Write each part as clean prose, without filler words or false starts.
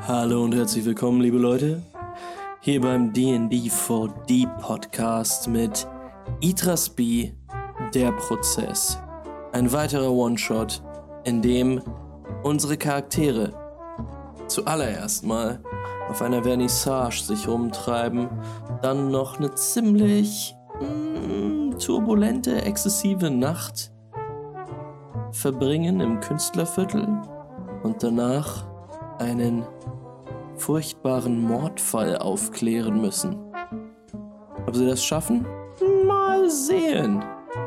Hallo und herzlich willkommen, liebe Leute, hier beim D&D 4D Podcast mit Yggdrasil, der Prozess. Ein weiterer One-Shot, in dem unsere Charaktere zuallererst mal auf einer Vernissage sich rumtreiben, dann noch eine ziemlich turbulente, exzessive Nacht verbringen im Künstlerviertel und danach einen furchtbaren Mordfall aufklären müssen. Ob sie das schaffen? Mal sehen.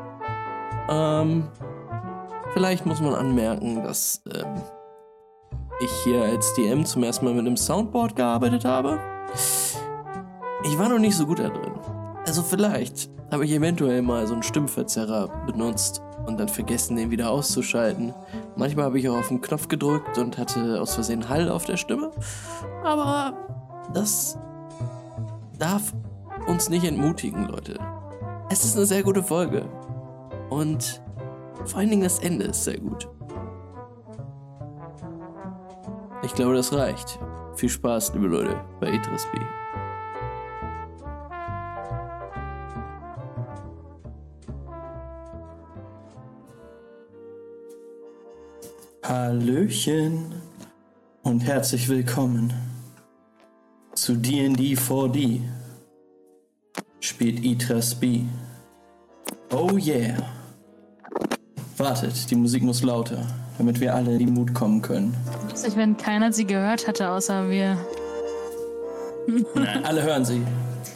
Vielleicht muss man anmerken, dass ich hier als DM zum ersten Mal mit einem Soundboard gearbeitet habe. Ich war noch nicht so gut da drin. Also vielleicht habe ich eventuell mal so einen Stimmverzerrer benutzt und dann vergessen, den wieder auszuschalten. Manchmal habe ich auch auf den Knopf gedrückt und hatte aus Versehen Hall auf der Stimme. Aber das darf uns nicht entmutigen, Leute. Es ist eine sehr gute Folge. Und vor allen Dingen das Ende ist sehr gut. Ich glaube, das reicht. Viel Spaß, liebe Leute, bei Yggdrasil. Hallöchen und herzlich willkommen zu D&D 4D. Spielt Yggdrasil. Oh yeah. Wartet, die Musik muss lauter, damit wir alle in die Mut kommen können. Lustig, wenn keiner sie gehört hätte, außer wir. Nein, alle hören sie.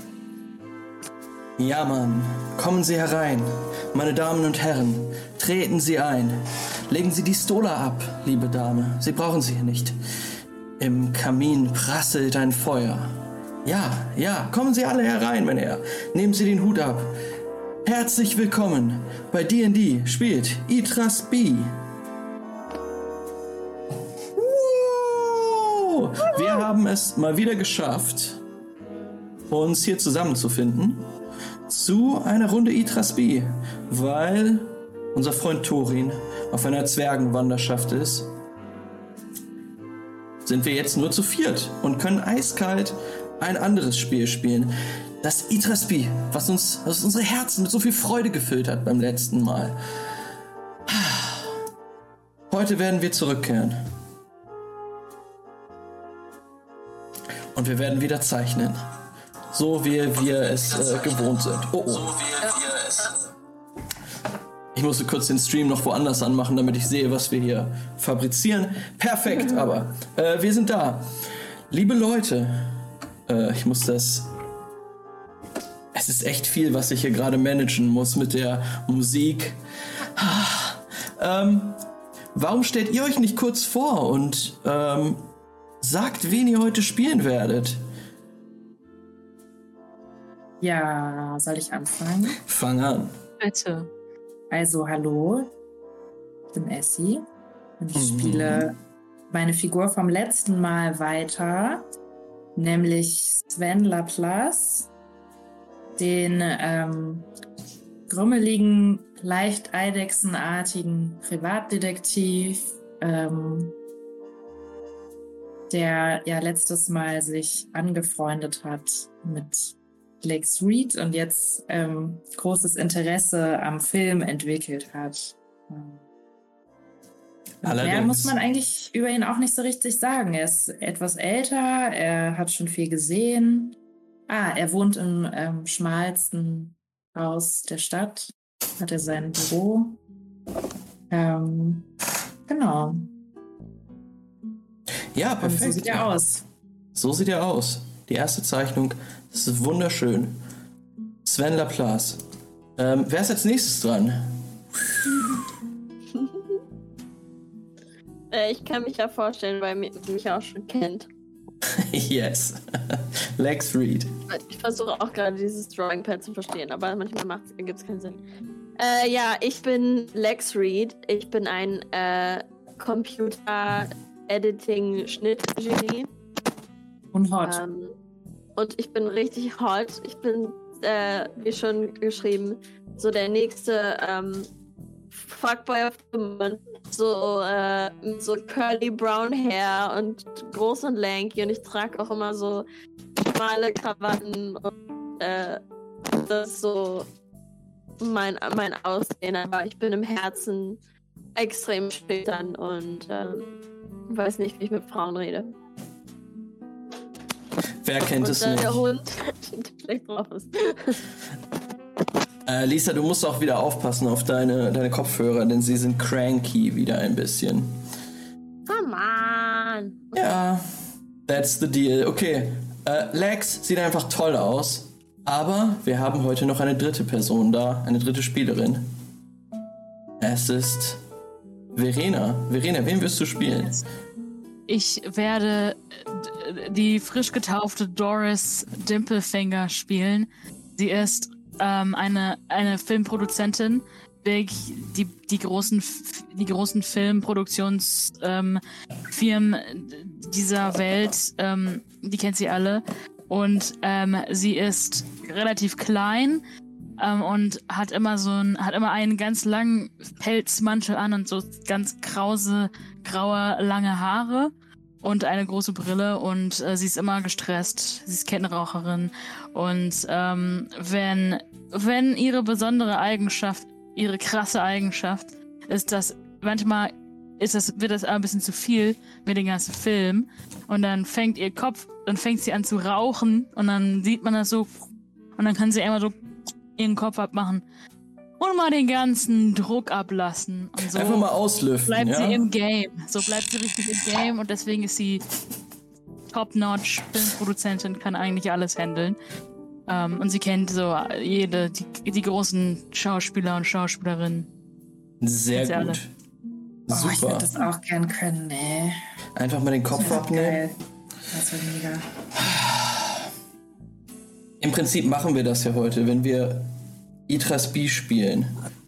Ja, Mann, kommen Sie herein, meine Damen und Herren, treten Sie ein. Legen Sie die Stola ab, liebe Dame, Sie brauchen sie hier nicht. Im Kamin prasselt ein Feuer. Ja, kommen Sie alle herein, mein Herr. Nehmen Sie den Hut ab. Herzlich willkommen bei D&D spielt Yggdrasil. Wir haben es mal wieder geschafft, uns hier zusammenzufinden zu einer Runde Yggdrasil, weil unser Freund Thorin auf einer Zwergenwanderschaft ist, sind wir jetzt nur zu viert und können eiskalt ein anderes Spiel spielen. Das Yggdrasil, was unsere Herzen mit so viel Freude gefüllt hat beim letzten Mal. Heute werden wir zurückkehren. Und wir werden wieder zeichnen. So wie wir es gewohnt sind. Oh. Ich musste kurz den Stream noch woanders anmachen, damit ich sehe, was wir hier fabrizieren. Perfekt, aber wir sind da. Liebe Leute, ich muss das... Es ist echt viel, was ich hier gerade managen muss mit der Musik. Warum stellt ihr euch nicht kurz vor und sagt, wen ihr heute spielen werdet? Ja, soll ich anfangen? Fang an. Bitte. Also, hallo, ich bin Essie und ich spiele meine Figur vom letzten Mal weiter, nämlich Sven Laplace, den grummeligen, leicht eidechsenartigen Privatdetektiv, der ja letztes Mal sich angefreundet hat mit Lex Reed und jetzt großes Interesse am Film entwickelt hat. Mehr muss man eigentlich über ihn auch nicht so richtig sagen. Er ist etwas älter, er hat schon viel gesehen. Er wohnt im schmalsten Haus der Stadt, hat er sein Büro. Genau. Ja, perfekt. Und so sieht er aus. So sieht er aus. Die erste Zeichnung, das ist wunderschön. Sven Laplace. Wer ist als nächstes dran? Ich kann mich ja vorstellen, weil ihr mich auch schon kennt. Yes. Lex Reed. Ich versuche auch gerade dieses Drawing Pad zu verstehen, aber manchmal gibt es keinen Sinn. Ja, ich bin Lex Reed. Ich bin ein Computer-Editing-Schnitt-Genie. Und hot. Und ich bin richtig hot. Ich bin, wie schon geschrieben, so der nächste Fuckboy of the Month. So, mit so curly brown hair und groß und lanky. Und ich trage auch immer so schmale Krawatten. Und das ist so mein Aussehen. Aber ich bin im Herzen extrem schüchtern und weiß nicht, wie ich mit Frauen rede. Wer kennt und es nicht? Der Hund schlecht drauf ist. Lisa, du musst auch wieder aufpassen auf deine Kopfhörer, denn sie sind cranky wieder ein bisschen. Come on! Ja, that's the deal. Okay, Lex sieht einfach toll aus, aber wir haben heute noch eine dritte Person da, eine dritte Spielerin. Es ist Verena. Verena, wen wirst du spielen? Ich werde die frisch getaufte Doris Dimplefinger spielen. Sie ist eine Filmproduzentin, die großen Filmproduktionsfirmen dieser Welt, die kennt sie alle. Und sie ist relativ klein und hat immer einen ganz langen Pelzmantel an und so ganz krause, graue, lange Haare. Und eine große Brille und sie ist immer gestresst. Sie ist Kettenraucherin. Und wenn ihre besondere Eigenschaft, ihre krasse Eigenschaft, ist, dass manchmal wird das ein bisschen zu viel mit dem ganzen Film. Und dann fängt sie an zu rauchen und dann sieht man das so. Und dann kann sie einmal so ihren Kopf abmachen. Und mal den ganzen Druck ablassen. Und so einfach mal auslüften, bleibt sie im Game. So bleibt sie richtig im Game und deswegen ist sie Top-Notch Filmproduzentin, kann eigentlich alles handeln. Und sie kennt so die großen Schauspieler und Schauspielerinnen. Sehr gut. Alle. Super. Ich würde das auch gern können, ey. Einfach mal den Kopf abnehmen. Geil. Das wird mega. Im Prinzip machen wir das ja heute, wenn wir Yggdrasil spielen,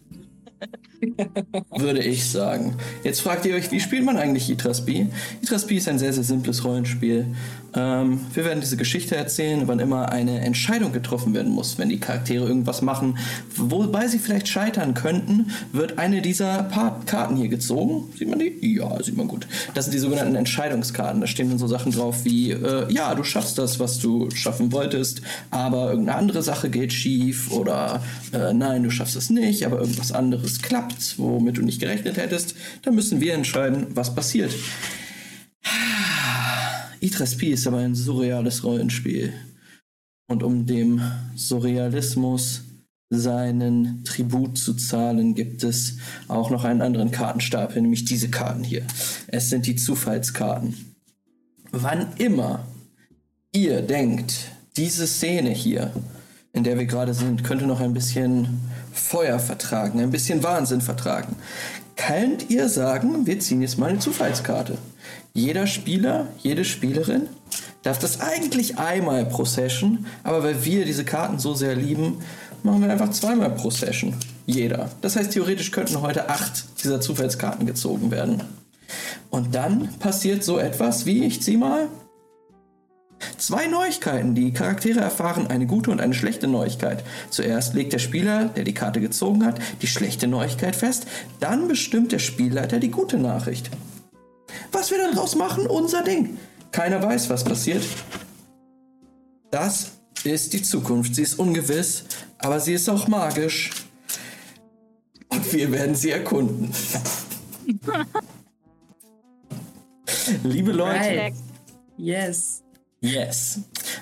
würde ich sagen. Jetzt fragt ihr euch, wie spielt man eigentlich Yggdrasil? Yggdrasil ist ein sehr, sehr simples Rollenspiel. Wir werden diese Geschichte erzählen, wann immer eine Entscheidung getroffen werden muss. Wenn die Charaktere irgendwas machen, wobei sie vielleicht scheitern könnten, wird eine dieser Karten hier gezogen. Sieht man die? Ja, sieht man gut. Das sind die sogenannten Entscheidungskarten. Da stehen dann so Sachen drauf wie, ja, du schaffst das, was du schaffen wolltest, aber irgendeine andere Sache geht schief oder nein, du schaffst es nicht, aber irgendwas anderes klappt, womit du nicht gerechnet hättest. Da müssen wir entscheiden, was passiert. Yggdrasil ist aber ein surreales Rollenspiel. Und um dem Surrealismus seinen Tribut zu zahlen, gibt es auch noch einen anderen Kartenstapel, nämlich diese Karten hier. Es sind die Zufallskarten. Wann immer ihr denkt, diese Szene hier, in der wir gerade sind, könnte noch ein bisschen Feuer vertragen, ein bisschen Wahnsinn vertragen, könnt ihr sagen, wir ziehen jetzt mal eine Zufallskarte. Jeder Spieler, jede Spielerin darf das eigentlich einmal pro Session, aber weil wir diese Karten so sehr lieben, machen wir einfach zweimal pro Session. Jeder. Das heißt, theoretisch könnten heute 8 dieser Zufallskarten gezogen werden. Und dann passiert so etwas wie, ich ziehe mal 2 Neuigkeiten. Die Charaktere erfahren eine gute und eine schlechte Neuigkeit. Zuerst legt der Spieler, der die Karte gezogen hat, die schlechte Neuigkeit fest. Dann bestimmt der Spielleiter die gute Nachricht. Was wir dann draus machen, unser Ding. Keiner weiß, was passiert. Das ist die Zukunft. Sie ist ungewiss, aber sie ist auch magisch. Und wir werden sie erkunden. Liebe Leute. Right. Yes. Yes.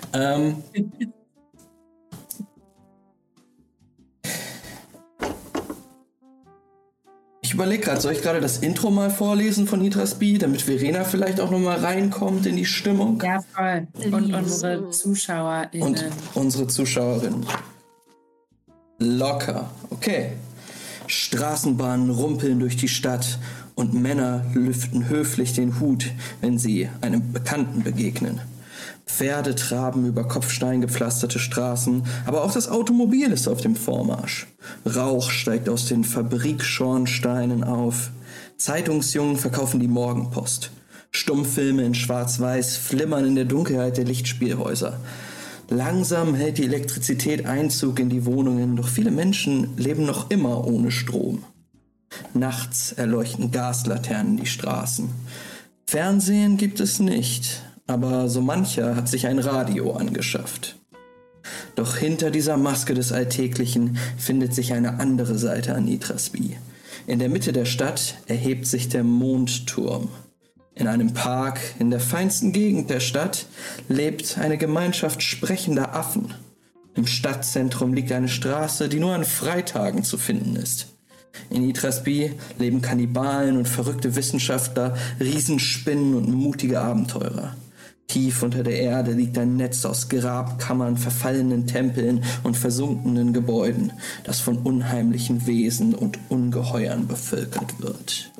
Ich überlege gerade, soll ich gerade das Intro mal vorlesen von Yggdrasil, damit Verena vielleicht auch nochmal reinkommt in die Stimmung? Ja, voll. Und unsere ZuschauerInnen. Und unsere Zuschauerinnen. Locker. Okay. Straßenbahnen rumpeln durch die Stadt und Männer lüften höflich den Hut, wenn sie einem Bekannten begegnen. Pferde traben über kopfsteingepflasterte Straßen, aber auch das Automobil ist auf dem Vormarsch. Rauch steigt aus den Fabrikschornsteinen auf. Zeitungsjungen verkaufen die Morgenpost. Stummfilme in Schwarz-Weiß flimmern in der Dunkelheit der Lichtspielhäuser. Langsam hält die Elektrizität Einzug in die Wohnungen, doch viele Menschen leben noch immer ohne Strom. Nachts erleuchten Gaslaternen die Straßen. Fernsehen gibt es nicht, aber so mancher hat sich ein Radio angeschafft. Doch hinter dieser Maske des Alltäglichen findet sich eine andere Seite an Yggdrasil. In der Mitte der Stadt erhebt sich der Mondturm. In einem Park in der feinsten Gegend der Stadt lebt eine Gemeinschaft sprechender Affen. Im Stadtzentrum liegt eine Straße, die nur an Freitagen zu finden ist. In Yggdrasil leben Kannibalen und verrückte Wissenschaftler, Riesenspinnen und mutige Abenteurer. Tief unter der Erde liegt ein Netz aus Grabkammern, verfallenen Tempeln und versunkenen Gebäuden, das von unheimlichen Wesen und Ungeheuern bevölkert wird.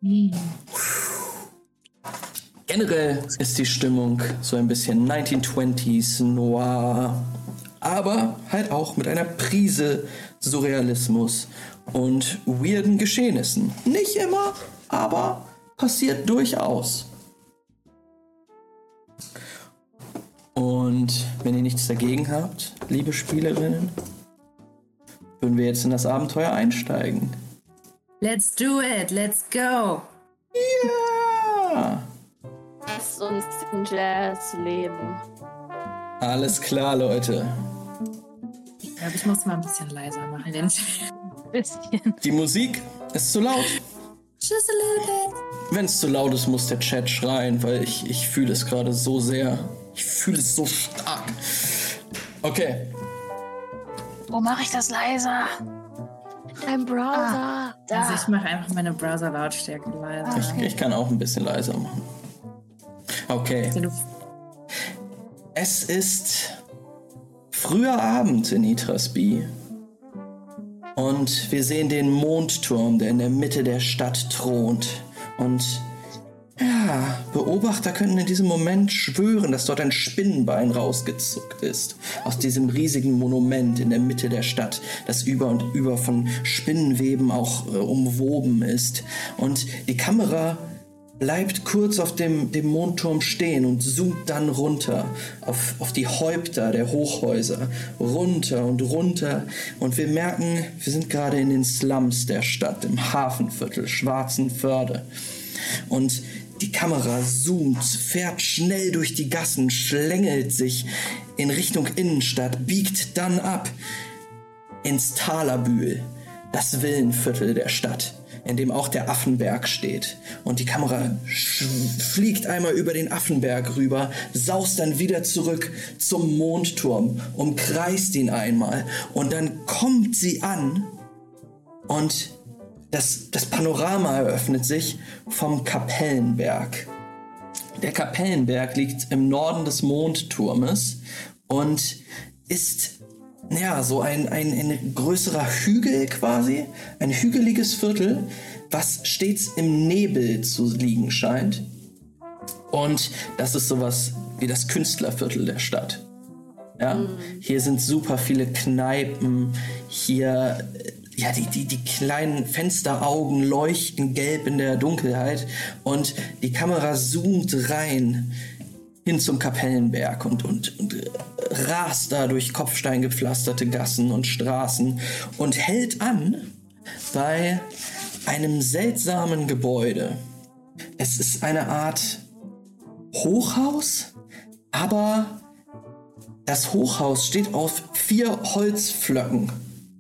Generell ist die Stimmung so ein bisschen 1920s Noir, aber halt auch mit einer Prise Surrealismus und weirden Geschehnissen. Nicht immer, aber passiert durchaus. Und wenn ihr nichts dagegen habt, liebe Spielerinnen, würden wir jetzt in das Abenteuer einsteigen. Let's do it, let's go. Ja! Lass uns den Jazz leben. Alles klar, Leute. Ich glaube, ich muss mal ein bisschen leiser machen. Den Bisschen. Die Musik ist zu laut. Just a little bit. Wenn es zu laut ist, muss der Chat schreien, weil ich fühle es gerade so sehr. Ich fühle es so stark. Okay. Wo mache ich das leiser? Dein Browser. Da. Also ich mache einfach meine Browser-Lautstärke leiser. Ich kann auch ein bisschen leiser machen. Okay. Es ist früher Abend in Yggdrasil. Und wir sehen den Mondturm, der in der Mitte der Stadt thront. Und ja, Beobachter könnten in diesem Moment schwören, dass dort ein Spinnenbein rausgezuckt ist. Aus diesem riesigen Monument in der Mitte der Stadt, das über und über von Spinnenweben auch umwoben ist. Und die Kamera bleibt kurz auf dem Mondturm stehen und zoomt dann runter auf die Häupter der Hochhäuser. Runter und runter. Und wir merken, wir sind gerade in den Slums der Stadt, im Hafenviertel Schwarzenförde. Und die Kamera zoomt, fährt schnell durch die Gassen, schlängelt sich in Richtung Innenstadt, biegt dann ab ins Thalabühl, das Villenviertel der Stadt, in dem auch der Affenberg steht. Und die Kamera fliegt einmal über den Affenberg rüber, saust dann wieder zurück zum Mondturm, umkreist ihn einmal und dann kommt sie an und das Panorama eröffnet sich vom Kapellenberg. Der Kapellenberg liegt im Norden des Mondturmes und ist ja so ein größerer Hügel quasi, ein hügeliges Viertel, was stets im Nebel zu liegen scheint. Und das ist sowas wie das Künstlerviertel der Stadt. Ja? Hier sind super viele Kneipen, hier ja, die kleinen Fensteraugen leuchten gelb in der Dunkelheit und die Kamera zoomt rein hin zum Kapellenberg und rast da durch kopfsteingepflasterte Gassen und Straßen und hält an bei einem seltsamen Gebäude. Es ist eine Art Hochhaus, aber das Hochhaus steht auf 4 Holzpflöcken.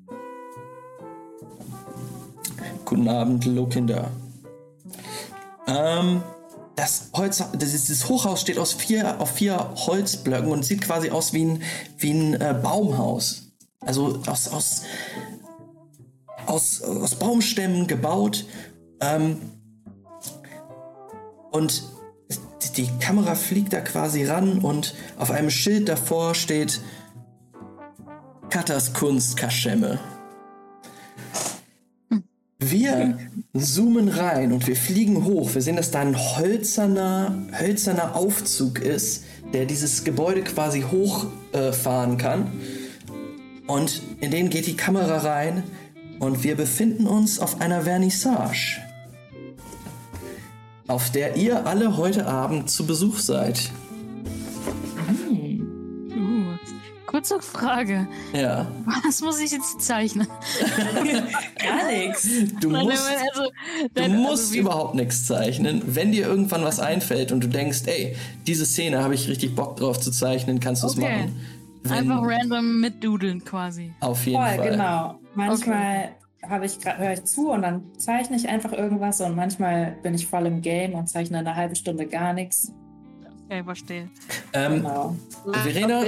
Guten Abend, Lokinder. Das Hochhaus steht auf 4 Holzblöcken und sieht quasi aus wie ein Baumhaus. Also aus Baumstämmen gebaut. Und die Kamera fliegt da quasi ran und auf einem Schild davor steht Katas Kunstkaschemme. Wir zoomen rein und wir fliegen hoch. Wir sehen, dass da ein hölzerner Aufzug ist, der dieses Gebäude quasi hochfahren kann. Und in den geht die Kamera rein und wir befinden uns auf einer Vernissage, auf der ihr alle heute Abend zu Besuch seid. kurze Frage. Ja. Was muss ich jetzt zeichnen? Gar nichts. Du musst überhaupt nichts zeichnen. Wenn dir irgendwann was einfällt und du denkst, ey, diese Szene habe ich richtig Bock drauf zu zeichnen, kannst du es machen. Einfach random mitdudeln quasi. Auf jeden Fall. Genau. Manchmal höre ich zu und dann zeichne ich einfach irgendwas und manchmal bin ich voll im Game und zeichne eine halbe Stunde gar nichts. Okay, verstehe. Genau. Verena,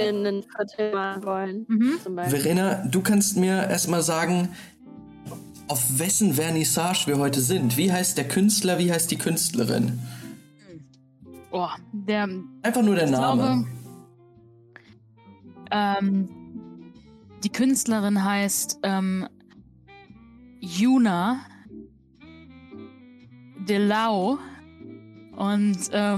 Verena, du kannst mir erstmal sagen, auf wessen Vernissage wir heute sind. Wie heißt der Künstler, wie heißt die Künstlerin? Oh, Einfach nur der Name. Glaube, die Künstlerin heißt Yuna Delau und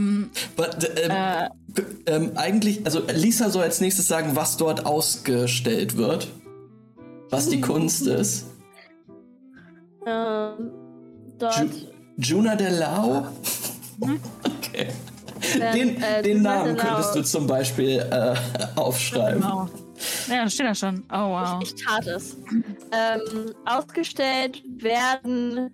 eigentlich, also Lisa soll als nächstes sagen, was dort ausgestellt wird, was die Kunst ist. Dort. Yuna Delau? Okay. Den Namen könntest du zum Beispiel aufschreiben. Genau. Ja, das steht da schon. Oh, wow. Ich tat es. Ausgestellt werden.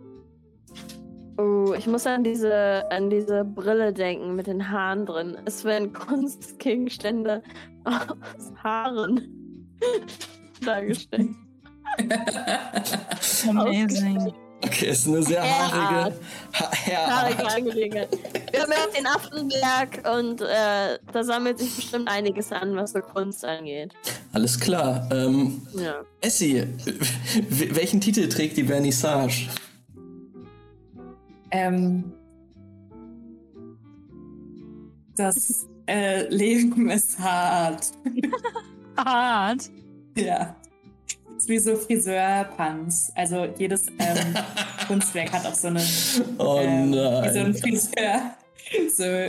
Oh, ich muss an diese Brille denken mit den Haaren drin. Es werden Kunstgegenstände aus Haaren dargestellt. Amazing. Okay, ist eine sehr haarige Angelegenheit. Wir haben ja den Affenberg und da sammelt sich bestimmt einiges an, was so Kunst angeht. Alles klar. Ja. Essie, welchen Titel trägt die Vernissage? Das Leben ist hart. Hart? Ja. Das ist wie so Friseurpans. Also jedes Kunstwerk hat auch so eine wie so ein Friseur. So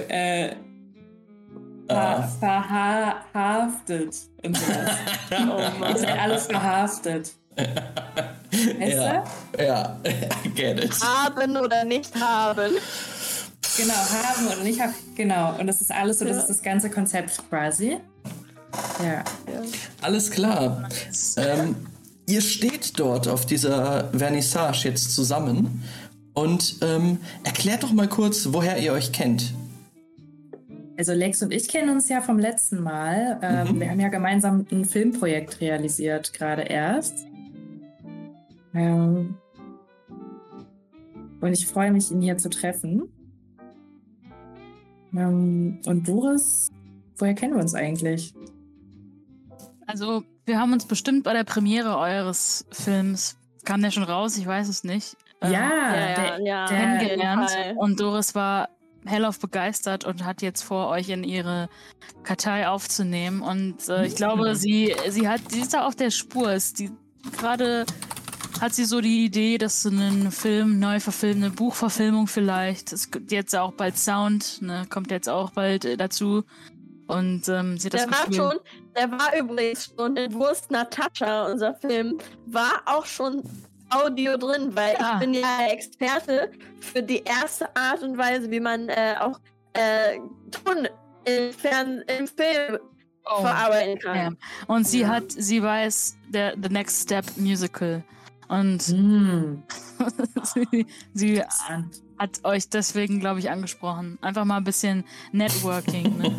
verhaftet und sowas. Das ist alles verhaftet. Weißt du? Ja, I get it. Haben oder nicht haben. Genau, haben oder nicht haben. Genau, und das ist alles so, das ist das ganze Konzept quasi. Ja. Alles klar. Ihr steht dort auf dieser Vernissage jetzt zusammen und erklärt doch mal kurz, woher ihr euch kennt. Also Lex und ich kennen uns ja vom letzten Mal. Wir haben ja gemeinsam ein Filmprojekt realisiert, gerade erst. Und ich freue mich, ihn hier zu treffen. Und Doris, woher kennen wir uns eigentlich? Also, wir haben uns bestimmt bei der Premiere eures Films, kam der schon raus? Ich weiß es nicht. Kennengelernt. Und Doris war hellauf begeistert und hat jetzt vor, euch in ihre Kartei aufzunehmen. Und ich glaube, sie ist da auf der Spur. Gerade hat sie so die Idee, dass sie einen Film neu verfilmt, eine Buchverfilmung vielleicht. Es gibt jetzt auch bald Sound, ne, kommt jetzt auch bald dazu. Und sie hat das Gefühl, der war übrigens schon in Wurst Natascha, unser Film, war auch schon Audio drin, weil ich bin ja Experte für die erste Art und Weise, wie man auch Ton im Film verarbeiten kann. Ja. Und sie weiß, The Next Step Musical. Und sie hat euch deswegen, glaube ich, angesprochen. Einfach mal ein bisschen Networking. Ne?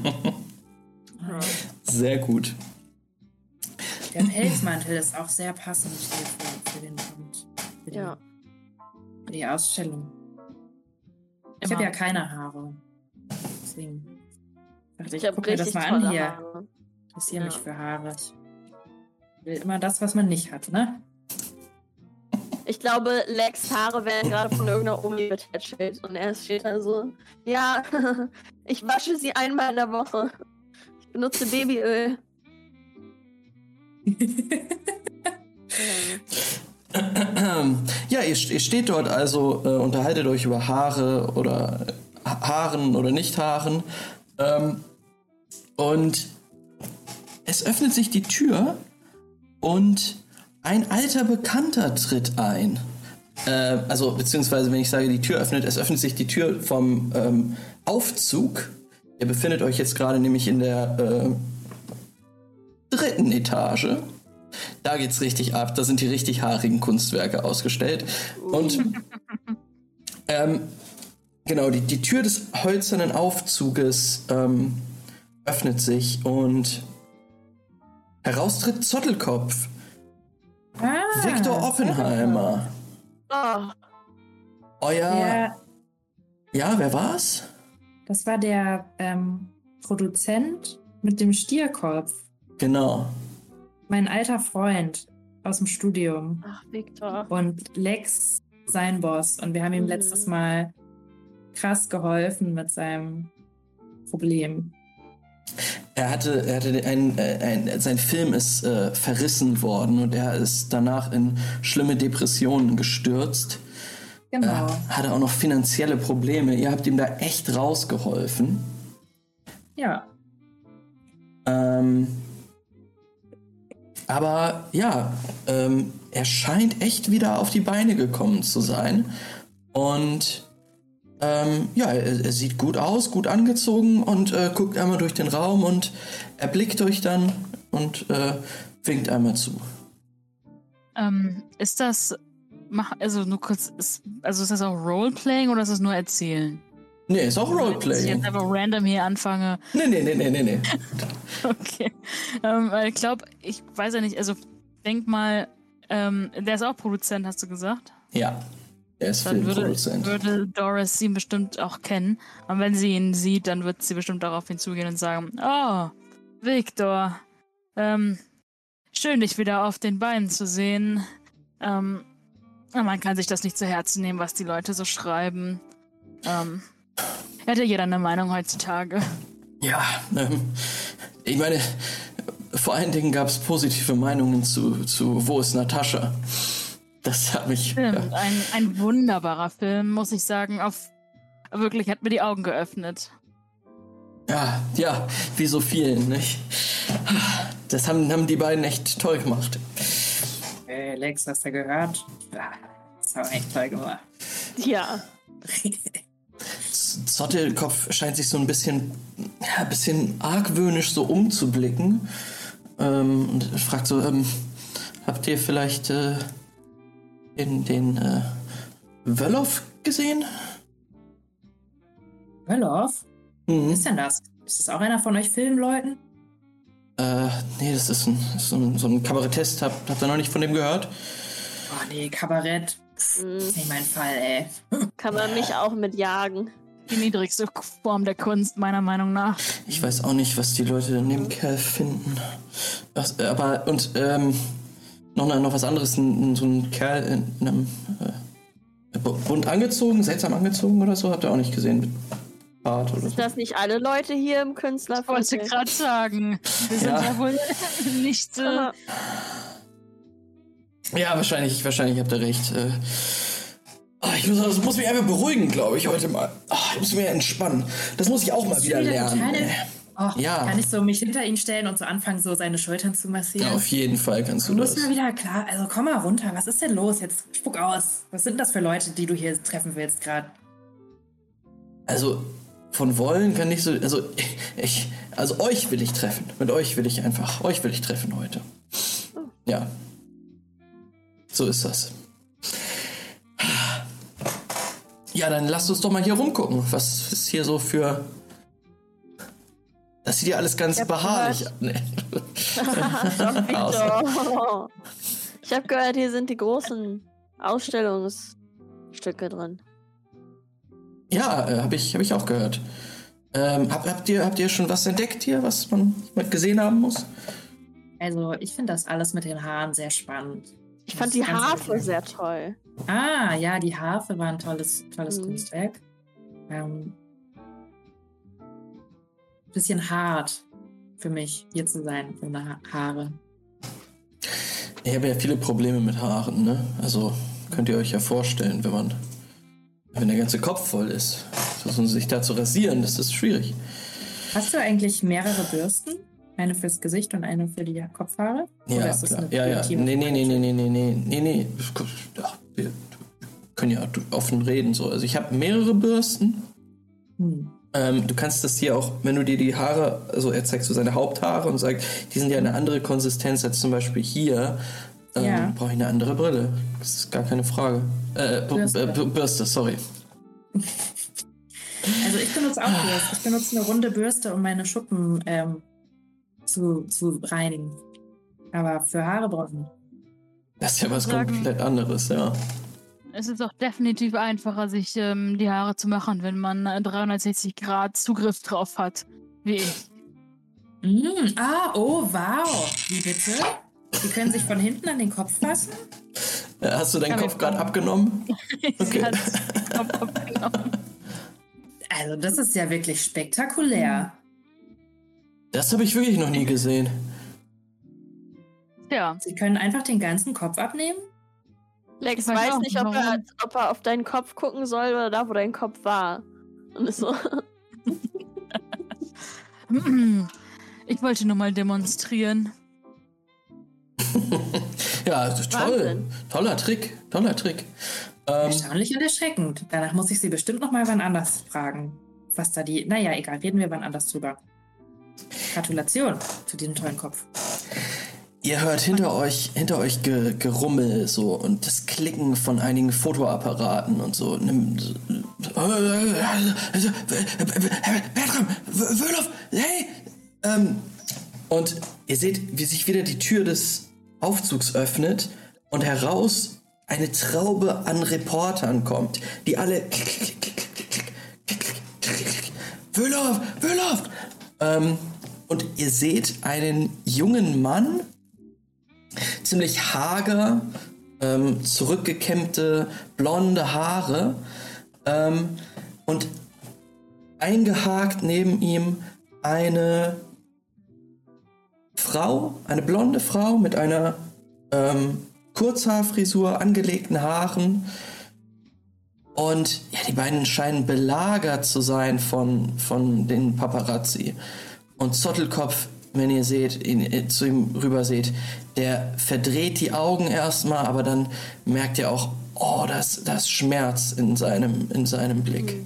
Sehr gut. Der Pelzmantel ist auch sehr passend für den Abend. Für die Ausstellung. Ich habe ja keine Haare. Deswegen dachte ich, guck mir das mal an hier. Ich interessiere mich für Haare. Ich will immer das, was man nicht hat, ne? Ich glaube, Lex' Haare werden gerade von irgendeiner Omi betätschelt und er steht da so, ja, ich wasche sie einmal in der Woche. Ich benutze Babyöl. Ja, ihr steht dort also, unterhaltet euch über Haare oder Haaren oder Nicht-Haaren. Und es öffnet sich die Tür und ein alter Bekannter tritt ein. Also, beziehungsweise, wenn ich sage, die Tür öffnet, es öffnet sich die Tür vom Aufzug. Ihr befindet euch jetzt gerade nämlich in der 3. Etage. Da geht's richtig ab. Da sind die richtig haarigen Kunstwerke ausgestellt. Und genau, die Tür des hölzernen Aufzuges öffnet sich und heraus tritt Zottelkopf. Viktor Oppenheimer. Oh, Euer... Ja, wer war's? Das war der Produzent mit dem Stierkopf. Genau. Mein alter Freund aus dem Studium. ach, Viktor. Und Lex sein Boss. Und wir haben ihm letztes Mal krass geholfen mit seinem Problem. Sein Film ist verrissen worden und er ist danach in schlimme Depressionen gestürzt. Genau. Hatte auch noch finanzielle Probleme. Ihr habt ihm da echt rausgeholfen. Ja. Aber ja, er scheint echt wieder auf die Beine gekommen zu sein. Und ja, er sieht gut aus, gut angezogen und guckt einmal durch den Raum und erblickt euch dann und winkt einmal zu. Ist das, also nur kurz, ist das auch Roleplaying oder ist das nur Erzählen? Nee, ist auch Dass ich Roleplaying. jetzt einfach random hier anfange. Nee. Okay. Weil ich weiß ja nicht, also denk mal, der ist auch Produzent, hast du gesagt? Ja, er ist Dann Filmproduzent. würde Doris ihn bestimmt auch kennen. Und wenn sie ihn sieht, dann wird sie bestimmt darauf hinzugehen und sagen, oh, Viktor, schön, dich wieder auf den Beinen zu sehen. Man kann sich das nicht zu Herzen nehmen, was die Leute so schreiben. Hätte jeder eine Meinung heutzutage. Ja, ich meine, vor allen Dingen gab es positive Meinungen zu Wo ist Natascha? Das hat mich... Stimmt, Ja. ein wunderbarer Film, muss ich sagen. Wirklich hat mir die Augen geöffnet. Ja, wie so vielen, nicht? Das haben die beiden echt toll gemacht. Hey, Lex, hast du gehört? Ja, das haben wir echt toll gemacht. Ja. Zottelkopf scheint sich so ein bisschen argwöhnisch so umzublicken und fragt so, habt ihr vielleicht den Wölow gesehen? Wölow? Wer Mhm. ist denn das? Ist das auch einer von euch Filmleuten? Nee, das ist so ein Kabarettist. Habt ihr noch nicht von dem gehört? Oh nee, Kabarett. Pff, ist nicht mein Fall, ey. Kann man mich auch mit jagen. Die niedrigste Form der Kunst, meiner Meinung nach. Ich weiß auch nicht, was die Leute in dem Kerl finden. Noch was anderes. So ein Kerl in einem bunt angezogen, seltsam angezogen oder so, habt ihr auch nicht gesehen mit Bart oder so. Ist das nicht alle Leute hier im Ich wollte Künstlerviertel? gerade sagen, wir sind Ja. ja wohl nicht... Aha. Ja, wahrscheinlich habt ihr recht. Ich muss mich einfach beruhigen, glaube ich, heute mal. Ich muss mich entspannen. Das muss ich auch mal wieder lernen. Ja. Kann ich so mich hinter ihn stellen und so anfangen, so seine Schultern zu massieren? Ja, auf jeden Fall kannst du Du das. musst mal wieder klar, also komm mal runter. Was ist denn los? Jetzt spuck aus. Was sind das für Leute, die du hier treffen willst gerade? Also, von wollen kann ich so. Also euch will ich treffen. Mit euch will ich treffen heute. Ja. So ist das. Ja, dann lasst uns doch mal hier rumgucken. Was ist hier so für... Das sieht ja alles ganz beharrlich aus. Nee. Victor. Ich habe gehört, hier sind die großen Ausstellungsstücke drin. Ja, hab ich auch gehört. Habt ihr schon was entdeckt hier, was man gesehen haben muss? Also, ich finde das alles mit den Haaren sehr spannend. Ich fand die Harfe sehr toll. Ah, ja, die Harfe war ein tolles Kunstwerk. Bisschen hart für mich, hier zu sein, ohne Haare. Ich habe ja viele Probleme mit Haaren, ne? Also könnt ihr euch ja vorstellen, wenn der ganze Kopf voll ist, versuchen sich da zu rasieren, das ist schwierig. Hast du eigentlich mehrere Bürsten? Eine fürs Gesicht und eine für die Kopfhaare? Ja, Oder ist das klar. eine Ja. primitive Nee. Frage? Ja, wir können ja offen reden so. Also ich habe mehrere Bürsten. Du kannst das hier auch, wenn du dir die Haare, also er zeigt so seine Haupthaare und sagt, die sind ja eine andere Konsistenz als zum Beispiel hier, brauche ich eine andere Brille. Das ist gar keine Frage. Bürste, sorry. Also ich benutze auch Bürste. Ich benutze eine runde Bürste, um meine Schuppen zu reinigen. Aber für Haare brauche ich nicht. Das ist ja was komplett anderes, ja. Es ist auch definitiv einfacher, sich die Haare zu machen, wenn man 360 Grad Zugriff drauf hat, wie ich. Oh, wow. Wie bitte? Sie können sich von hinten an den Kopf fassen? Hast du deinen Kopf gerade abgenommen? Sie hat den Kopf abgenommen. Also das ist ja wirklich spektakulär. Das habe ich wirklich noch nie gesehen. Ja. Sie können einfach den ganzen Kopf abnehmen? Lex Ich weiß weiß auch nicht, nicht, ob er auf deinen Kopf gucken soll oder da, wo dein Kopf war. Und ist so. Ich wollte nur mal demonstrieren. Ja, toll. Wahnsinn. Toller Trick. Erstaunlich und erschreckend. Danach muss ich Sie bestimmt noch mal wann anders fragen. Was da die... Naja, egal, reden wir wann anders drüber. Gratulation zu diesem tollen Kopf. Ihr hört hinter euch Gerummel so und das Klicken von einigen Fotoapparaten und so. Bertram, Wöhloff, hey! Und ihr seht, wie sich wieder die Tür des Aufzugs öffnet und heraus eine Traube an Reportern kommt, die alle Wöhloff! Und ihr seht einen jungen Mann, ziemlich hager, zurückgekämmte, blonde Haare und eingehakt neben ihm eine Frau, eine blonde Frau mit einer Kurzhaarfrisur, angelegten Haaren. Und ja, die beiden scheinen belagert zu sein von den Paparazzi. Und Zottelkopf, wenn ihr zu ihm rüber seht, der verdreht die Augen erstmal, aber dann merkt ihr auch, das Schmerz in seinem Blick.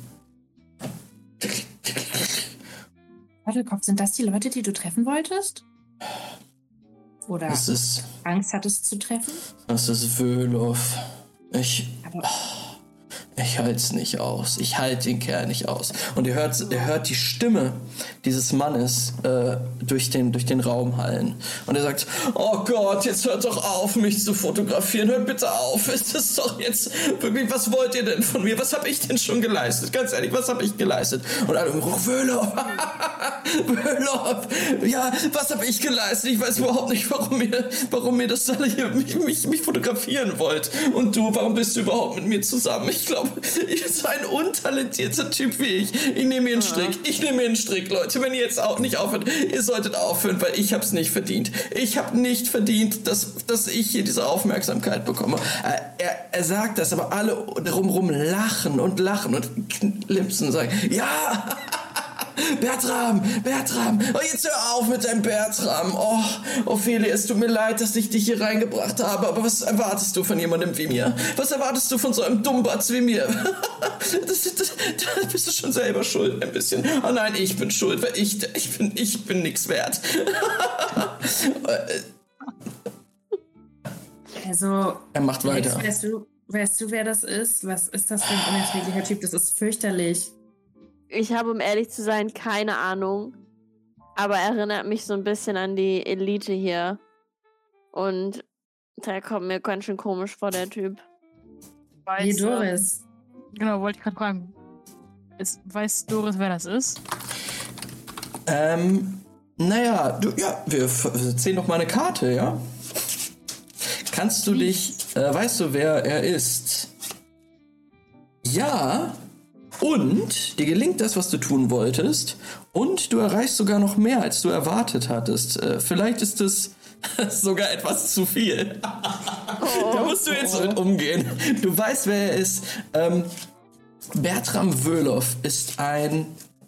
Zottelkopf, sind das die Leute, die du treffen wolltest? Oder Angst hattest zu treffen? Das ist Wöhloff. Ich halte es nicht aus. Ich halte den Kerl nicht aus. Und ihr hört die Stimme dieses Mannes durch den Raum hallen. Und er sagt, oh Gott, jetzt hört doch auf, mich zu fotografieren. Hört bitte auf. Ist das doch jetzt wirklich, was wollt ihr denn von mir? Was habe ich denn schon geleistet? Ganz ehrlich, was habe ich geleistet? Und alle Wöhloff, Wöhloff, ja, was habe ich geleistet? Ich weiß überhaupt nicht, warum ihr das alle hier mich fotografieren wollt. Und du, warum bist du überhaupt mit mir zusammen? Ich glaube, ihr seid ein untalentierter Typ wie ich. Ich nehme mir einen Strick, Leute. Wenn ihr jetzt auch nicht aufhört, ihr solltet aufhören, weil ich hab's nicht verdient. Ich habe nicht verdient, dass ich hier diese Aufmerksamkeit bekomme. Er sagt das, aber alle drumherum lachen und knipsen und sagen, ja, Bertram, oh, jetzt hör auf mit deinem Bertram. Oh, Ophelia, es tut mir leid, dass ich dich hier reingebracht habe, aber was erwartest du von jemandem wie mir? Was erwartest du von so einem Dummbatz wie mir? Da bist du schon selber schuld, ein bisschen. Oh nein, ich bin schuld, weil ich bin nix wert. Also, er macht weiter. Weißt du, wer das ist? Was ist das für ein unerträglicher Typ? Das ist fürchterlich. Ich habe, um ehrlich zu sein, keine Ahnung. Aber erinnert mich so ein bisschen an die Elite hier. Und der kommt mir ganz schön komisch vor, der Typ. Wie Doris. Genau, wollte ich gerade fragen. Weiß Doris, wer das ist? Naja, wir sehen doch mal eine Karte, ja? Kannst du weißt du, wer er ist? Ja. Und dir gelingt das, was du tun wolltest. Und du erreichst sogar noch mehr, als du erwartet hattest. Vielleicht ist es sogar etwas zu viel. Da musst du jetzt mit umgehen. Du weißt, wer er ist. Bertram Wöhloff ist ein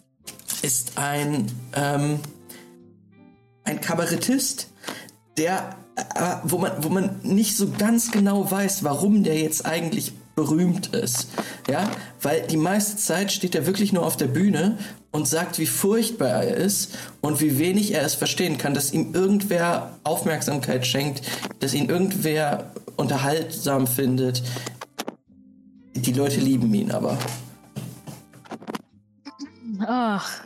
Kabarettist, der, wo man nicht so ganz genau weiß, warum der jetzt eigentlich berühmt ist. Ja, weil die meiste Zeit steht er wirklich nur auf der Bühne und sagt, wie furchtbar er ist und wie wenig er es verstehen kann, dass ihm irgendwer Aufmerksamkeit schenkt, dass ihn irgendwer unterhaltsam findet. Die Leute lieben ihn aber. Ach.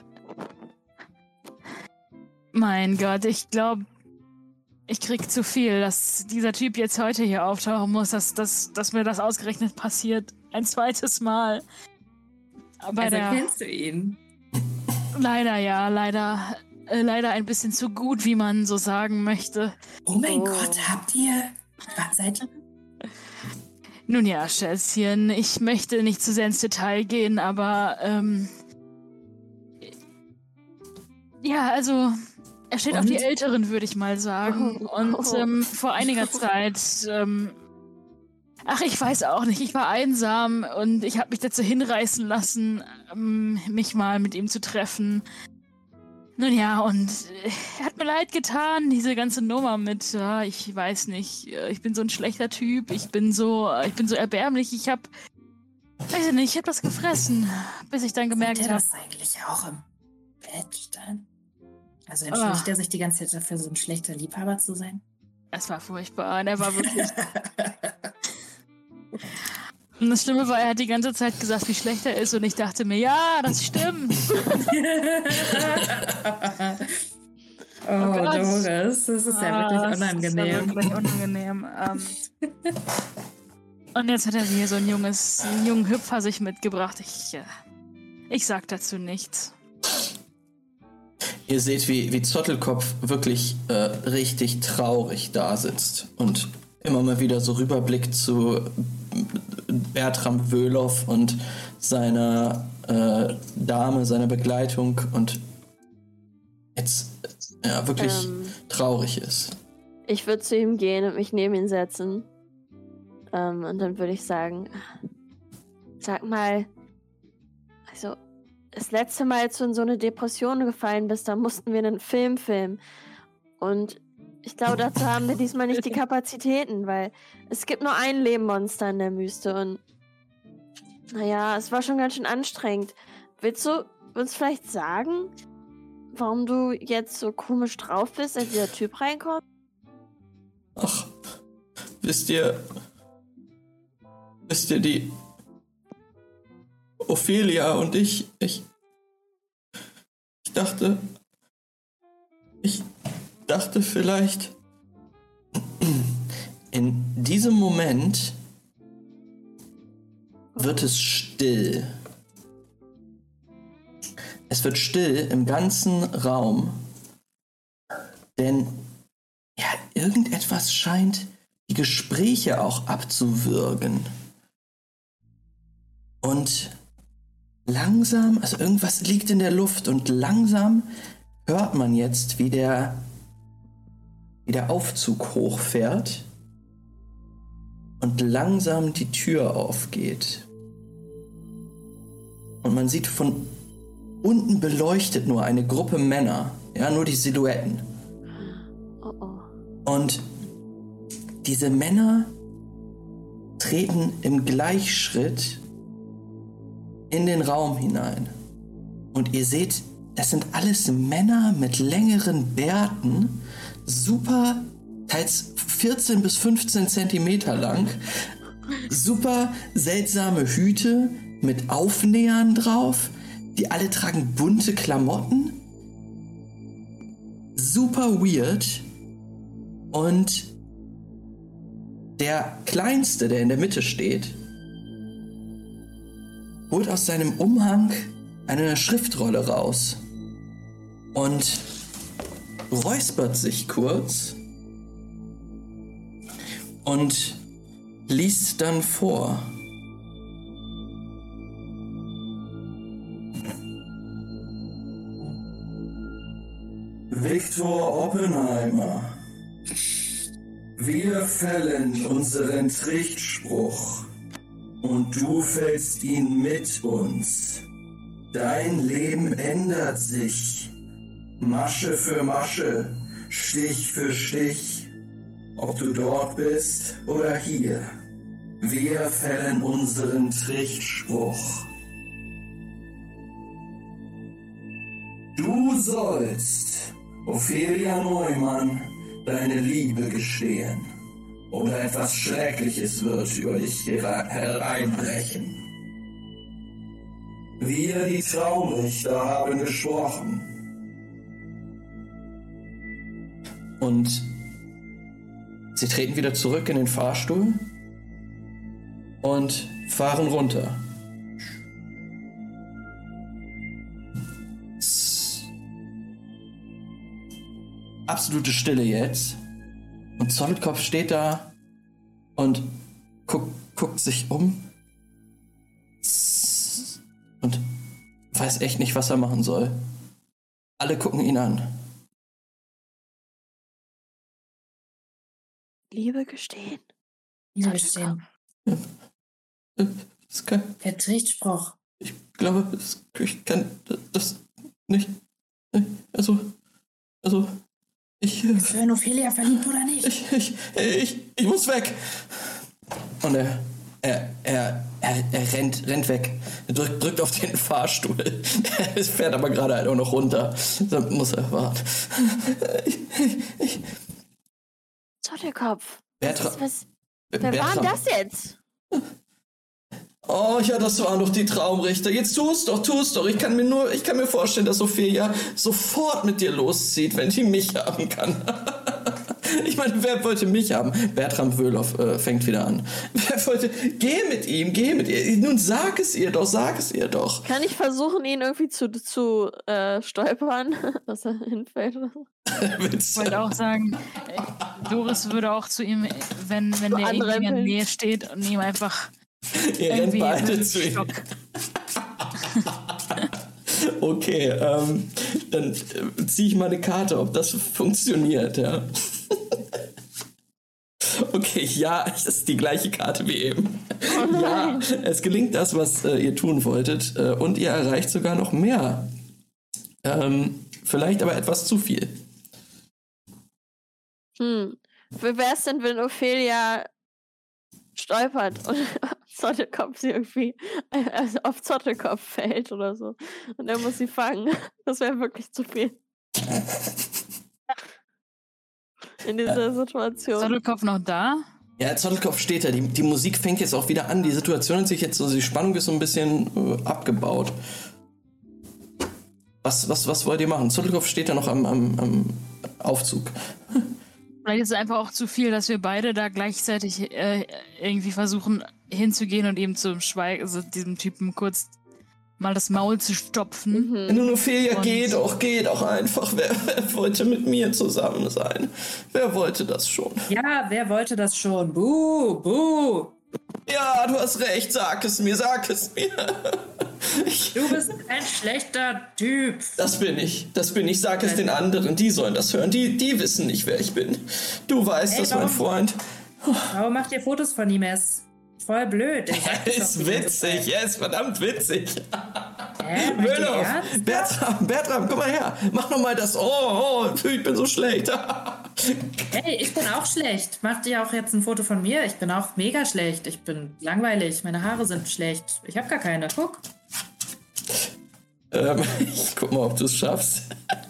Mein Gott, ich glaube, ich krieg zu viel, dass dieser Typ jetzt heute hier auftauchen muss, dass mir das ausgerechnet passiert. Ein zweites Mal. Aber Also kennst du ihn? Leider ja, leider ein bisschen zu gut, wie man so sagen möchte. Oh mein Gott, habt ihr... Was seid ihr? Nun ja, Schätzchen, ich möchte nicht zu sehr ins Detail gehen, aber ja, also er steht auf die Älteren, würde ich mal sagen. Und vor einiger Zeit, ach, ich weiß auch nicht, ich war einsam und ich habe mich dazu hinreißen lassen, mich mal mit ihm zu treffen. Nun ja, und er hat mir leid getan, diese ganze Nummer mit, ich weiß nicht, ich bin so ein schlechter Typ, ich bin so erbärmlich, ich hab das gefressen, bis ich dann gemerkt habe. Das eigentlich auch im Bett dann? Also entschuldigt er sich die ganze Zeit dafür, so ein schlechter Liebhaber zu sein? Es war furchtbar und er war wirklich... Und das Schlimme war, er hat die ganze Zeit gesagt, wie schlecht er ist und ich dachte mir, ja, das stimmt. Oh Doris, das ist ja wirklich unangenehm. Das ist ja wirklich unangenehm. Und jetzt hat er hier so einen jungen Hüpfer sich mitgebracht. Ich sag dazu nichts. Ihr seht, wie Zottelkopf wirklich richtig traurig da sitzt und immer mal wieder so rüberblickt zu Bertram Wöhlow und seiner Dame, seiner Begleitung und jetzt wirklich traurig ist. Ich würde zu ihm gehen und mich neben ihn setzen. Und dann würde ich sagen, sag mal, also das letzte Mal, als du in so eine Depression gefallen bist, da mussten wir einen Film filmen. Und ich glaube, dazu haben wir diesmal nicht die Kapazitäten, weil es gibt nur ein Lehmmonster in der Wüste und naja, es war schon ganz schön anstrengend. Willst du uns vielleicht sagen, warum du jetzt so komisch drauf bist, als dieser Typ reinkommt? Ach, wisst ihr, die Ophelia und ich dachte vielleicht, in diesem Moment wird es still. Es wird still im ganzen Raum, denn ja, irgendetwas scheint die Gespräche auch abzuwürgen. Und langsam, also irgendwas liegt in der Luft und langsam hört man jetzt, wie der Aufzug hochfährt und langsam die Tür aufgeht. Und man sieht von unten beleuchtet nur eine Gruppe Männer, ja, nur die Silhouetten. Und diese Männer treten im Gleichschritt in den Raum hinein. Und ihr seht, das sind alles Männer mit längeren Bärten, super, teils 14 bis 15 Zentimeter lang, super seltsame Hüte mit Aufnähern drauf, die alle tragen bunte Klamotten, super weird. Und der Kleinste, der in der Mitte steht, holt aus seinem Umhang eine Schriftrolle raus und räuspert sich kurz und liest dann vor. Viktor Oppenheimer. Wir fällen unseren Trichtspruch und du fällst ihn mit uns. Dein Leben ändert sich, Masche für Masche, Stich für Stich, ob du dort bist oder hier. Wir fällen unseren Trichtspruch. Du sollst, Ophelia Neumann, deine Liebe gestehen, oder etwas Schreckliches wird über dich hereinbrechen. Wir, die Traumrichter, haben gesprochen. Und sie treten wieder zurück in den Fahrstuhl und fahren runter. Absolute Stille jetzt. Und Zottelkopf steht da und guckt sich um und weiß echt nicht, was er machen soll. Alle gucken ihn an. Liebe gestehen. Liebe gestehen. Das kann, Der Trichtspruch. ich glaube, ich kann das nicht. Also, ich Bist du in Ophelia verliebt oder nicht? ich muss weg. Und er rennt weg. Er drückt auf den Fahrstuhl. Er fährt aber gerade halt auch noch runter. Da muss er warten. Zottelkopf. Wer war Bertram. denn das jetzt? Oh, ja, das waren doch die Traumrichter. Jetzt tu es doch. Ich kann mir vorstellen, dass Ophelia sofort mit dir loszieht, wenn sie mich haben kann. Ich meine, wer wollte mich haben? Bertram Wöhloff fängt wieder an. Wer wollte... Geh mit ihr. Nun sag es ihr doch. Kann ich versuchen, ihn irgendwie zu stolpern, dass er hinfällt oder so? Ich wollte auch sagen, Doris würde auch zu ihm, wenn der irgendwie in der Nähe steht und ihm einfach Ihr rennt irgendwie beide mit dem zu ihm. Stock. Okay, dann ziehe ich mal eine Karte, ob das funktioniert, ja. Okay, ja, das ist die gleiche Karte wie eben. Oh ja, es gelingt das, was ihr tun wolltet, und ihr erreicht sogar noch mehr. Vielleicht aber etwas zu viel. Wie wär's denn, wenn Ophelia stolpert und Zottelkopf sie irgendwie auf Zottelkopf fällt oder so. Und er muss sie fangen. Das wäre wirklich zu viel. In dieser Situation. Zottelkopf noch da? Ja, Zottelkopf steht da. Die Musik fängt jetzt auch wieder an. Die Situation hat sich jetzt so, die Spannung ist so ein bisschen abgebaut. Was wollt ihr machen? Zottelkopf steht da noch am Aufzug. Vielleicht ist es einfach auch zu viel, dass wir beide da gleichzeitig irgendwie versuchen hinzugehen und eben zum Schweigen, also diesem Typen kurz mal das Maul zu stopfen. Nun, Ophelia, geh doch einfach. Wer wollte mit mir zusammen sein? Wer wollte das schon? Ja, wer wollte das schon? Buh, buh. Ja, du hast recht. Sag es mir. Du bist ein schlechter Typ. Das bin ich. Sag es den anderen. Die sollen das hören. Die wissen nicht, wer ich bin. Du weißt das, mein Freund. Warum macht ihr Fotos von ihm? Er ist voll blöd. Er ist witzig. Er ist verdammt witzig. Wöhloff, Bertram, komm mal her. Mach noch mal das. Oh, ich bin so schlecht. Hey, ich bin auch schlecht. Macht ihr auch jetzt ein Foto von mir? Ich bin auch mega schlecht. Ich bin langweilig. Meine Haare sind schlecht. Ich habe gar keine. Guck. Ich guck mal, ob du es schaffst.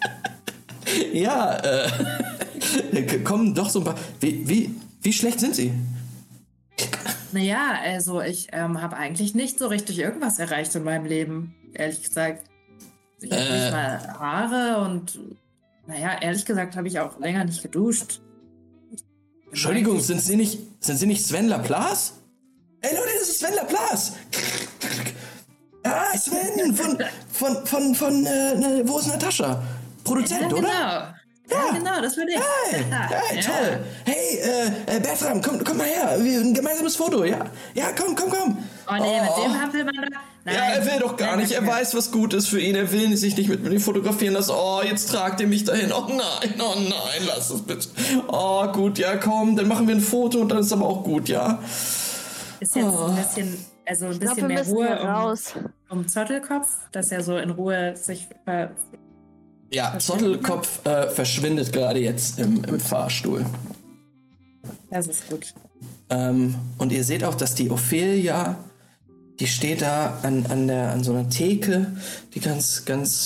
Ja, kommen doch so ein paar. Wie schlecht sind sie? Naja, also ich habe eigentlich nicht so richtig irgendwas erreicht in meinem Leben. Ehrlich gesagt. Ich habe nicht mal Haare und naja, ehrlich gesagt habe ich auch länger nicht geduscht. Entschuldigung, sind Sie nicht Sven Laplace? Ey Leute, das ist Sven Laplace! Ah, Sven von wo ist Natascha? Produzent, ja, oder? Ja, genau, das bin ich. Hey, toll. Hey, Bertram, komm mal her. Ein gemeinsames Foto, ja? Ja, komm. Oh nee, mit dem Hampel man da... Nein, ja, er will doch gar nicht. Er weiß, was gut ist für ihn. Er will sich nicht mit mir fotografieren lassen. Oh, jetzt tragt ihr mich dahin. Oh nein, lass es bitte. Oh, gut, ja, komm, dann machen wir ein Foto und dann ist aber auch gut, ja? Ist jetzt ein bisschen mehr Ruhe um Zottelkopf, dass er so in Ruhe sich... Ja, Zottelkopf verschwindet gerade jetzt im Fahrstuhl. Das ist gut. Und ihr seht auch, dass die Ophelia, die steht da an so einer Theke, die ganz,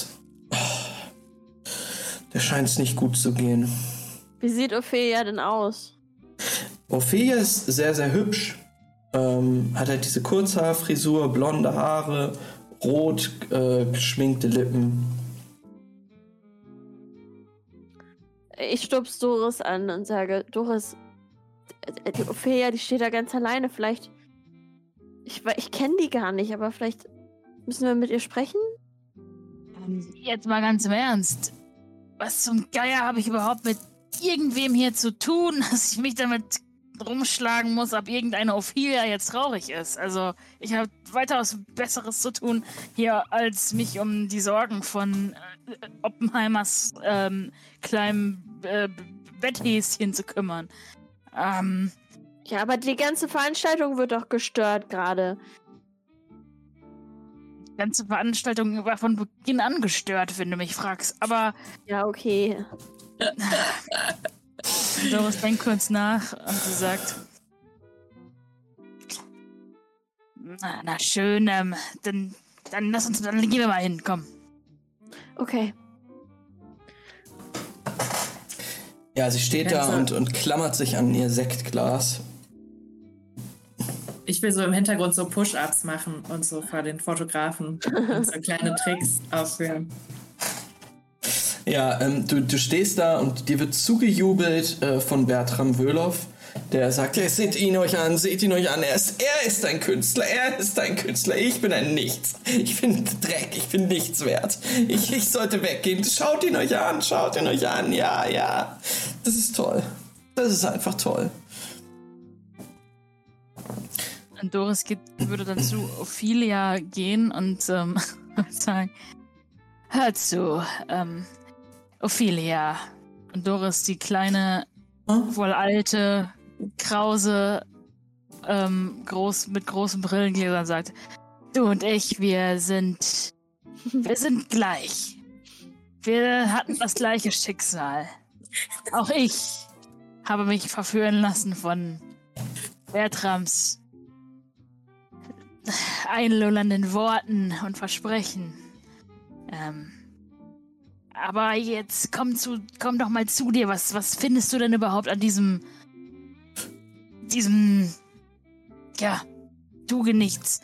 der scheint es nicht gut zu gehen. Wie sieht Ophelia denn aus? Ophelia ist sehr, sehr hübsch. Hat halt diese Kurzhaarfrisur, blonde Haare, rot geschminkte Lippen. Ich stupst Doris an und sage, Doris, die Ophelia, die steht da ganz alleine. Vielleicht, ich kenne die gar nicht, aber vielleicht müssen wir mit ihr sprechen? Jetzt mal ganz im Ernst. Was zum Geier habe ich überhaupt mit irgendwem hier zu tun, dass ich mich damit rumschlagen muss, ob irgendeine Ophelia jetzt traurig ist? Also, ich habe weitaus Besseres zu tun hier, als mich um die Sorgen von Oppenheimers kleinem Betthäschen zu kümmern. Ja, aber die ganze Veranstaltung wird doch gestört gerade. Die ganze Veranstaltung war von Beginn an gestört, wenn du mich fragst. Aber Ja, okay. Doris denkt kurz nach und sie sagt: Na schön, dann gehen wir mal hin, komm. Okay. Ja, sie steht da und klammert sich an ihr Sektglas. Ich will so im Hintergrund so Push-Ups machen und so vor den Fotografen und so kleine Tricks aufführen. Ja, du stehst da und dir wird zugejubelt von Bertram Wöhlow, der sagt, ja, seht ihn euch an, er ist ein Künstler, ich bin ein Nichts, ich bin Dreck, ich bin nichts wert, ich sollte weggehen, schaut ihn euch an, ja, das ist toll, das ist einfach toll. Und Doris würde dann zu Ophelia gehen und sagen: Hör zu, Ophelia. Und Doris, die kleine, wohl alte, krause, mit großen Brillengläsern, sagt: Du und ich, wir sind gleich. Wir hatten das gleiche Schicksal. Auch ich habe mich verführen lassen von Bertrams einlullernden Worten und Versprechen. Aber jetzt komm doch mal zu dir. Was findest du denn überhaupt an diesem Tugenichts?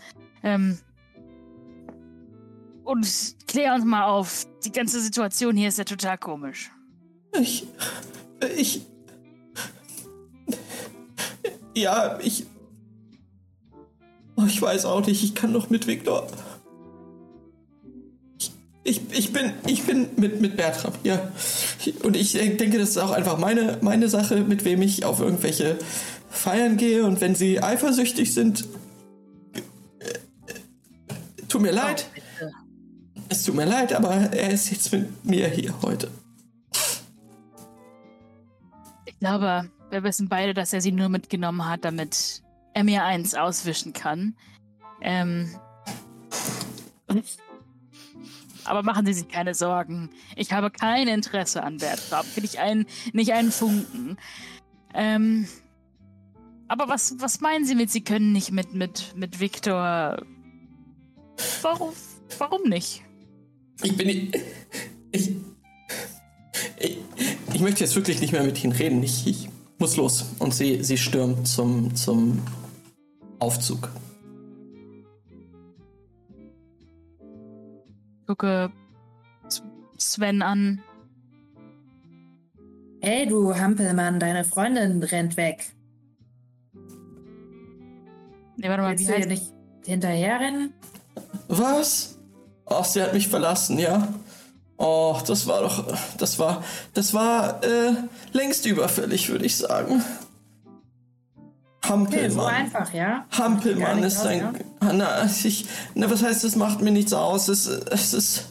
Und klär uns mal auf. Die ganze Situation hier ist ja total komisch. Ich weiß auch nicht, ich kann doch mit Viktor. Ich bin mit Bertram, ja. Und ich denke, das ist auch einfach meine Sache, mit wem ich auf irgendwelche Feiern gehe. Und wenn sie eifersüchtig sind, tut mir leid. Es tut mir leid, aber er ist jetzt mit mir hier heute. Ich glaube, wir wissen beide, dass er sie nur mitgenommen hat, damit er mir eins auswischen kann. Aber machen Sie sich keine Sorgen. Ich habe kein Interesse an Bertram. Nicht einen Funken. Aber was meinen Sie mit, Sie können nicht mit Viktor? Warum nicht? Ich möchte jetzt wirklich nicht mehr mit Ihnen reden. Ich muss los. Und sie stürmt zum Aufzug. Gucke Sven an. Hey, du Hampelmann, deine Freundin rennt weg. Nee, warte mal, Willst wie du ihr heißt nicht hinterherrennen? Was? Ach, sie hat mich verlassen, ja? Oh, das war längst überfällig, würde ich sagen. Hampelmann. Okay, so einfach, ja? Hampelmann ist ein... was heißt, das macht mir nichts aus. Es ist...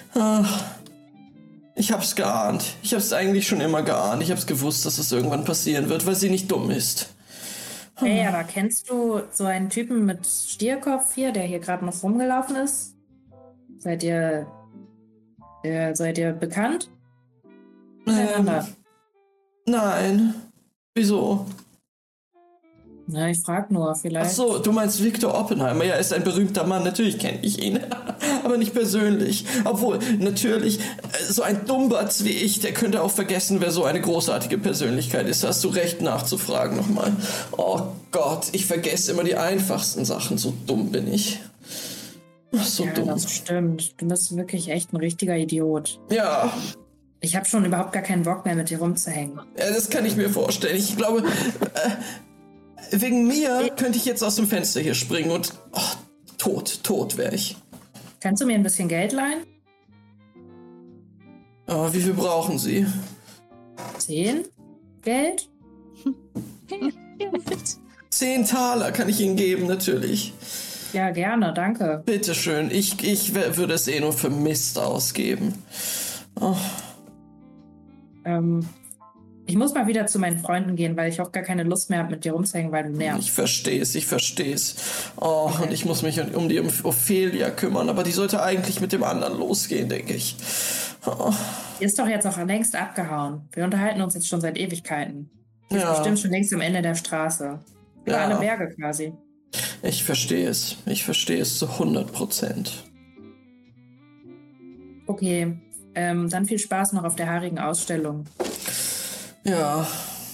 ich hab's geahnt. Ich hab's eigentlich schon immer geahnt. Ich hab's gewusst, dass es irgendwann passieren wird, weil sie nicht dumm ist. Hey, aber kennst du so einen Typen mit Stierkopf hier, der hier gerade noch rumgelaufen ist? Seid ihr bekannt? Nein. Wieso? Na, ich frag nur, Ach vielleicht. so, du meinst Victor Oppenheimer. Ja, ist ein berühmter Mann. Natürlich kenne ich ihn. Aber nicht persönlich. Obwohl, natürlich, so ein Dummbatz wie ich, der könnte auch vergessen, wer so eine großartige Persönlichkeit ist. Hast du recht nachzufragen nochmal. Oh Gott, ich vergesse immer die einfachsten Sachen. So dumm bin ich. Ach, so Ja, dumm. das stimmt. Du bist wirklich echt ein richtiger Idiot. Ja, Ich habe schon überhaupt gar keinen Bock mehr, mit dir rumzuhängen. das kann ich mir vorstellen. Ich glaube, wegen mir könnte ich jetzt aus dem Fenster hier springen und tot wäre ich. Kannst du mir ein bisschen Geld leihen? Oh, wie viel brauchen Sie? 10? Geld? 10 Taler kann ich Ihnen geben, natürlich. Ja, gerne, danke. Bitteschön, ich würde es nur für Mist ausgeben. Oh, Ich muss mal wieder zu meinen Freunden gehen, weil ich auch gar keine Lust mehr habe, mit dir rumzuhängen, weil du nervst. ich versteh's. Oh, Okay. und ich muss mich um die Ophelia kümmern, aber die sollte eigentlich mit dem anderen losgehen, denke ich. Oh, Die ist doch jetzt auch längst abgehauen. Wir unterhalten uns jetzt schon seit Ewigkeiten. Die ist Ja. bestimmt schon längst am Ende der Straße. Über Ja. alle Berge quasi. ich verstehe es zu 100%. Okay, dann viel Spaß noch auf der haarigen Ausstellung. Ja.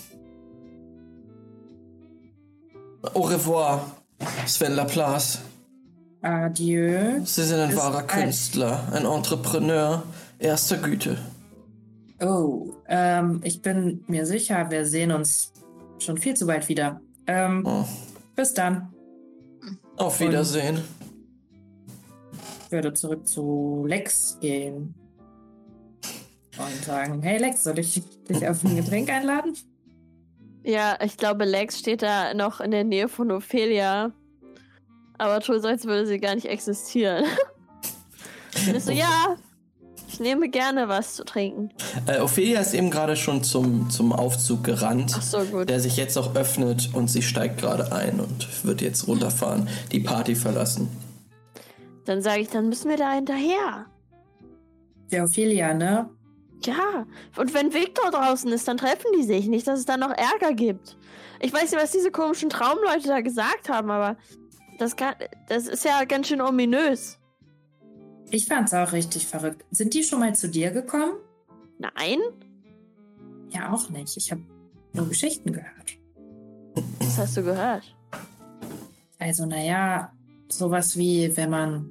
Au revoir, Sven Laplace. Adieu. Sie sind ein Bis wahrer bald. Künstler, ein Entrepreneur erster Güte. Oh, ich bin mir sicher, wir sehen uns schon viel zu bald wieder. Oh, Bis dann. auf Wiedersehen. Ich würde zurück zu Lex gehen. Und sagen, hey Lex, soll ich dich auf ein Getränk einladen? Ja, ich glaube, Lex steht da noch in der Nähe von Ophelia. Aber tut so, als würde sie gar nicht existieren. Und ist so, ja, ich nehme gerne was zu trinken. Ophelia ist eben gerade schon zum Aufzug gerannt, Ach so, gut. der sich jetzt auch öffnet und sie steigt gerade ein und wird jetzt runterfahren, die Party verlassen. Dann sage ich, dann müssen wir da hinterher. Der Ophelia, ne? Ja, und wenn Victor draußen ist, dann treffen die sich. Nicht, dass es dann noch Ärger gibt. Ich weiß nicht, was diese komischen Traumleute da gesagt haben, aber das ist ja ganz schön ominös. Ich fand's auch richtig verrückt. Sind die schon mal zu dir gekommen? Nein? Ja, auch nicht. Ich habe nur Geschichten gehört. Was hast du gehört? Also, naja, sowas wie, wenn man,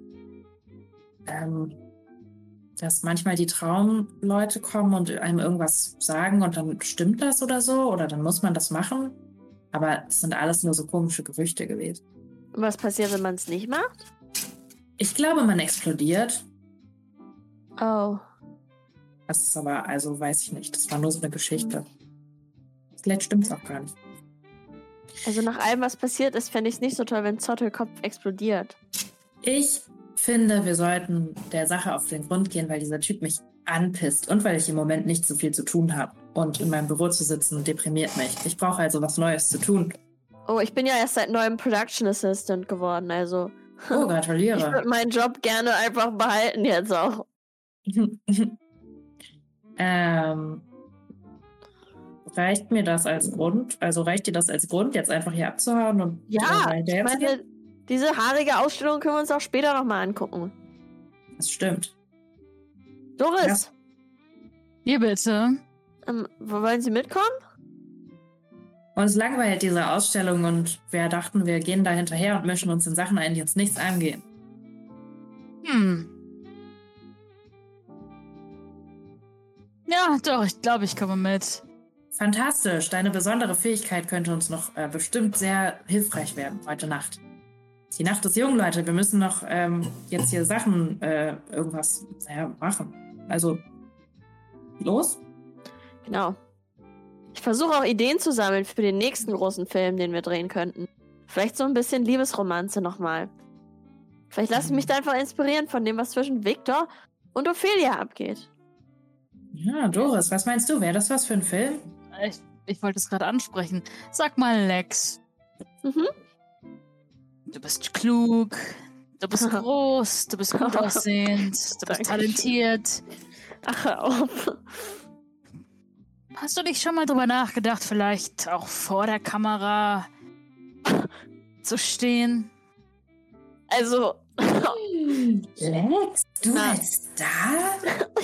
dass manchmal die Traumleute kommen und einem irgendwas sagen und dann stimmt das oder dann muss man das machen. Aber es sind alles nur so komische Gerüchte gewesen. Und was passiert, wenn man es nicht macht? Ich glaube, man explodiert. Oh. Das ist aber, also weiß ich nicht. Das war nur so eine Geschichte. Vielleicht stimmt's auch gar nicht. Also nach allem, was passiert ist, fände ich es nicht so toll, wenn Zottelkopf explodiert. Ich finde, wir sollten der Sache auf den Grund gehen, weil dieser Typ mich anpisst und weil ich im Moment nicht so viel zu tun habe. Und in meinem Büro zu sitzen deprimiert mich. Ich brauche also was Neues zu tun. Oh, ich bin ja erst seit neuem Production Assistant geworden, also Oh, ich gratuliere. würde meinen Job gerne einfach behalten jetzt auch. Reicht mir das als Grund? Also reicht dir das als Grund, jetzt einfach hier abzuhauen und Ja, ich hinterher zu gehen? meine, diese haarige Ausstellung können wir uns auch später nochmal angucken. Das stimmt. Doris, Hier bitte. wollen Sie mitkommen? Uns langweilt diese Ausstellung und wir dachten, wir gehen da hinterher und mischen uns in Sachen ein, die uns nichts angehen. Ja, doch, ich glaube, ich komme mit. Fantastisch. Deine besondere Fähigkeit könnte uns noch bestimmt sehr hilfreich werden heute Nacht. Die Nacht ist jung, Leute. Wir müssen noch jetzt hier Sachen irgendwas machen. Also, los? Genau. Ich versuche auch Ideen zu sammeln für den nächsten großen Film, den wir drehen könnten. Vielleicht so ein bisschen Liebesromanze nochmal. Vielleicht lasse ich mich da einfach inspirieren von dem, was zwischen Victor und Ophelia abgeht. Ja, Doris, was meinst du? Wäre das was für ein Film? Ich wollte es gerade ansprechen. Sag mal, Lex, Mhm. du bist klug, du bist groß, du bist gut aussehend, du bist Dankeschön. talentiert. Ach, hör auf. Hast du nicht schon mal drüber nachgedacht, vielleicht auch vor der Kamera zu stehen. Also. Lex, du Na. als Star?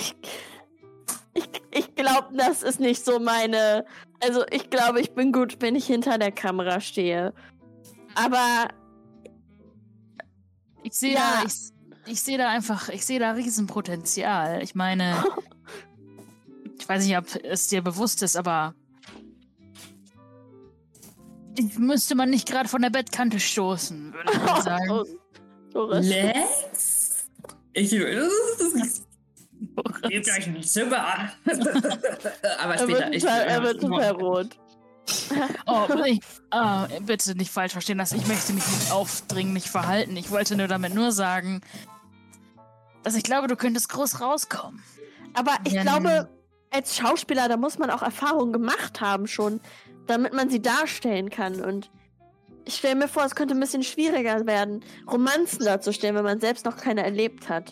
Ich glaube, das ist nicht so meine. Also, ich glaube, ich bin gut, wenn ich hinter der Kamera stehe. Aber Ich sehe Ja. ich sehe da einfach, ich sehe da Riesenpotenzial. Ich meine, ich weiß nicht, ob es dir bewusst ist, aber müsste man nicht gerade von der Bettkante stoßen, würde ich mal sagen. Oh, Doris. Lex? Ich will. Geht gleich in die Zimmer. Aber später. Er wird total rot. Oh, bitte nicht falsch verstehen lassen. Ich möchte mich nicht aufdringlich verhalten. Ich wollte damit nur sagen, dass ich glaube, du könntest groß rauskommen. Aber ich Ja, glaube, als Schauspieler, da muss man auch Erfahrungen gemacht haben schon, damit man sie darstellen kann. Und ich stelle mir vor, es könnte ein bisschen schwieriger werden, Romanzen darzustellen, wenn man selbst noch keine erlebt hat.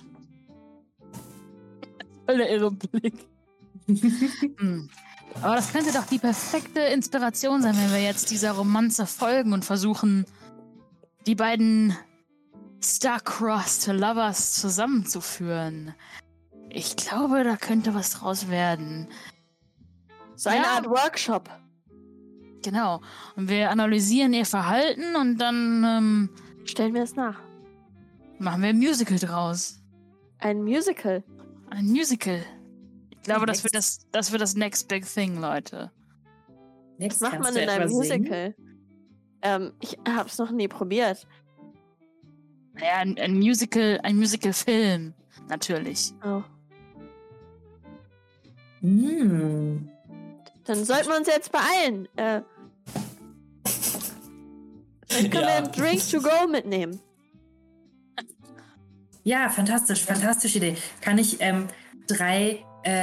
Voll der irre Blick. Hm. Aber das könnte doch die perfekte Inspiration sein, wenn wir jetzt dieser Romanze folgen und versuchen, die beiden Star-Crossed Lovers zusammenzuführen. Ich glaube, da könnte was draus werden. So eine Ja. Art Workshop. Genau. Und wir analysieren ihr Verhalten und dann Stellen wir es nach. machen wir ein Musical draus. Ein Musical. Ein Musical. Ich glaube, das wird das Next Big Thing, Leute. Lex, Was macht kannst man du in einem etwa singen? Musical? Ich hab's noch nie probiert. Naja, ein Musical-Film. Natürlich. Oh. Hm. Dann sollten wir uns jetzt beeilen. Dann können wir einen Drink to go mitnehmen. Ja, fantastische Idee. Kann ich drei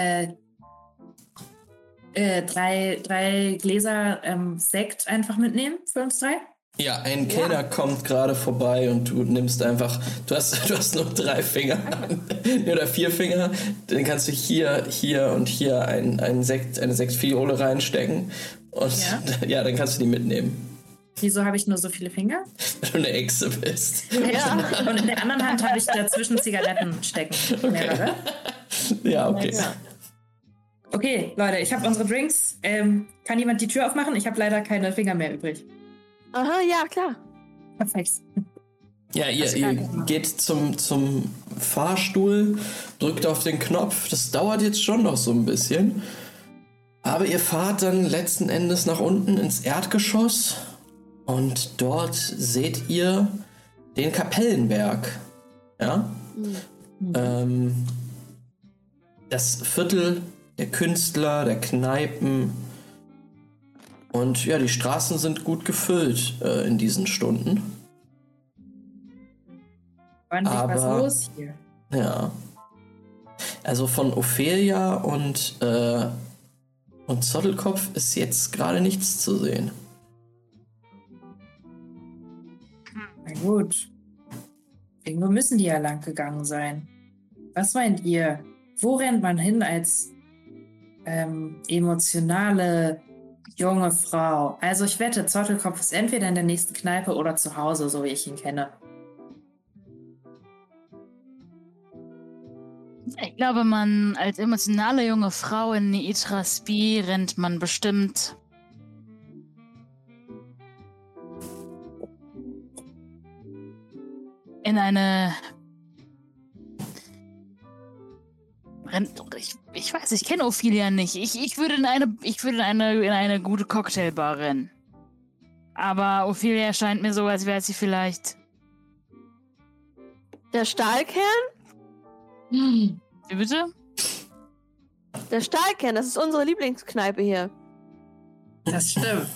Gläser Sekt einfach mitnehmen für uns drei? Ja, ein Kellner kommt gerade vorbei und du nimmst einfach, du hast nur 3 Finger oder 4 Finger, dann kannst du hier und hier eine Sektfiole reinstecken und ja, dann kannst du die mitnehmen, Wieso habe ich nur so viele Finger? wenn du eine Echse bist. Ja. Und in der anderen Hand habe ich dazwischen Zigaretten stecken. Mehrere. Ja, okay. Ja. Okay, Leute, ich habe unsere Drinks. Kann jemand die Tür aufmachen? Ich habe leider keine Finger mehr übrig. Aha, ja, klar. Perfekt. Ja, ihr geht zum Fahrstuhl, drückt auf den Knopf. Das dauert jetzt schon noch so ein bisschen. Aber ihr fahrt dann letzten Endes nach unten ins Erdgeschoss. Und dort seht ihr den Kapellenberg. Ja? Das Viertel der Künstler, der Kneipen. Und ja, die Straßen sind gut gefüllt in diesen Stunden. Ordentlich was Aber- los hier. Ja. Also von Ophelia und Zottelkopf ist jetzt gerade nichts zu sehen. Na gut. Irgendwo müssen die ja lang gegangen sein. Was meint ihr? Wo rennt man hin als emotionale junge Frau? Also ich wette, Zottelkopf ist entweder in der nächsten Kneipe oder zu Hause, so wie ich ihn kenne. Ich glaube, man als emotionale junge Frau in Yggdrasil rennt man bestimmt in eine... Ich weiß, ich kenne Ophelia nicht. Ich würde in eine gute Cocktailbar rennen. Aber Ophelia scheint mir so, als wäre sie vielleicht... Der Stahlkern? Wie bitte? Der Stahlkern, das ist unsere Lieblingskneipe hier. Das stimmt.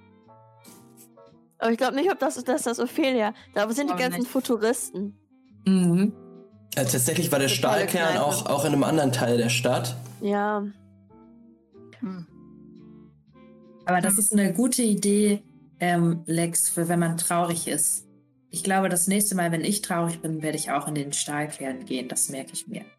Aber ich glaube nicht, ob das ist das Ophelia. Da sind die Aber ganzen nicht. Futuristen. Mhm. Also tatsächlich war der Eine tolle Stahlkern Kneipe. auch in einem anderen Teil der Stadt. Ja. Hm. Aber das ist eine gute Idee, Lex, für wenn man traurig ist. Ich glaube, das nächste Mal, wenn ich traurig bin, werde ich auch in den Stahlkern gehen. Das merke ich mir.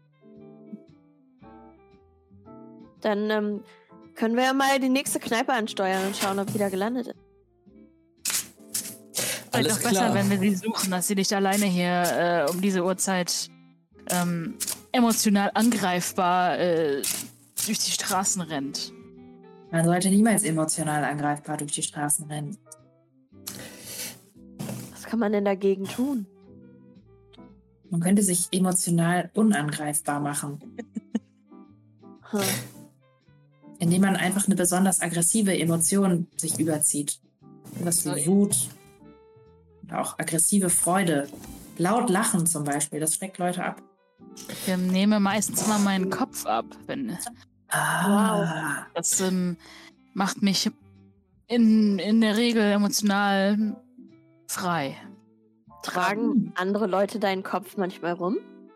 Dann können wir ja mal die nächste Kneipe ansteuern und schauen, ob die da gelandet ist. Vielleicht Alles auch besser, klar. wenn wir sie suchen, dass sie nicht alleine hier um diese Uhrzeit emotional angreifbar durch die Straßen rennt. Man sollte niemals emotional angreifbar durch die Straßen rennen. Was kann man denn dagegen tun? Man könnte sich emotional unangreifbar machen, Hm. indem man einfach eine besonders aggressive Emotion sich überzieht. Was wie Wut und auch aggressive Freude. Laut lachen zum Beispiel, das schreckt Leute ab. Ich nehme meistens mal meinen Kopf ab, wenn das macht mich in der Regel emotional frei. Tragen andere Leute deinen Kopf manchmal rum?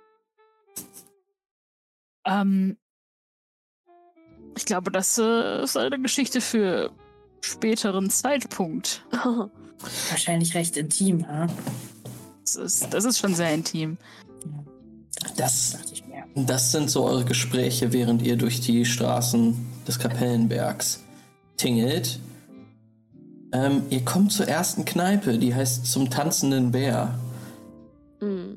Ich glaube, das ist eine Geschichte für späteren Zeitpunkt. Wahrscheinlich recht intim, ha? Das ist schon sehr intim. Das, Dachte ich mir. das sind so eure Gespräche, während ihr durch die Straßen des Kapellenbergs tingelt. Ihr kommt zur ersten Kneipe, die heißt Zum tanzenden Bär. Hm.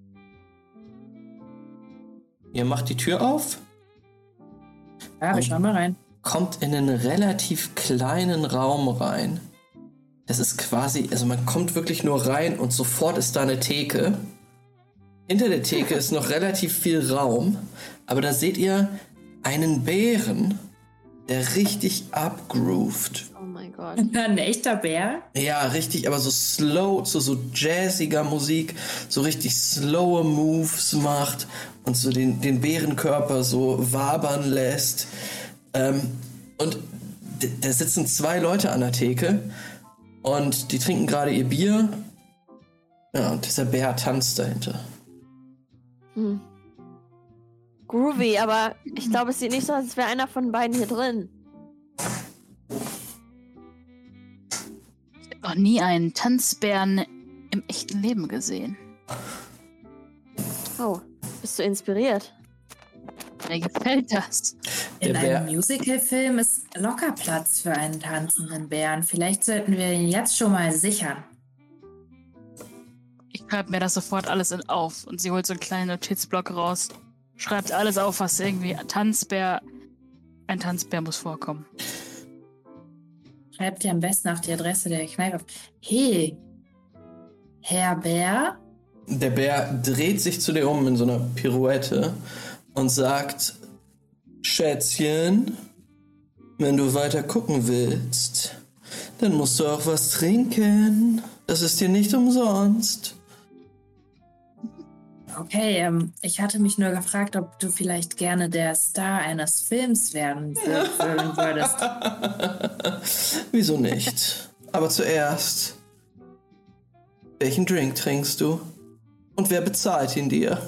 Ihr macht die Tür auf, Ja, wir schauen mal rein. kommt in einen relativ kleinen Raum rein. Das ist quasi, also man kommt wirklich nur rein und sofort ist da eine Theke. Hinter der Theke ist noch relativ viel Raum, aber da seht ihr einen Bären, der richtig abgroovt. Oh mein Gott. Ein echter Bär? Ja, richtig, aber so slow, so jazziger Musik, so richtig slowe Moves macht und so den Bärenkörper so wabern lässt. Und da sitzen 2 Leute an der Theke und die trinken gerade ihr Bier. Ja, und dieser Bär tanzt dahinter. Hm. Groovy, aber ich glaube, es sieht nicht so aus, als wäre einer von beiden hier drin. Ich habe noch nie einen Tanzbären im echten Leben gesehen. Oh, bist du inspiriert? Mir gefällt das. In Der Bär- einem Musicalfilm ist locker Platz für einen tanzenden Bären. Vielleicht sollten wir ihn jetzt schon mal sichern. Ich schreibe mir das sofort alles auf und sie holt so einen kleinen Notizblock raus. Schreibt alles auf, was irgendwie ein Tanzbär muss vorkommen. Schreibt dir am besten auch die Adresse der Kneipe auf. Hey, Herr Bär? Der Bär dreht sich zu dir um in so einer Pirouette und sagt: Schätzchen, wenn du weiter gucken willst, dann musst du auch was trinken. Das ist dir nicht umsonst. Okay, ich hatte mich nur gefragt, ob du vielleicht gerne der Star eines Films werden würdest. Wieso nicht? Aber zuerst, welchen Drink trinkst du? Und wer bezahlt ihn dir?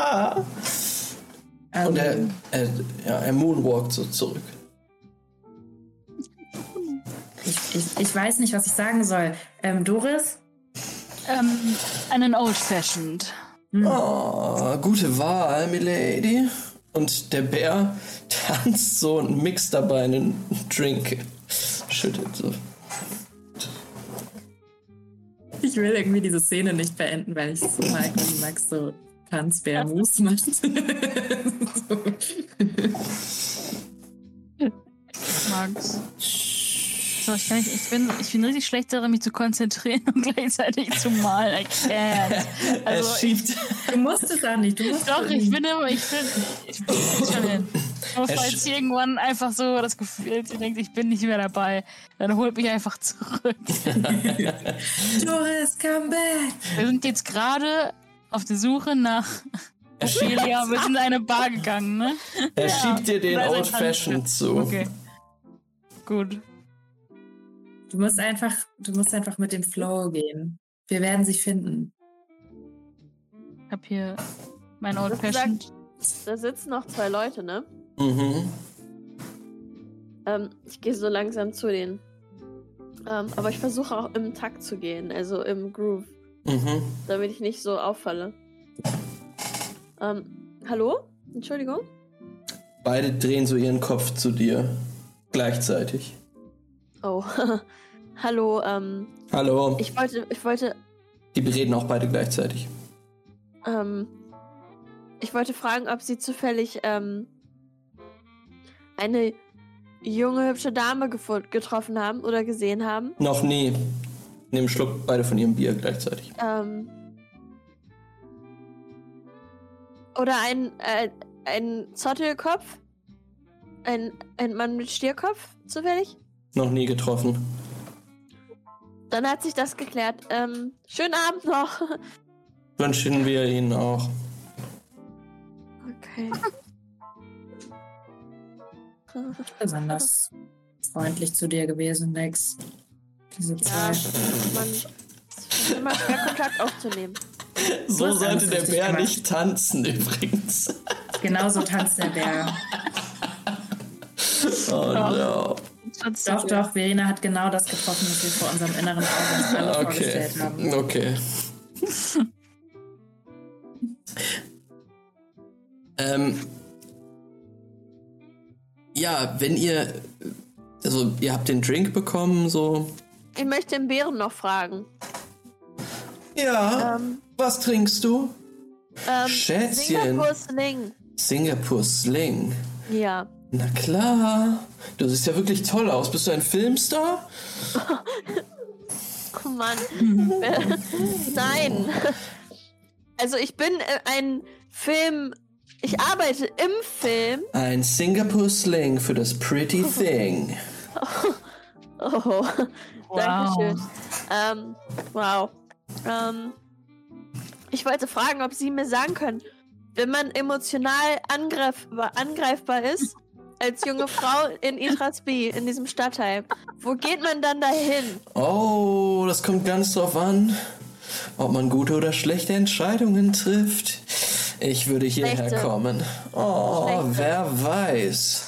Und er moonwalkt so zurück. Ich weiß nicht, was ich sagen soll. Doris? Einen Old Fashioned. Oh, gute Wahl, Milady. Und der Bär tanzt so und mixt dabei einen Drink. Schüttelt so. Ich will irgendwie diese Szene nicht beenden, weil ich so mag, wie Max so Tanzbär-Moves macht. Max. So, ich bin richtig schlecht darin, mich zu konzentrieren und gleichzeitig zu malen. I can't. Er schiebt. Du musst es auch nicht. Du musst Doch, ich bin schon hin. Ich muss Er mal jetzt irgendwann einfach so das Gefühl, sie denkt, ich bin nicht mehr dabei. Dann holt mich einfach zurück. Doris, come back! Wir sind jetzt gerade auf der Suche nach Ophelia. Wir sind in eine Bar gegangen, ne? Er schiebt dir den Da ist ein Old Fashioned zu. Okay. Gut. Du musst einfach mit dem Flow gehen. Wir werden sie finden. Ich hab hier mein Old Du hast Fashioned. Da sitzen noch 2 Leute, ne? Mhm. Ich gehe so langsam zu denen. Aber ich versuche auch im Takt zu gehen, also im Groove, Mhm. damit ich nicht so auffalle. Hallo? Entschuldigung? Beide drehen so ihren Kopf zu dir. Gleichzeitig. Oh. Hallo, Hallo. ich wollte, Die reden auch beide gleichzeitig. ich wollte fragen, ob Sie zufällig, eine junge, hübsche Dame getroffen haben oder gesehen haben. Noch nie. Nehmen Schluck beide von ihrem Bier gleichzeitig. Oder ein Zottelkopf? Ein Mann mit Stierkopf, zufällig? Noch nie getroffen. Dann hat sich das geklärt. Schönen Abend noch. Wünschen wir Ihnen auch. Okay. Besonders freundlich zu dir gewesen, Lex. Diese Ja, Zeit. es ist immer schwer, Kontakt aufzunehmen. So hast sollte alles der richtig Bär gemacht. nicht tanzen, übrigens. Genauso tanzt der Bär. Oh no. Doch, Verena hat genau das getroffen, was wir vor unserem inneren Auge uns alle Okay. vorgestellt haben. Okay. Ja, wenn ihr... Also, ihr habt den Drink bekommen, so... Ich möchte den Bären noch fragen. Ja, was trinkst du? Schätzchen. Singapore Sling. Singapore Sling. Ja. Na klar. Du siehst ja wirklich toll aus. Bist du ein Filmstar? Oh Mann. Nein. Also ich bin ein Film... Ich arbeite im Film. Ein Singapore Sling für das Pretty Thing. Oh, Wow. Dankeschön. Wow. Ich wollte fragen, ob Sie mir sagen können, wenn man emotional angreifbar ist, als junge Frau in Itrasby, in diesem Stadtteil, wo geht man dann dahin? Oh, das kommt ganz drauf an, ob man gute oder schlechte Entscheidungen trifft. Ich würde hierher Schlechte. kommen. Oh, Schlechte. wer weiß.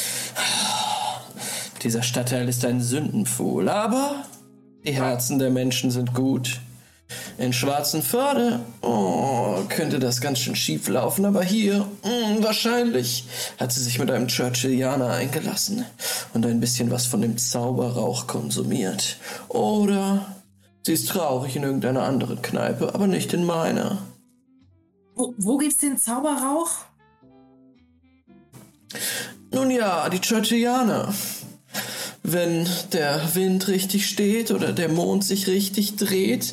Dieser Stadtteil ist ein Sündenpfuhl, aber die Herzen der Menschen sind gut. In Schwarzenförde könnte das ganz schön schief laufen, aber hier, wahrscheinlich, hat sie sich mit einem Churchillianer eingelassen und ein bisschen was von dem Zauberrauch konsumiert. Oder sie ist traurig in irgendeiner anderen Kneipe, aber nicht in meiner. Wo gibt's den Zauberrauch? Nun ja, die Churchillianer. Wenn der Wind richtig steht oder der Mond sich richtig dreht,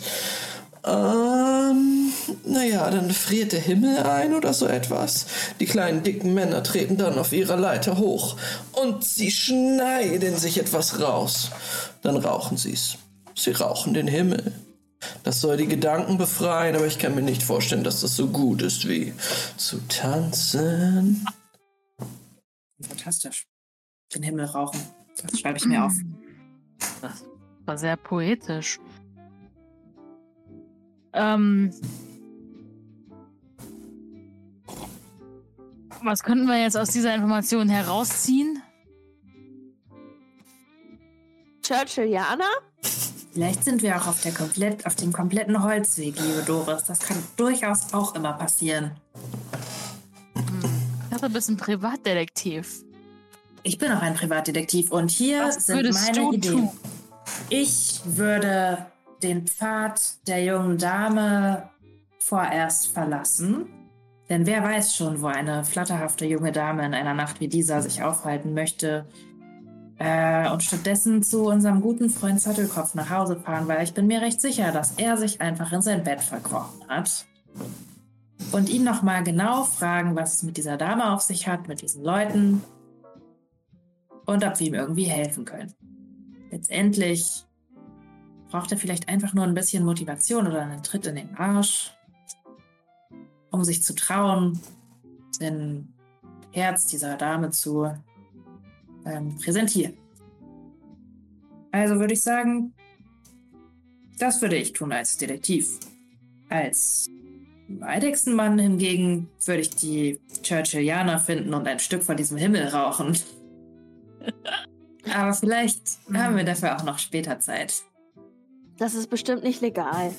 naja, dann friert der Himmel ein oder so etwas. Die kleinen dicken Männer treten dann auf ihrer Leiter hoch und sie schneiden sich etwas raus. Dann rauchen sie's. Sie rauchen den Himmel. Das soll die Gedanken befreien, aber ich kann mir nicht vorstellen, dass das so gut ist wie zu tanzen. Fantastisch. Den Himmel rauchen. Das schreibe ich mir auf. Das war sehr poetisch. Was könnten wir jetzt aus dieser Information herausziehen? Churchillianer? Vielleicht sind wir auch auf dem kompletten Holzweg, liebe Doris. Das kann durchaus auch immer passieren. Ich dachte, du bist ein Privatdetektiv. Ich bin auch ein Privatdetektiv und hier Was sind würdest meine du Ideen. tun? Ich würde den Pfad der jungen Dame vorerst verlassen. Denn wer weiß schon, wo eine flatterhafte junge Dame in einer Nacht wie dieser sich aufhalten möchte. Und stattdessen zu unserem guten Freund Zottelkopf nach Hause fahren, weil ich bin mir recht sicher, dass er sich einfach in sein Bett verkrochen hat. Und ihn nochmal genau fragen, was es mit dieser Dame auf sich hat, mit diesen Leuten. Und ob wir ihm irgendwie helfen können. Letztendlich braucht er vielleicht einfach nur ein bisschen Motivation oder einen Tritt in den Arsch, um sich zu trauen, den Herz dieser Dame zu präsentieren. Also würde ich sagen, das würde ich tun als Detektiv. Als Eidechsenmann hingegen würde ich die Churchillianer finden und ein Stück von diesem Himmel rauchen. Aber vielleicht haben wir dafür auch noch später Zeit. Das ist bestimmt nicht legal.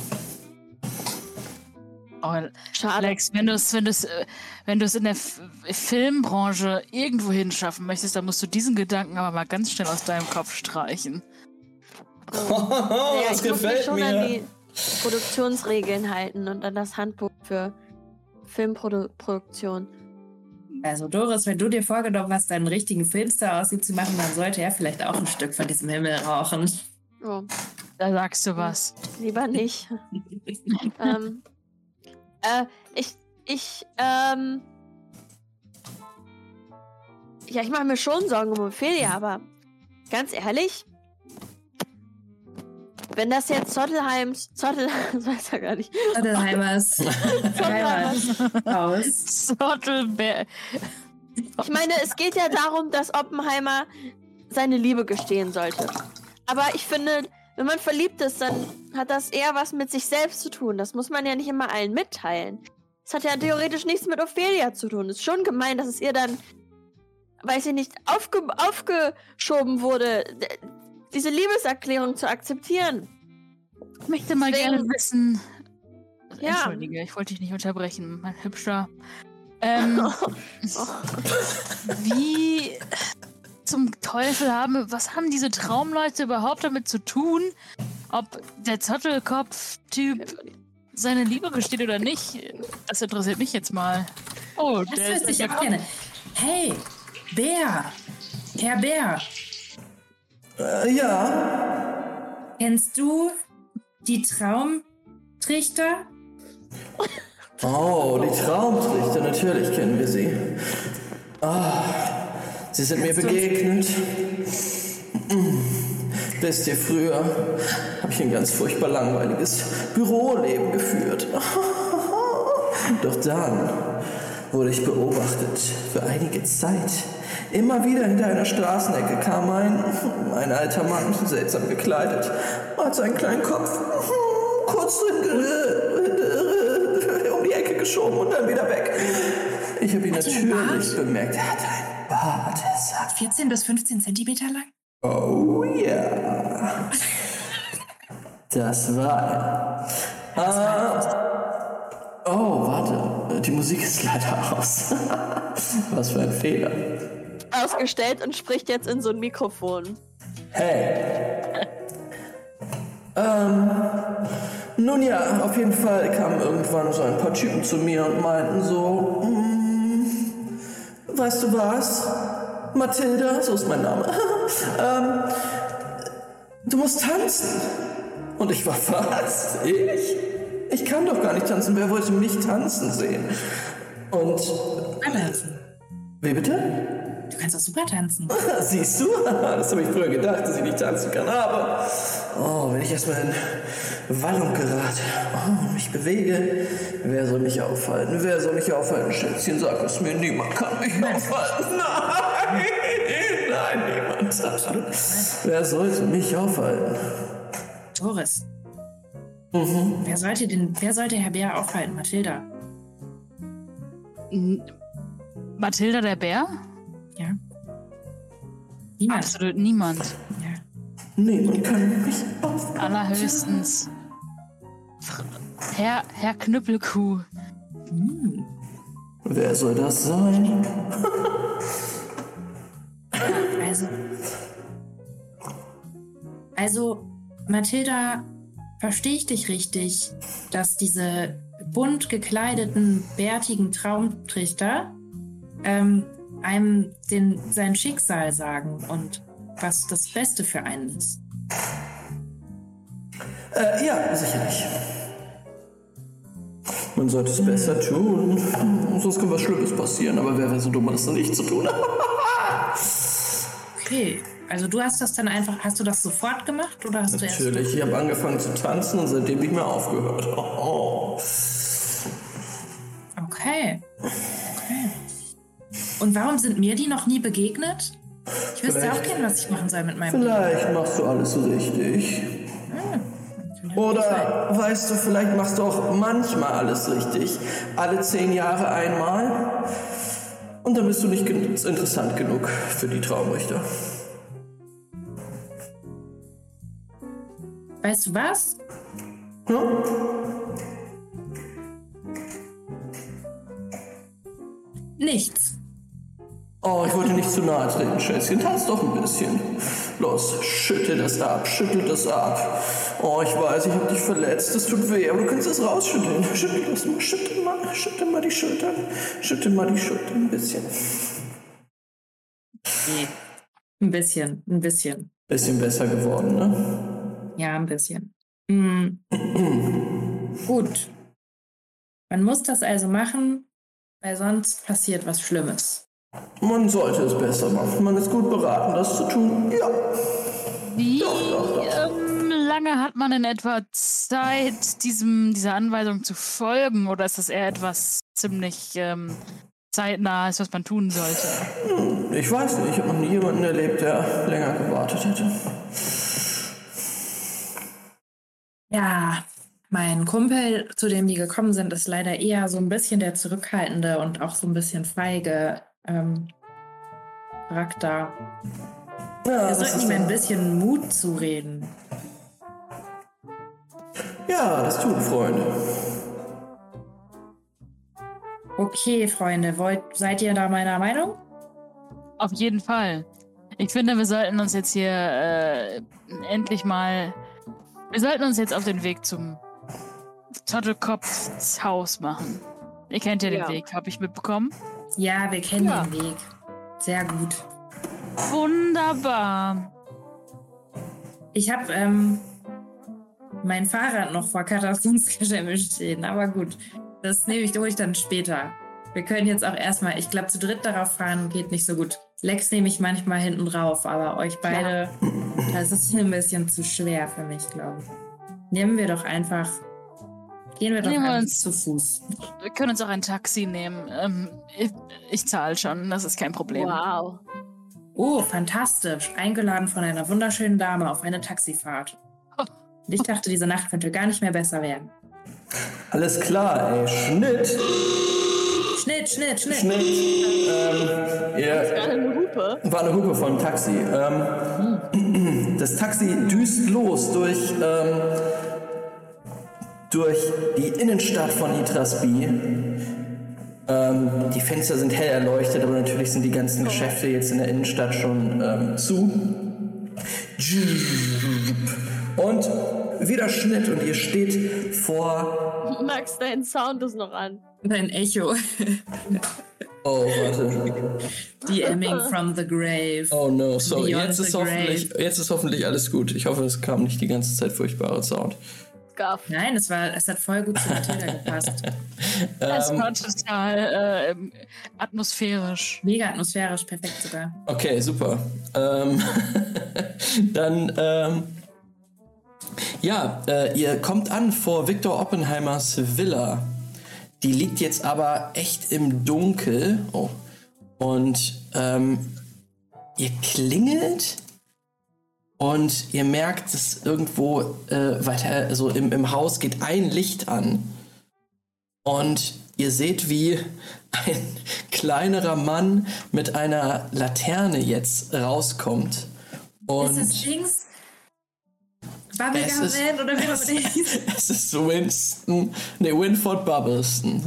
Oh, Schade. Alex, wenn du es in der Filmbranche irgendwo hinschaffen möchtest, dann musst du diesen Gedanken aber mal ganz schnell aus deinem Kopf streichen. Oh, Ja, das ich muss mich gefällt schon an mir. die Produktionsregeln halten und an das Handbuch für Filmproduktion. Also Doris, wenn du dir vorgenommen hast, deinen richtigen Filmstar aus ihm zu machen, dann sollte er vielleicht auch ein Stück von diesem Himmel rauchen. Oh, Da sagst du was. lieber nicht. Ja, ich mache mir schon Sorgen um Ophelia, aber ganz ehrlich, wenn das jetzt Zottelheims, das weiß er gar nicht. Adelheimers Haus. Zottelbär. Ich meine, es geht ja darum, dass Oppenheimer seine Liebe gestehen sollte. Aber ich finde, wenn man verliebt ist, dann hat das eher was mit sich selbst zu tun. Das muss man ja nicht immer allen mitteilen. Es hat ja theoretisch nichts mit Ophelia zu tun. Es ist schon gemein, dass es ihr dann, weiß ich nicht, aufgeschoben wurde, diese Liebeserklärung zu akzeptieren. Ich möchte mal Deswegen- gerne wissen. Ja. Entschuldige, ich wollte dich nicht unterbrechen, mein Hübscher. Wie zum Teufel was haben diese Traumleute überhaupt damit zu tun, ob der Zottelkopf-Typ seine Liebe gesteht oder nicht? Das interessiert mich jetzt mal. Oh, Das der wüsste ist ich auch gerne. Hey, Bär. Herr Bär, Ja. kennst du die Traumtrichter? Oh, die Traumtrichter, natürlich kennen wir sie. Sie sind mir begegnet. Wisst ihr, früher habe ich ein ganz furchtbar langweiliges Büroleben geführt. Doch dann wurde ich beobachtet für einige Zeit. Immer wieder hinter einer Straßenecke kam ein alter Mann, seltsam gekleidet, hat seinen kleinen Kopf kurz um die Ecke geschoben und dann wieder weg. Ich habe ihn Hat er einen natürlich bemerkt, er hat einen Bart. Er sagt, 14 bis 15 Zentimeter lang? oh ja. Das war er. Oh, warte. Die Musik ist leider aus. Was für ein Fehler. Ausgestellt und spricht jetzt in so ein Mikrofon. Hey. Nun ja, auf jeden Fall kamen irgendwann so ein paar Typen zu mir und meinten so, weißt du was? Mathilda, so ist mein Name. Du musst tanzen. Und ich war was? Ich kann doch gar nicht tanzen. Wer wollte mich tanzen sehen? Und Tanzen. wie bitte? Du kannst auch super tanzen. Siehst du? Das habe ich früher gedacht, dass ich nicht tanzen kann. Aber, wenn ich erstmal in Wallung gerate und mich bewege, wer soll mich aufhalten? Wer soll mich aufhalten, Schätzchen? Sag es mir, niemand kann mich aufhalten. Nein, niemand. Absolut. Wer sollte mich aufhalten? Doris. Wer sollte Herr Bär aufhalten? Mathilda. Mathilda der Bär? Ja. Niemand. Absolut niemand. Ja. Niemand kann mich aufhalten. Allerhöchstens Herr Knüppelkuh. Wer soll das sein? Also, Mathilda, verstehe ich dich richtig, dass diese bunt gekleideten, bärtigen Traumtrichter einem sein Schicksal sagen und was das Beste für einen ist? Ja, sicherlich. Man sollte es besser tun, sonst kann was Schlimmes passieren, aber wer wäre so dumm, das nicht zu tun? Okay, also du hast das dann einfach, hast du das sofort gemacht oder hast du erst... Natürlich, ich habe angefangen zu tanzen und seitdem nicht mehr aufgehört. Oh. Okay. Und warum sind mir die noch nie begegnet? Ich wüsste auch Vielleicht- gerne, was ich machen soll mit meinem Leben. Vielleicht machst du alles richtig. Oder weißt du, vielleicht machst du auch manchmal alles richtig. Alle 10 Jahre einmal. Und dann bist du nicht interessant genug für die Traumrichter. Weißt du was? Hm? Nichts. Oh, ich wollte nicht zu nahe treten, Schätzchen. Tanz doch ein bisschen. Los, schüttel das ab, schüttel das ab. Oh, ich weiß, ich habe dich verletzt. Das tut weh, aber du kannst es rausschütteln. Schüttel das mal, schüttel mal die Schultern. Schüttel mal die Schultern ein bisschen. Nee. Ein bisschen. Bisschen besser geworden, ne? Ja, ein bisschen. Gut. Man muss das also machen, weil sonst passiert was Schlimmes. Man sollte es besser machen. Man ist gut beraten, das zu tun. Ja. Wie Doch. lange hat man in etwa Zeit, dieser Anweisung zu folgen? Oder ist das eher etwas ziemlich zeitnahes, was man tun sollte? Ich weiß nicht, ich habe noch nie jemanden erlebt, der länger gewartet hätte. Ja, mein Kumpel, zu dem die gekommen sind, ist leider eher so ein bisschen der zurückhaltende und auch so ein bisschen feige Charakter. Ja, Wir sollten ihm ein bisschen Mut zureden. Ja, das tun Freunde. Okay, Freunde, seid ihr da meiner Meinung? Auf jeden Fall. Ich finde, wir sollten uns jetzt hier endlich mal... Wir sollten uns jetzt auf den Weg zum Tottelkopfs Haus machen. Ihr kennt ja den Weg, habe ich mitbekommen. Ja, wir kennen den Weg. Sehr gut. Wunderbar. Ich habe mein Fahrrad noch vor Katastronsgeschäft stehen, aber gut, das nehme ich durch dann später. Wir können jetzt auch erstmal, ich glaube, zu dritt darauf fahren geht nicht so gut. Lex nehme ich manchmal hinten drauf, aber euch beide, das ist ein bisschen zu schwer für mich, glaube ich. Gehen wir doch einfach zu Fuß. Wir können uns auch ein Taxi nehmen. Ich zahle schon, das ist kein Problem. Wow. Oh, fantastisch. Eingeladen von einer wunderschönen Dame auf eine Taxifahrt. Und ich dachte, diese Nacht könnte gar nicht mehr besser werden. Alles klar, ey. Schnitt. Schnitt. Schnitt. Das war eine Hupe. War eine Hupe von Taxi. Das Taxi düst los durch die Innenstadt von Yggdrasil. Die Fenster sind hell erleuchtet, aber natürlich sind die ganzen Geschäfte jetzt in der Innenstadt schon zu. Und wieder Schnitt und ihr steht vor... Max, dein Sound ist noch an. Ein Echo. Oh, warte. DMing from the grave. Oh no, sorry. Beyond Jetzt ist hoffentlich alles gut. Ich hoffe, es kam nicht die ganze Zeit furchtbarer Sound. Nein, es hat voll gut zu Matilda gepasst. Es war total atmosphärisch. Mega atmosphärisch, perfekt sogar. Okay, super. Dann, ihr kommt an vor Victor Oppenheimers Villa. Die liegt jetzt aber echt im Dunkel. Oh. Und ihr klingelt und ihr merkt, dass irgendwo weiter, so im Haus geht ein Licht an. Und ihr seht, wie ein kleinerer Mann mit einer Laterne jetzt rauskommt. Und ist es Jinx? Bubblegum Man oder wie auch immer hieß? Es ist Winford Bubbleston.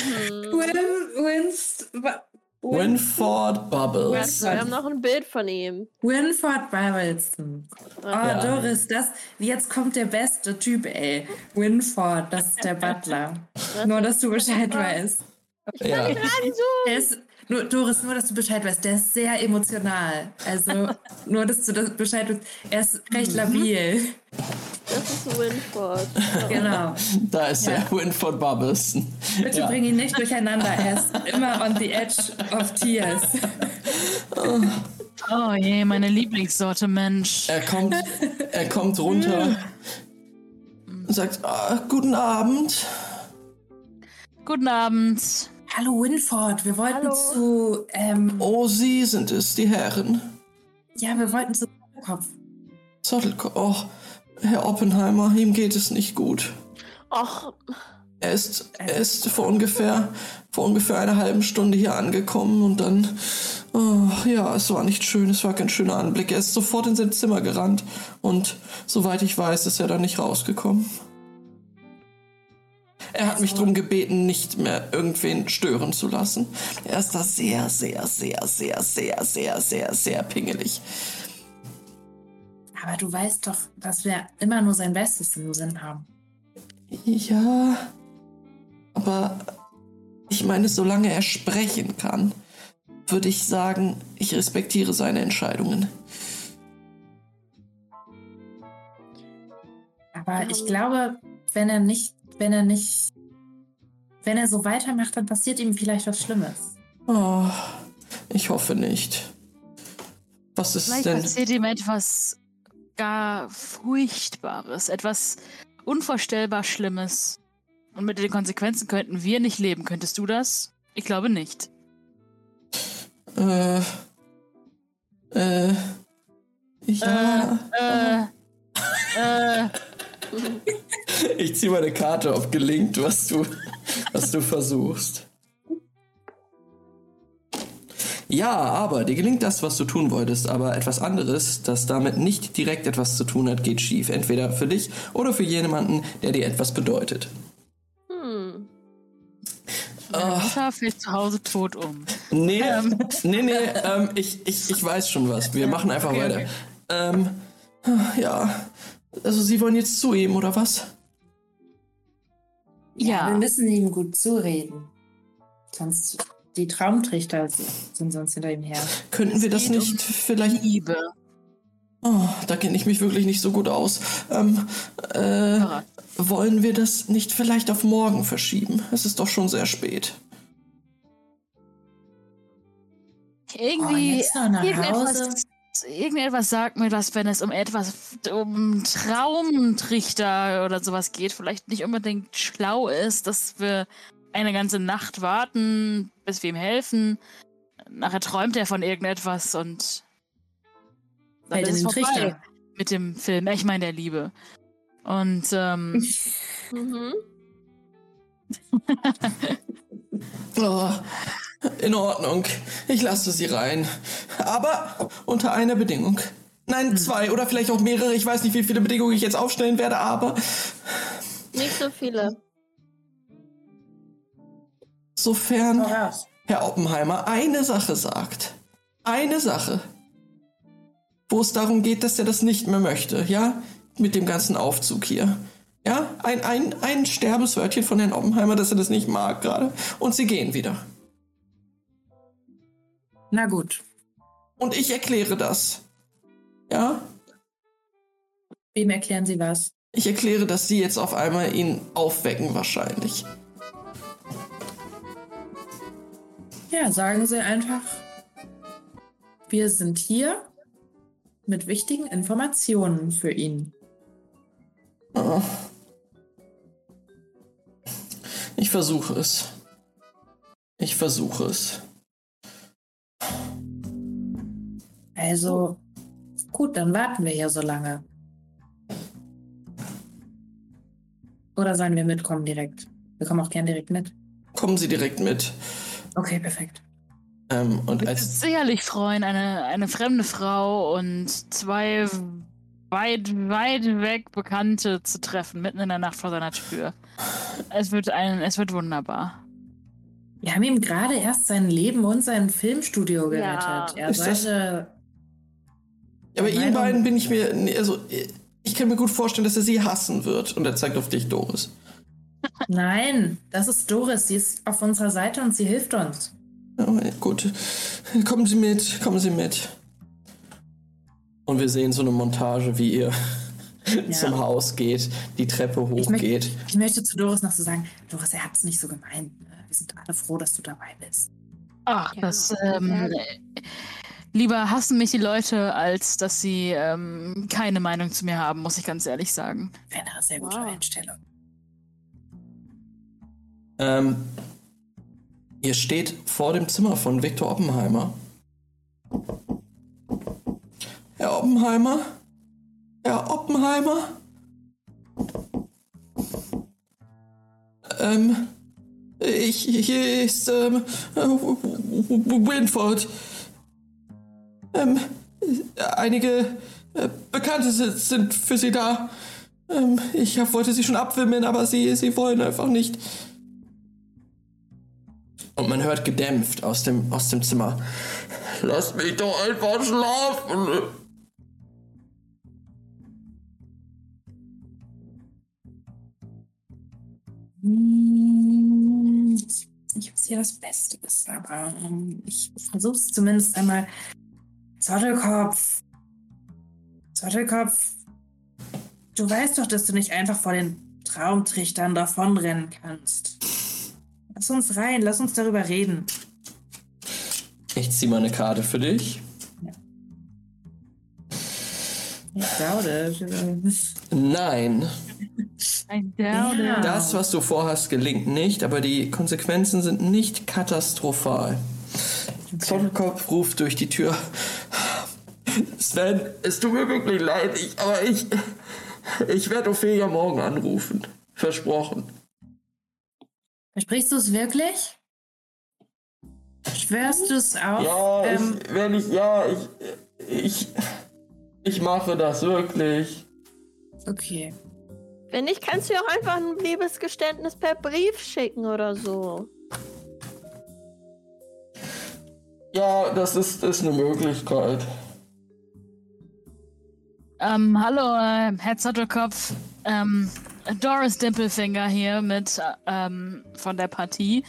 Winford Bubbles. Wir haben noch ein Bild von ihm. Winford Bubbleston. Oh, Ja. Doris, jetzt kommt der beste Typ, ey. Winford, das ist der Butler. Nur, dass du Bescheid weißt. Ja. Doris, nur, dass du Bescheid weißt, der ist sehr emotional. Also, nur, dass du das Bescheid weißt. Er ist recht labil. Das ist Winford. Genau. Da ist er, Winford Bubbleston. Bitte bring ihn nicht durcheinander. Er ist immer on the edge of tears. Oh je, meine Lieblingssorte Mensch. Er kommt runter und sagt, guten Abend. Guten Abend. Hallo Winford, wir wollten zu, Oh, Sie sind es, die Herren. ja, wir wollten zu Kopf. Zottelkopf. Oh, Herr Oppenheimer, ihm geht es nicht gut. Och, Er ist vor ungefähr einer halben Stunde hier angekommen und dann, es war nicht schön, es war kein schöner Anblick. Er ist sofort in sein Zimmer gerannt und soweit ich weiß, ist er dann nicht rausgekommen. Er hat mich darum gebeten, nicht mehr irgendwen stören zu lassen. Er ist da sehr, sehr, sehr, sehr, sehr, sehr, sehr, sehr pingelig. Aber du weißt doch, dass wir immer nur sein Bestes im Sinn haben. Ja, aber ich meine, solange er sprechen kann, würde ich sagen, ich respektiere seine Entscheidungen. Aber ich glaube, wenn er so weitermacht, dann passiert ihm vielleicht was Schlimmes. Oh, ich hoffe nicht. Was ist Vielleicht denn? passiert ihm etwas gar Furchtbares, etwas unvorstellbar Schlimmes. Und mit den Konsequenzen könnten wir nicht leben. Könntest du das? Ich glaube nicht. Ja. Ich ziehe meine Karte, ob gelingt, was du versuchst. Ja, aber dir gelingt das, was du tun wolltest, aber etwas anderes, das damit nicht direkt etwas zu tun hat, geht schief. Entweder für dich oder für jemanden, der dir etwas bedeutet. Meine Mutter fällt zu Hause tot um. Nee, ich weiß schon was. Wir machen einfach weiter. Okay. Ja, also Sie wollen jetzt zu ihm, oder was? Ja, wir Ja, müssen ihm gut zureden. Sonst, die Traumtrichter sind sonst hinter ihm her. Könnten wir das geht nicht vielleicht... Liebe. Oh, da kenne ich mich wirklich nicht so gut aus. Wollen wir das nicht vielleicht auf morgen verschieben? Es ist doch schon sehr spät. Irgendwie, jetzt noch nach Hause? irgendetwas sagt mir das, wenn es um Traumtrichter oder sowas geht, vielleicht nicht unbedingt schlau ist, dass wir eine ganze Nacht warten, bis wir ihm helfen. Nachher träumt er von irgendetwas und dann Fällt ist in es den vorbei Trichter. mit dem Film. Ich meine der Liebe. Und Oh, in Ordnung. Ich lasse Sie rein. Aber unter einer Bedingung. Nein, 2 oder vielleicht auch mehrere. Ich weiß nicht, wie viele Bedingungen ich jetzt aufstellen werde, aber Nicht so viele. sofern Voraus. Herr Oppenheimer eine Sache sagt. Eine Sache. Wo es darum geht, dass er das nicht mehr möchte, ja? Mit dem ganzen Aufzug hier. Ja? Ein Sterbeswörtchen von Herrn Oppenheimer, dass er das nicht mag gerade. Und Sie gehen wieder. Na gut. Und ich erkläre das. Ja? Wem erklären Sie was? Ich erkläre, dass Sie jetzt auf einmal ihn aufwecken wahrscheinlich. Ja, sagen Sie einfach, wir sind hier mit wichtigen Informationen für ihn. Oh. Ich versuche es. Ich versuche es. Also, gut, dann warten wir hier so lange. Oder sollen wir mitkommen direkt? Wir kommen auch gern direkt mit. Kommen Sie direkt mit. Okay, perfekt. Und würde als sicherlich freuen, eine fremde Frau und 2 weit weg Bekannte zu treffen, mitten in der Nacht vor seiner Tür. Es wird wunderbar. Wir haben ihm gerade erst sein Leben und sein Filmstudio Ja. gerettet. Er Ist das- sollte. Ja, bei Ihnen Meinung- beiden bin ich mir, also ich kann mir gut vorstellen, dass er Sie hassen wird. Und er zeigt auf dich, Doris. Nein, das ist Doris. Sie ist auf unserer Seite und sie hilft uns. Ja, gut, kommen Sie mit, kommen Sie mit. Und wir sehen so eine Montage, wie ihr zum Haus geht, die Treppe hochgeht. Ich möchte zu Doris noch so sagen, Doris, er hat es nicht so gemeint. Ne? Wir sind alle froh, dass du dabei bist. Ach, Ja, das, ja. lieber hassen mich die Leute, als dass sie keine Meinung zu mir haben, muss ich ganz ehrlich sagen. Wäre eine sehr gute Wow. Einstellung. Ihr steht vor dem Zimmer von Viktor Oppenheimer. Herr Oppenheimer? Herr Oppenheimer? Hier ist, Winford. Einige Bekannte sind für Sie da. Ich wollte sie schon abwimmeln, aber sie wollen einfach nicht. Und man hört gedämpft aus dem Zimmer. Lass mich doch einfach schlafen. Ich weiß hier das Beste ist, aber ich versuche es zumindest einmal. Zottelkopf, du weißt doch, dass du nicht einfach vor den Traumtrichtern davonrennen kannst. Lass uns rein, lass uns darüber reden. Ich zieh mal eine Karte für dich. Ich glaube. Nein. I doubt Ja. it. Das, was du vorhast, gelingt nicht, aber die Konsequenzen sind nicht katastrophal. Zottelkopf ruft durch die Tür. Sven, es tut mir wirklich leid, ich werde Ophelia morgen anrufen. Versprochen. Versprichst du es wirklich? Schwörst du es auf? Ich mache das wirklich. Okay. Wenn nicht, kannst du ja auch einfach ein Liebesgeständnis per Brief schicken oder so. Ja, das ist eine Möglichkeit. Hallo, Herr Zottelkopf. Doris Dimplefinger hier mit von der Partie.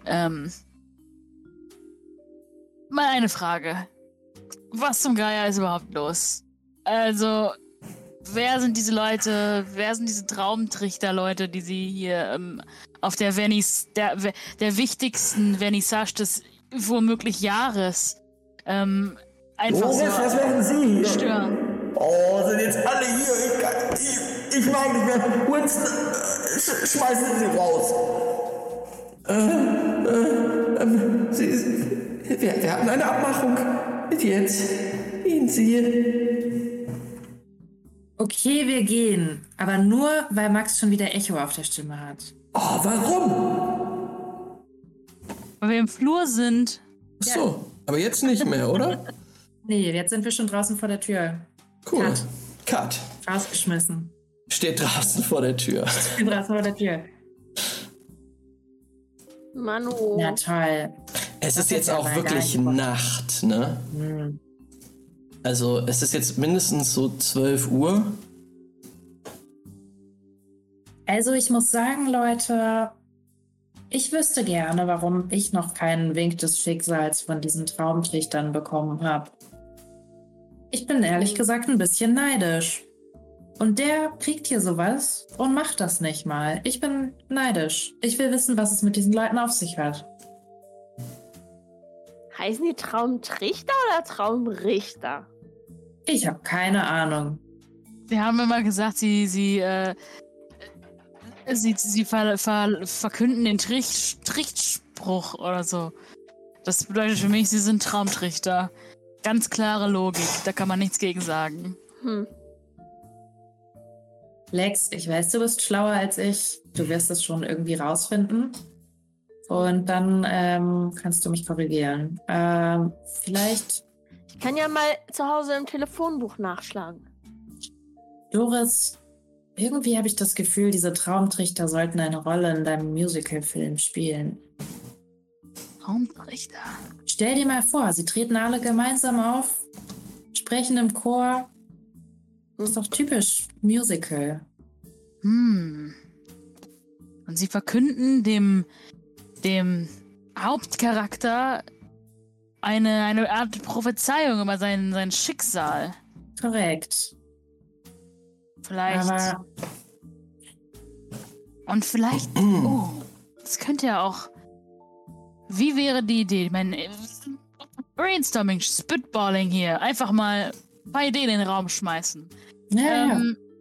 Mal eine Frage. Was zum Geier ist überhaupt los? Also, wer sind diese Leute, wer sind diese Traumtrichter-Leute, die Sie hier auf der der wichtigsten Vernissage des womöglich Jahres einfach Boris, so was machen Sie hier? stören? Oh, sind jetzt alle hier. Ich mag nicht mehr. Winston, schmeißen Sie raus. Wir hatten eine Abmachung. Mit jetzt. Gehen Sie. Okay, wir gehen. Aber nur, weil Max schon wieder Echo auf der Stimme hat. Oh, warum? Weil wir im Flur sind. So, aber jetzt nicht mehr, oder? Nee, jetzt sind wir schon draußen vor der Tür. Cool. Cut. Rausgeschmissen. Steht draußen vor der Tür. Ich bin draußen vor der Tür. Manu. Ja, toll. Es Das ist jetzt ist auch aber wirklich gar nicht Nacht, ne? Hm. Also, es ist jetzt mindestens so 12 Uhr. Also ich muss sagen, Leute, ich wüsste gerne, warum ich noch keinen Wink des Schicksals von diesen Traumtrichtern bekommen habe. Ich bin ehrlich gesagt ein bisschen neidisch. Und der kriegt hier sowas und macht das nicht mal. Ich bin neidisch. Ich will wissen, was es mit diesen Leuten auf sich hat. Heißen die Traumtrichter oder Traumrichter? Ich habe keine Ahnung. Sie haben immer gesagt, sie verkünden den Trichtspruch oder so. Das bedeutet für mich, sie sind Traumtrichter. Ganz klare Logik, da kann man nichts gegen sagen. Lex, ich weiß, du bist schlauer als ich. Du wirst es schon irgendwie rausfinden. Und dann kannst du mich korrigieren. Vielleicht, Ich kann ja mal zu Hause im Telefonbuch nachschlagen. Doris, irgendwie habe ich das Gefühl, diese Traumtrichter sollten eine Rolle in deinem Musical-Film spielen. Traumtrichter? Stell dir mal vor, sie treten alle gemeinsam auf, sprechen im Chor. Das ist doch typisch Musical. Und sie verkünden dem Hauptcharakter eine Art Prophezeiung über sein Schicksal. Korrekt. Vielleicht. Aber Und vielleicht. Oh, das könnte ja auch. Wie wäre die Idee? Ich meine, Brainstorming, Spitballing hier. Einfach mal ein paar Ideen in den Raum schmeißen. ja.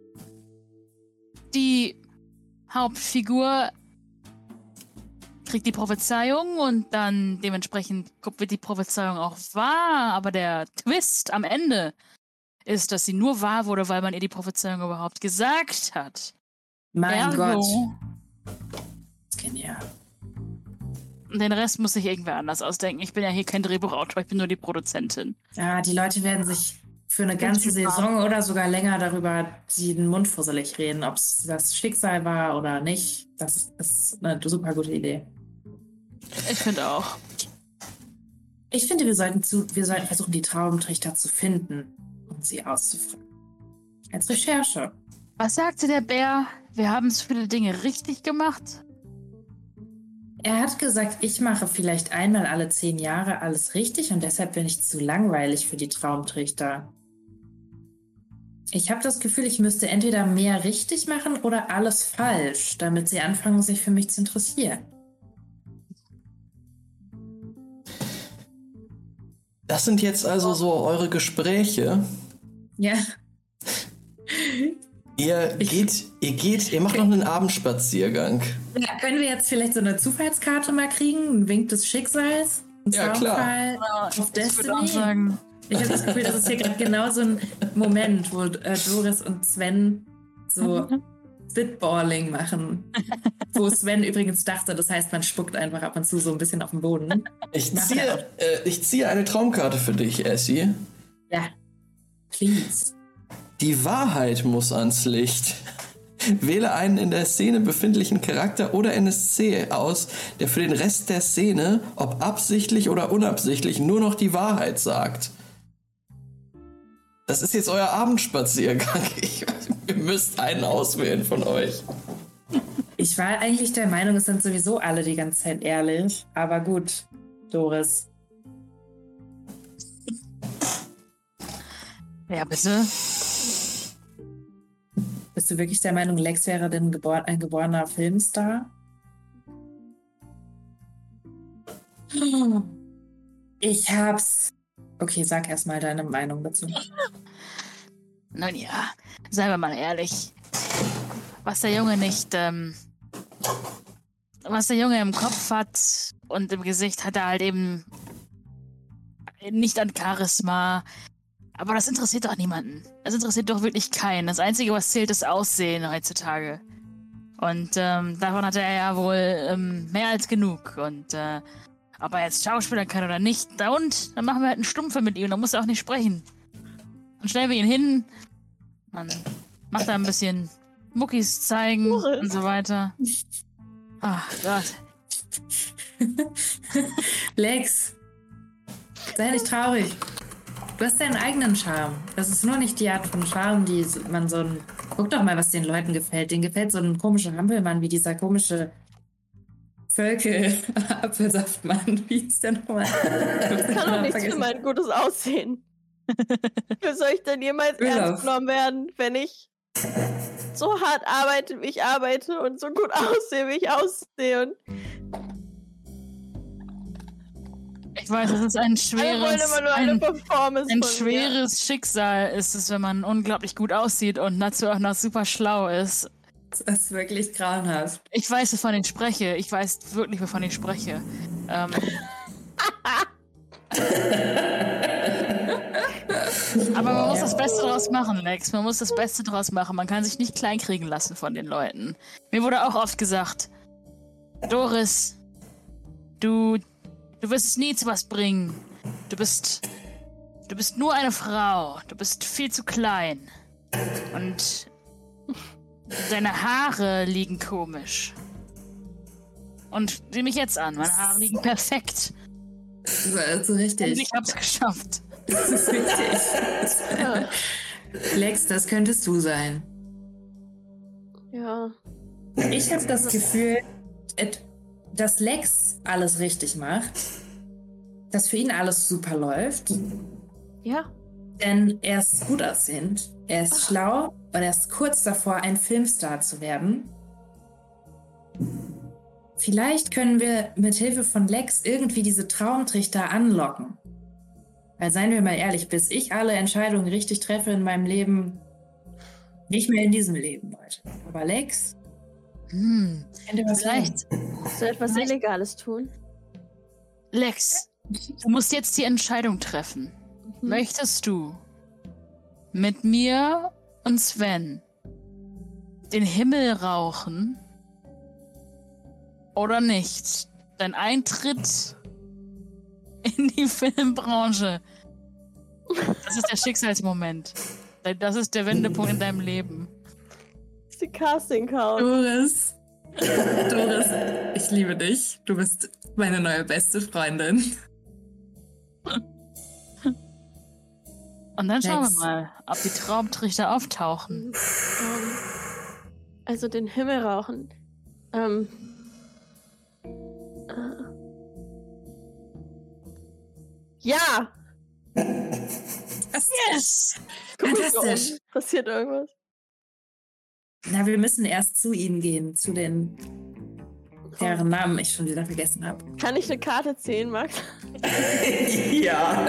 Die Hauptfigur kriegt die Prophezeiung und dann dementsprechend wird die Prophezeiung auch wahr, aber der Twist am Ende ist, dass sie nur wahr wurde, weil man ihr die Prophezeiung überhaupt gesagt hat. Mein Ergo. Gott. Das ist genial. Und den Rest muss sich irgendwer anders ausdenken. Ich bin ja hier kein Drehbuchautor, ich bin nur die Produzentin. Ja, die Leute werden sich für eine ganze Saison oder sogar länger darüber den Mund fusselig reden, ob es das Schicksal war oder nicht. Das ist eine super gute Idee. Ich finde auch. Ich finde, wir sollten versuchen, die Traumtrichter zu finden und sie auszufragen. Als Recherche. Was sagte der Bär? Wir haben so viele Dinge richtig gemacht. Er hat gesagt, ich mache vielleicht einmal alle 10 Jahre alles richtig und deshalb bin ich zu langweilig für die Traumtrichter. Ich habe das Gefühl, ich müsste entweder mehr richtig machen oder alles falsch, damit sie anfangen, sich für mich zu interessieren. Das sind jetzt also so eure Gespräche. Ja. Ihr macht noch einen Abendspaziergang. Ja, können wir jetzt vielleicht so eine Zufallskarte mal kriegen? Ein Wink des Schicksals? Ein Ja, klar. Auf Ich würde auch Destiny? sagen, Ich habe das Gefühl, das ist hier gerade genau so ein Moment, wo Doris und Sven so Spitballing machen. Wo Sven übrigens dachte, das heißt, man spuckt einfach ab und zu so ein bisschen auf den Boden. Ich ziehe eine Traumkarte für dich, Essie. Ja. Please. Die Wahrheit muss ans Licht. Wähle einen in der Szene befindlichen Charakter oder NSC aus, der für den Rest der Szene, ob absichtlich oder unabsichtlich, nur noch die Wahrheit sagt. Das ist jetzt euer Abendspaziergang. Ihr müsst einen auswählen von euch. Ich war eigentlich der Meinung, es sind sowieso alle die ganze Zeit ehrlich. Aber gut, Doris. ja bitte. Bist du wirklich der Meinung, Lex wäre denn ein geborener Filmstar? Ich hab's. Okay, sag erst mal deine Meinung dazu. Nun ja, seien wir mal ehrlich. Was der Junge im Kopf hat und im Gesicht, hat er halt eben nicht an Charisma. Aber das interessiert doch niemanden. Das interessiert doch wirklich keinen. Das Einzige, was zählt, ist Aussehen heutzutage. Und davon hat er ja wohl mehr als genug. Und ob er jetzt Schauspielern kann oder nicht, dann machen wir halt einen Stumpfe mit ihm. Dann muss er auch nicht sprechen. Dann stellen wir ihn hin. Man macht da ein bisschen Muckis zeigen und so weiter. Ach Gott. Lex, sei nicht traurig. Du hast deinen eigenen Charme. Das ist nur nicht die Art von Charme, die man so ein... Guck doch mal, was den Leuten gefällt. Denen gefällt so ein komischer Hampelmann wie dieser komische Völkel-Apfelsaftmann. Wie ist der nochmal? Das kann doch nichts für mein gutes Aussehen. Wie soll ich denn jemals ernst genommen werden, wenn ich so hart arbeite, wie ich arbeite und so gut aussehe, wie ich aussehe? Und Ich weiß, es ist ein schweres Schicksal ist es, wenn man unglaublich gut aussieht und dazu auch noch super schlau ist. Das ist wirklich grauenhaft. Ich weiß, wovon ich spreche. Ich weiß wirklich, wovon ich spreche. Aber man muss das Beste draus machen, Lex. Man muss das Beste draus machen. Man kann sich nicht kleinkriegen lassen von den Leuten. Mir wurde auch oft gesagt, Doris, du wirst es nie zu was bringen. Du bist nur eine Frau. Du bist viel zu klein. Und deine Haare liegen komisch. Und sieh mich jetzt an. Meine Haare liegen perfekt. So richtig. Und ich hab's geschafft. Das ist richtig. Lex, das könntest du sein. ja. Ich habe das Gefühl, dass Lex alles richtig macht. Dass für ihn alles super läuft. Ja. Denn er ist gut aussehend, er ist schlau und er ist kurz davor, ein Filmstar zu werden. Vielleicht können wir mit Hilfe von Lex irgendwie diese Traumtrichter anlocken. Weil seien wir mal ehrlich, bis ich alle Entscheidungen richtig treffe in meinem Leben, nicht mehr in diesem Leben, Leute. Aber Lex, könnte was Vielleicht, Soll ich etwas Illegales tun? Lex, du musst jetzt die Entscheidung treffen. Möchtest du mit mir und Sven den Himmel rauchen oder nicht? Dein Eintritt in die Filmbranche. Das ist der Schicksalsmoment. Das ist der Wendepunkt in deinem Leben. Das ist die Casting-Couch. Doris, ich liebe dich. Du bist meine neue beste Freundin. Und dann schauen wir Next. mal, ob die Traumtrichter auftauchen. Also den Himmel rauchen. Ja! Yes! Guck Fantastisch. um. Passiert irgendwas? Na, wir müssen erst zu ihnen gehen, zu den deren Namen ich schon wieder vergessen habe. Kann ich eine Karte ziehen, Max? Ja.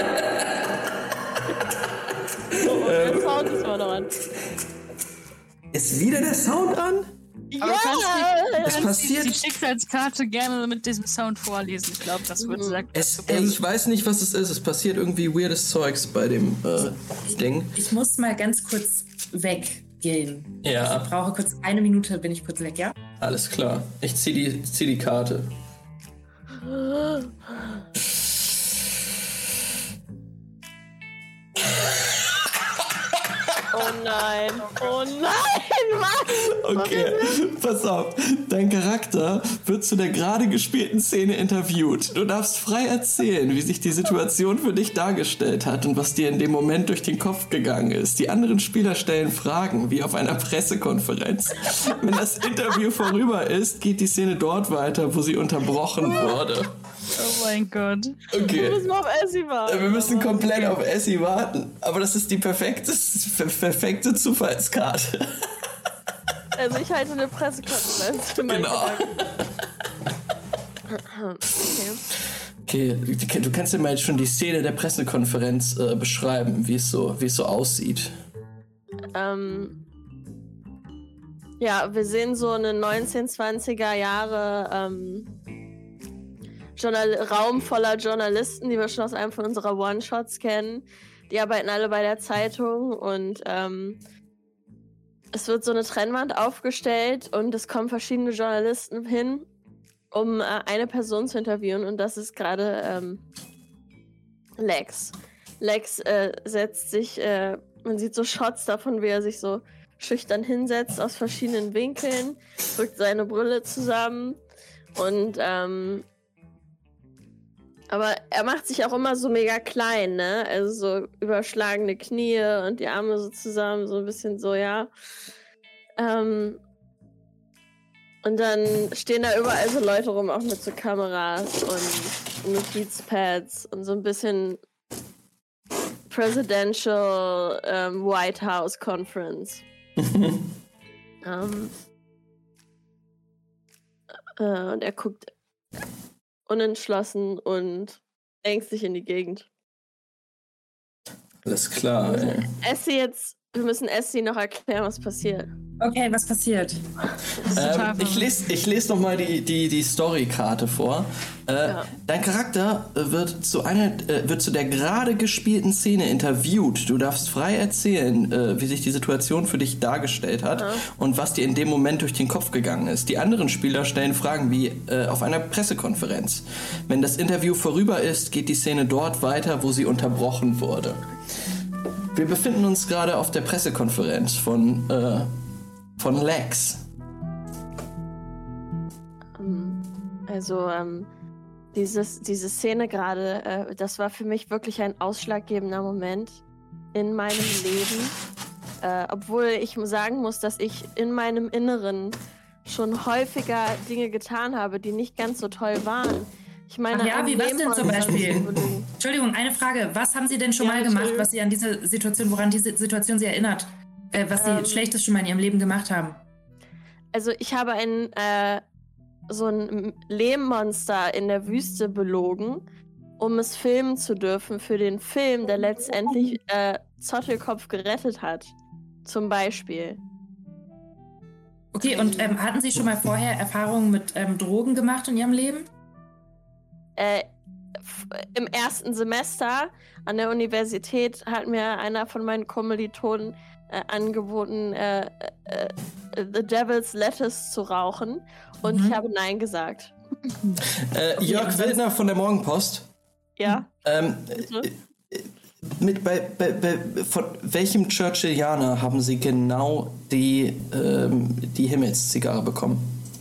Oh, der Sound ist mal noch an. Ist wieder der Sound an? Aber Ja! Es passiert. Die Schicksalskarte gerne mit diesem Sound vorlesen. Ich glaube, das wird sehr Ich weiß nicht, was es ist. Es passiert irgendwie weirdes Zeugs bei dem Ding. Ich muss mal ganz kurz weggehen. Ja. Ich brauche kurz 1 Minute, bin ich kurz weg, ja? Alles klar. Ich zieh die Karte. Oh nein! Oh nein, Max! Okay, pass auf. Dein Charakter wird zu der gerade gespielten Szene interviewt. Du darfst frei erzählen, wie sich die Situation für dich dargestellt hat und was dir in dem Moment durch den Kopf gegangen ist. Die anderen Spieler stellen Fragen, wie auf einer Pressekonferenz. Wenn das Interview vorüber ist, geht die Szene dort weiter, wo sie unterbrochen wurde. Oh mein Gott. Okay. Wir müssen auf Essie warten. Wir müssen komplett auf Essie warten. Aber das ist die perfekte Zufallskarte. Also ich halte eine Pressekonferenz für meine Genau. Gedanken. Okay, du kannst dir mal jetzt schon die Szene der Pressekonferenz beschreiben, wie es so aussieht. Ja, wir sehen so eine 1920er Jahre Raum voller Journalisten, die wir schon aus einem von unserer One-Shots kennen. Die arbeiten alle bei der Zeitung und es wird so eine Trennwand aufgestellt und es kommen verschiedene Journalisten hin, um eine Person zu interviewen und das ist gerade Lex. Lex setzt sich, man sieht so Shots davon, wie er sich so schüchtern hinsetzt aus verschiedenen Winkeln, drückt seine Brille zusammen und aber er macht sich auch immer so mega klein, ne? Also so überschlagene Knie und die Arme so zusammen, so ein bisschen so, ja. Und dann stehen da überall so Leute rum, auch mit so Kameras und Notizpads und so ein bisschen Presidential White House Conference. Und er guckt unentschlossen und ängstlich in die Gegend. Alles klar, ey. Wir müssen Essie noch erklären, was passiert. Okay, was passiert? Ich lese noch mal die Story-Karte vor. Ja. Dein Charakter wird zu der gerade gespielten Szene interviewt. Du darfst frei erzählen, wie sich die Situation für dich dargestellt hat und was dir in dem Moment durch den Kopf gegangen ist. Die anderen Spieler stellen Fragen wie auf einer Pressekonferenz. Wenn das Interview vorüber ist, geht die Szene dort weiter, wo sie unterbrochen wurde. Wir befinden uns gerade auf der Pressekonferenz von Lex. Also, diese Szene gerade, das war für mich wirklich ein ausschlaggebender Moment in meinem Leben. Obwohl ich sagen muss, dass ich in meinem Inneren schon häufiger Dinge getan habe, die nicht ganz so toll waren. Ich meine, Ja, wie was denn zum Beispiel? Entschuldigung, eine Frage. Was haben Sie denn schon mal gemacht, was Sie an diese Situation, woran diese Situation Sie erinnert? Was Sie Schlechtes schon mal in Ihrem Leben gemacht haben? Also ich habe so ein Lehmmonster in der Wüste belogen, um es filmen zu dürfen für den Film, der letztendlich Zottelkopf gerettet hat. Zum Beispiel. Okay, und hatten Sie schon mal vorher Erfahrungen mit Drogen gemacht in Ihrem Leben? Im ersten Semester an der Universität hat mir einer von meinen Kommilitonen angeboten, The Devil's Lettuce zu rauchen und ich habe Nein gesagt. Jörg Wildner von der Morgenpost. Ja. Von welchem Churchillianer haben Sie genau die Himmelszigarre bekommen?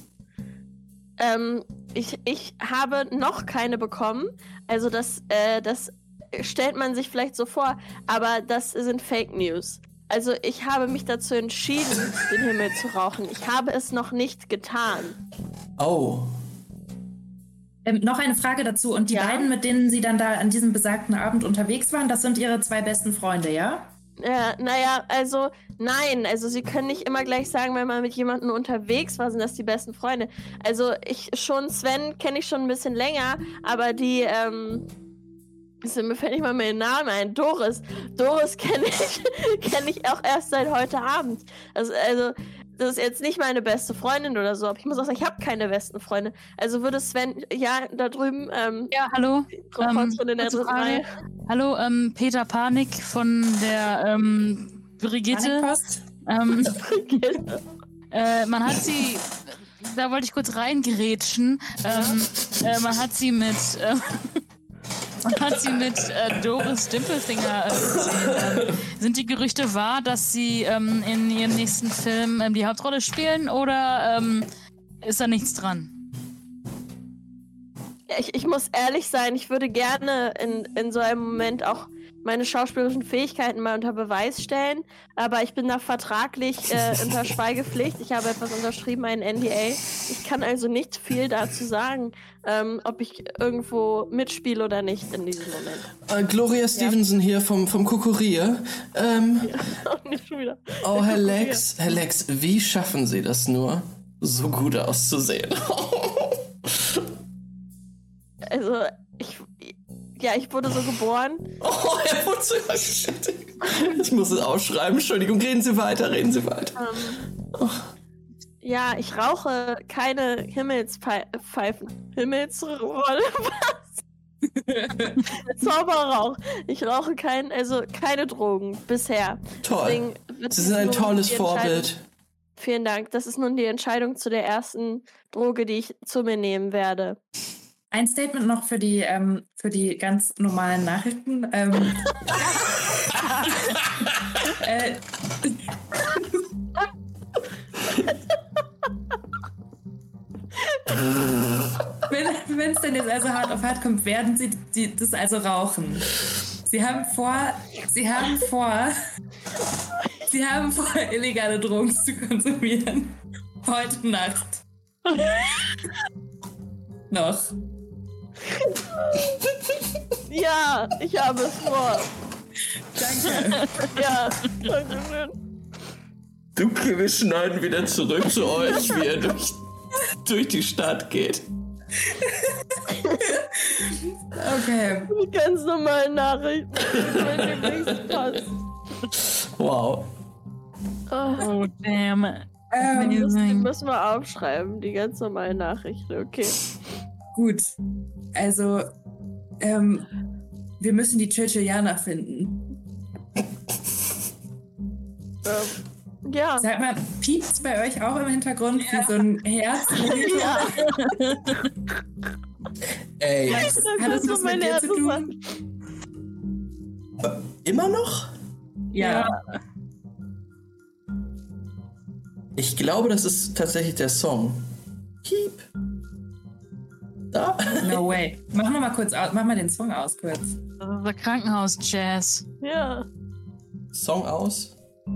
Ich habe noch keine bekommen. Also das stellt man sich vielleicht so vor, aber das sind Fake News. Also ich habe mich dazu entschieden, den Himmel zu rauchen. Ich habe es noch nicht getan. Oh. Noch eine Frage dazu. Und die beiden, mit denen Sie dann da an diesem besagten Abend unterwegs waren, das sind Ihre 2 besten Freunde, ja? Naja, also nein. Also Sie können nicht immer gleich sagen, wenn man mit jemandem unterwegs war, sind das die besten Freunde. Also Sven kenne ich schon ein bisschen länger, aber die, mir fällt nicht mal mehr den Namen ein. Doris kenne ich auch erst seit heute Abend. Also das ist jetzt nicht meine beste Freundin oder so, aber ich muss auch sagen, ich habe keine besten Freunde. Also würde Sven, da drüben, ja, hallo. Von in der dritten Reihe. Hallo, Peter Panik von der Brigitte. Panikpost? Man hat sie, da wollte ich kurz reingerätschen, man hat sie mit Doris Dimpelfinger gesehen. Sind die Gerüchte wahr, dass sie in ihrem nächsten Film die Hauptrolle spielen oder ist da nichts dran? Ja, ich muss ehrlich sein, ich würde gerne in so einem Moment auch meine schauspielerischen Fähigkeiten mal unter Beweis stellen, aber ich bin da vertraglich unter Schweigepflicht. Ich habe etwas unterschrieben, einen NDA. Ich kann also nicht viel dazu sagen, ob ich irgendwo mitspiele oder nicht in diesem Moment. Gloria Stevenson hier vom Kokurier. Nicht schon wieder. Oh, Herr Lex, wie schaffen Sie das nur, so gut auszusehen? Also, ich wurde so geboren. Oh, er wurde so... Ich muss es ausschreiben. Entschuldigung, reden Sie weiter. Ja, ich rauche keine Himmelspfeifen. Himmelsrolle? Was? Zauberrauch. Ich rauche keine Drogen bisher. Toll. Sie sind ein tolles Vorbild. Vielen Dank. Das ist nun die Entscheidung zu der ersten Droge, die ich zu mir nehmen werde. Ein Statement noch für die ganz normalen Nachrichten. Wenn es denn jetzt also hart auf hart kommt, werden Sie das also rauchen. Sie haben vor, illegale Drogen zu konsumieren. Heute Nacht. Noch. Ja, ich habe es vor. Danke. Ja, danke schön. Okay, wir schneiden wieder zurück zu euch, wie ihr durch die Stadt geht. Okay. Die ganz normalen Nachrichten. Wenn dir nichts passt. Wow. Oh, damn. Müssen wir aufschreiben, die ganz normalen Nachrichten, okay. Gut. Also, wir müssen die Churchillianer finden. Ja. Sag mal, piept's bei euch auch im Hintergrund wie so ein Herz? Ja. Ey. Hat das was mit dir zu tun? Immer noch? Ja. Ich glaube, das ist tatsächlich der Song. Keep. Da? No way. Mach mal den Song aus kurz. Der Krankenhaus-Jazz. Ja. Song aus.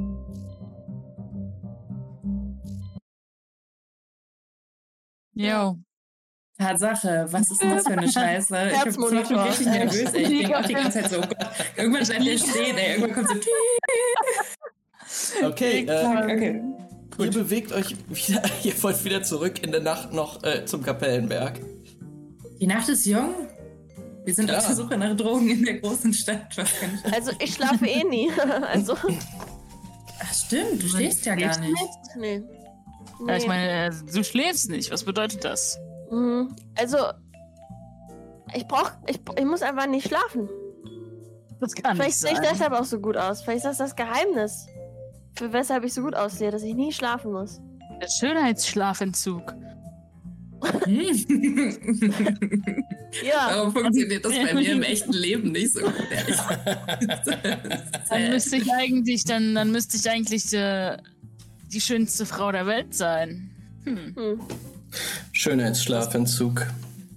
Yo. Tatsache, was ist denn das für eine Scheiße? Ich bin schon richtig nervös, ey. Ich denke auch die ganze Zeit so, oh Gott, irgendwann bleibt der stehen, ey. Irgendwann kommt so... Okay, Okay. Ihr bewegt euch wieder, ihr wollt wieder zurück in der Nacht noch zum Kapellenberg. Die Nacht ist jung. Wir sind auf der Suche nach Drogen in der großen Stadt. Was kann ich... Also ich schlafe eh nie. Also. Ach stimmt, du schläfst ja gar nicht. Nee. Ja, ich meine, du schläfst nicht. Was bedeutet das? Also, ich muss einfach nicht schlafen. Das kann Vielleicht nicht sehe ich sein. deshalb auch so gut aus. Vielleicht ist das Geheimnis, für weshalb ich so gut aussehe, dass ich nie schlafen muss. Der Schönheitsschlafentzug. Ja. Warum funktioniert das bei mir im echten Leben nicht so gut, ehrlich? Dann müsste ich eigentlich die schönste Frau der Welt sein. Schönheitsschlafentzug.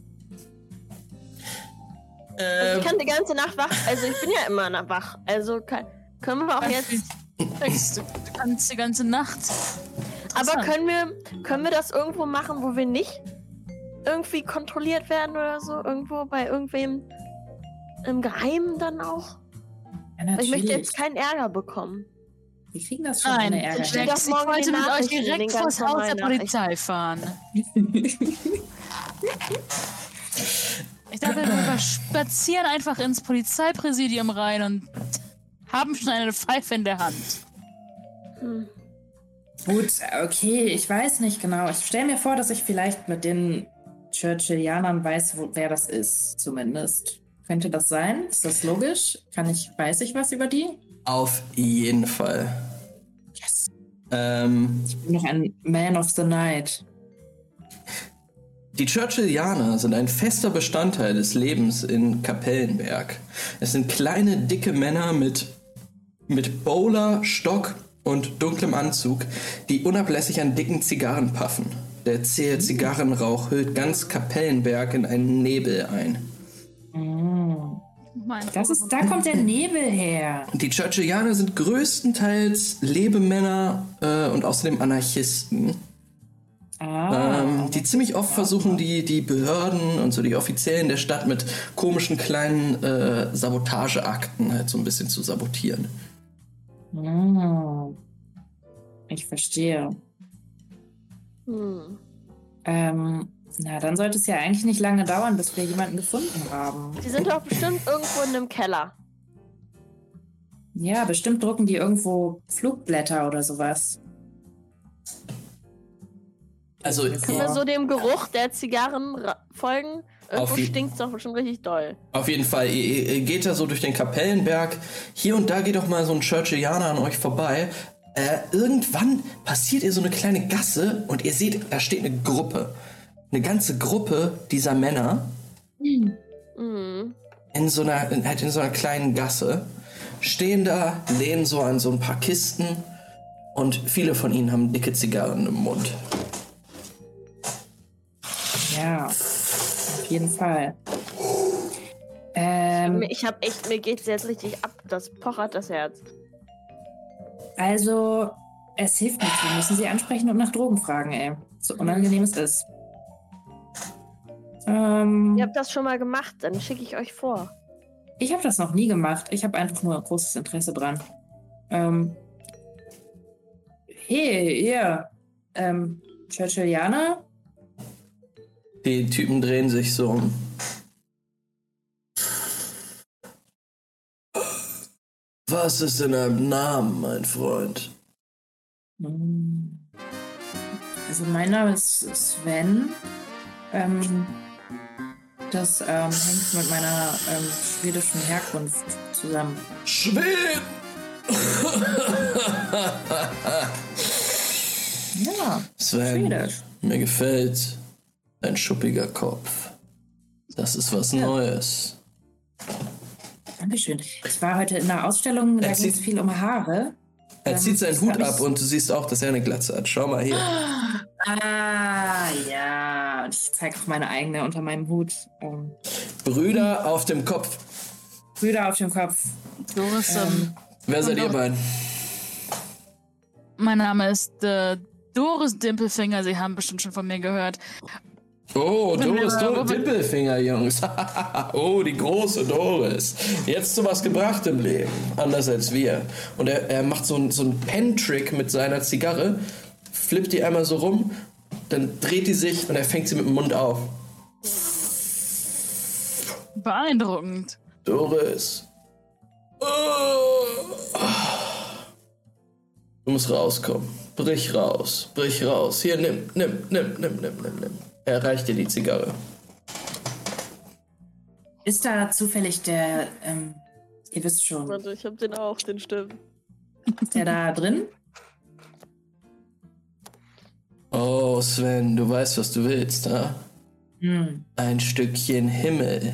Also ich kann die ganze Nacht wach, also ich bin ja immer wach. Also können wir auch jetzt. Du kannst die ganze Nacht. Aber können wir das irgendwo machen, wo wir nicht irgendwie kontrolliert werden oder so? Irgendwo bei irgendwem im Geheimen dann auch? Ja, Weil ich möchte natürlich. jetzt keinen Ärger bekommen. Wir kriegen das schon Nein, ohne Ärger. ich will hin. doch ich morgen wollte die mit euch Nachrichten, direkt den vors ganz Haus der normalen Polizei fahren. Ich dachte, wir spazieren einfach ins Polizeipräsidium rein und haben schon eine Pfeife in der Hand. Gut, okay, ich weiß nicht genau. Ich stelle mir vor, dass ich vielleicht mit den Churchillianern weiß, wer das ist, zumindest. Könnte das sein? Ist das logisch? Weiß ich was über die? Auf jeden Fall. Yes. Die Ich bin noch ein Man of the Night. Churchillianer sind ein fester Bestandteil des Lebens in Kapellenberg. Es sind kleine, dicke Männer mit Bowler, Stock und dunklem Anzug, die unablässig an dicken Zigarren puffen. Der zähe Zigarrenrauch hüllt ganz Kapellenberg in einen Nebel ein. Da kommt der Nebel her. Die Churchillianer sind größtenteils Lebemänner und außerdem Anarchisten. Die ziemlich oft versuchen, die Behörden und so die Offiziellen der Stadt mit komischen kleinen Sabotageakten halt so ein bisschen zu sabotieren. Ich verstehe. Na, dann sollte es ja eigentlich nicht lange dauern, bis wir jemanden gefunden haben. Die sind doch bestimmt irgendwo in einem Keller. Ja, bestimmt drucken die irgendwo Flugblätter oder sowas. Also Können wir so dem Geruch der Zigarren folgen? Irgendwo Auf je- stinkt es doch schon richtig doll. auf jeden Fall, ihr geht da so durch den Kapellenberg. Hier und da geht doch mal so ein Churchillianer an euch vorbei. Irgendwann passiert ihr so eine kleine Gasse und ihr seht, da steht eine Gruppe. Eine ganze Gruppe dieser Männer Mhm. in so einer kleinen Gasse. Stehen da, lehnen so an so ein paar Kisten und viele von ihnen haben dicke Zigarren im Mund. Ja, auf jeden Fall. Mir geht's jetzt richtig ab. Das pochert das Herz. Also, es hilft nichts. Wir müssen sie ansprechen und nach Drogen fragen, ey. So unangenehm es ist. Ihr habt das schon mal gemacht, dann schicke ich euch vor. Ich habe das noch nie gemacht. Ich habe einfach nur großes Interesse dran. Hey, ihr. Churchillianer? Die Typen drehen sich so um. Was ist in deinem Namen, mein Freund? Also mein Name ist Sven. Das hängt mit meiner schwedischen Herkunft zusammen. Schweden! Ja, Sven, Schwedisch. mir gefällt dein schuppiger Kopf. Das ist was Neues. Dankeschön. Ich war heute in einer Ausstellung, da ging es viel um Haare. Er zieht seinen das Hut hab ich- ab und du siehst auch, dass er eine Glatze hat. Schau mal hier. Ah, ja. Und ich zeige auch meine eigene unter meinem Hut. Brüder auf dem Kopf. Brüder auf dem Kopf. Doris, Wer seid ihr beiden? mein Name ist Doris Dimpelfinger. Sie haben bestimmt schon von mir gehört. Oh, Doris wir- Dimpelfinger, Jungs. Oh, die große Doris. Jetzt zu was gebracht im Leben. Anders als wir. Und er macht so einen Pen-Trick mit seiner Zigarre, flippt die einmal so rum, dann dreht die sich und er fängt sie mit dem Mund auf. Beeindruckend. Doris. Oh. Du musst rauskommen. Brich raus. Brich raus. Hier, nimm. Er reicht dir die Zigarre. Ist da zufällig der, ihr wisst schon, Warte, ich hab den auch, den stimmt. der da drin? Oh, Sven, du weißt, was du willst, ha? Ein Stückchen Himmel.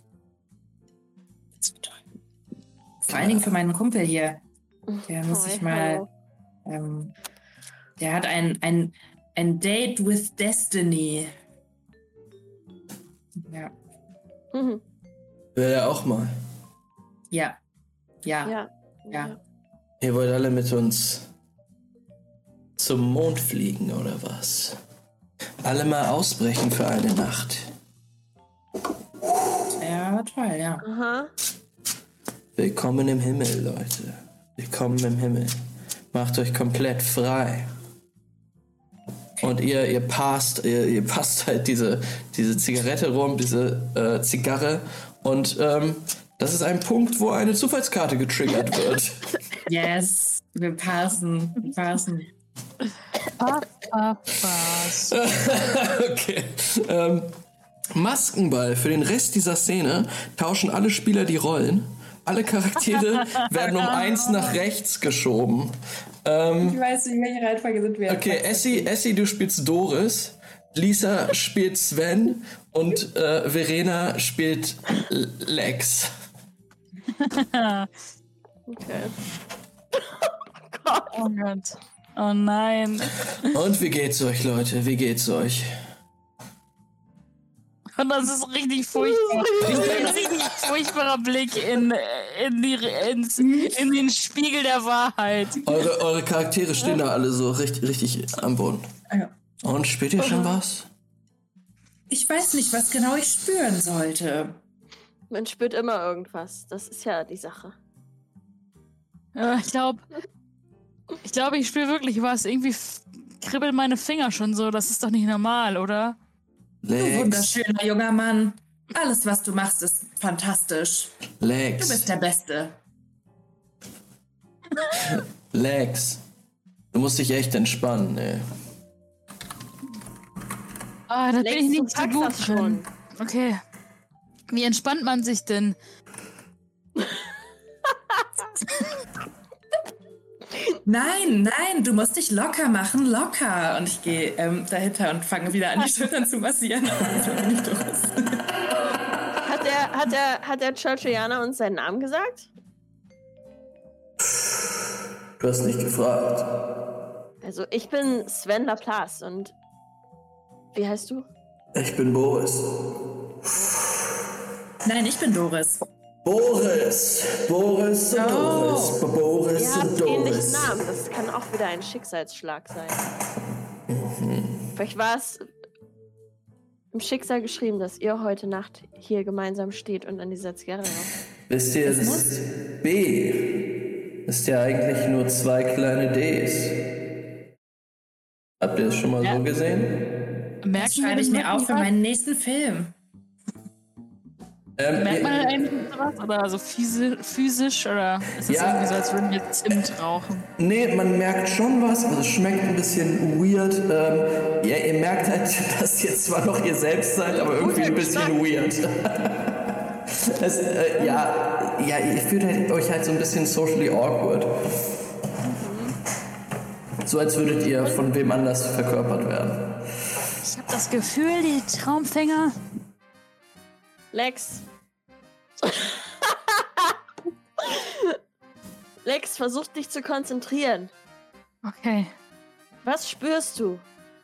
Das wird toll. Vor allen Dingen für meinen Kumpel hier. Der muss sich mal. Der hat ein Date with Destiny. Ja. Mhm. Will er auch mal. Ja. Ja. Ihr wollt alle mit uns zum Mond fliegen, oder was? Alle mal ausbrechen für eine Nacht. Ja, toll, ja. Aha. Willkommen im Himmel, Leute. Willkommen im Himmel. Macht euch komplett frei. Und ihr passt halt diese Zigarette rum, diese Zigarre. Und das ist ein Punkt, wo eine Zufallskarte getriggert wird. Yes, wir passen. Was? Okay. Maskenball. Für den Rest dieser Szene tauschen alle Spieler die Rollen. Alle Charaktere werden um 1 nach rechts geschoben. Ich weiß nicht, welche Reihenfolge sind wir. Okay, Essie, du spielst Doris. Lisa spielt Sven. Und Verena spielt Lex. Okay. Oh Gott. Oh nein. Und wie geht's euch, Leute? Wie geht's euch? Und das ist richtig furchtbar. Ein richtig furchtbarer Blick in den Spiegel der Wahrheit. Eure Charaktere stehen da alle so richtig am Boden. Ja. Und spielt ihr schon was? Ich weiß nicht, was genau ich spüren sollte. Man spürt immer irgendwas. Das ist ja die Sache. Ja, ich glaube, ich spüre wirklich was. Irgendwie kribbeln meine Finger schon so. Das ist doch nicht normal, oder? Du Lex, wunderschöner junger Mann. Alles, was du machst, ist fantastisch. Du Lex, bist der Beste. Lex. Du musst dich echt entspannen, ey. Ah, da bin ich Lex, du nicht so sagst gut das schon. drin. Okay. Wie entspannt man sich denn? Nein, du musst dich locker machen, locker. Und ich gehe dahinter und fange wieder an, die Schultern zu massieren. Hat der Churchiana uns seinen Namen gesagt? Du hast nicht gefragt. Also, ich bin Sven Laplace und wie heißt du? Ich bin Boris. Nein, ich bin Doris. Boris und Doris. Boris Ihr und habt ähnlichen Doris. Namen. Das kann auch wieder ein Schicksalsschlag sein. Vielleicht war es im Schicksal geschrieben, dass ihr heute Nacht hier gemeinsam steht und an dieser Zigarre raucht. Wisst ihr, das B ist ja eigentlich nur 2 kleine Ds. Habt ihr das schon mal so gesehen? Das Merkt man schreibe ich denn mir auf für wirklich meinen nächsten Film. was? Merkt man denn eigentlich sowas? Oder so physisch? Oder ist das Ja. irgendwie so, als würden wir Zimt rauchen? Nee, man merkt schon was, also es schmeckt ein bisschen weird. Ja, ihr merkt halt, dass ihr zwar noch ihr selbst seid, aber irgendwie ein bisschen weird. Ihr fühlt euch halt so ein bisschen socially awkward. So als würdet ihr von wem anders verkörpert werden. Ich habe das Gefühl, die Traumfänger... Lex. Lex, versuch dich zu konzentrieren. Okay. Was spürst du?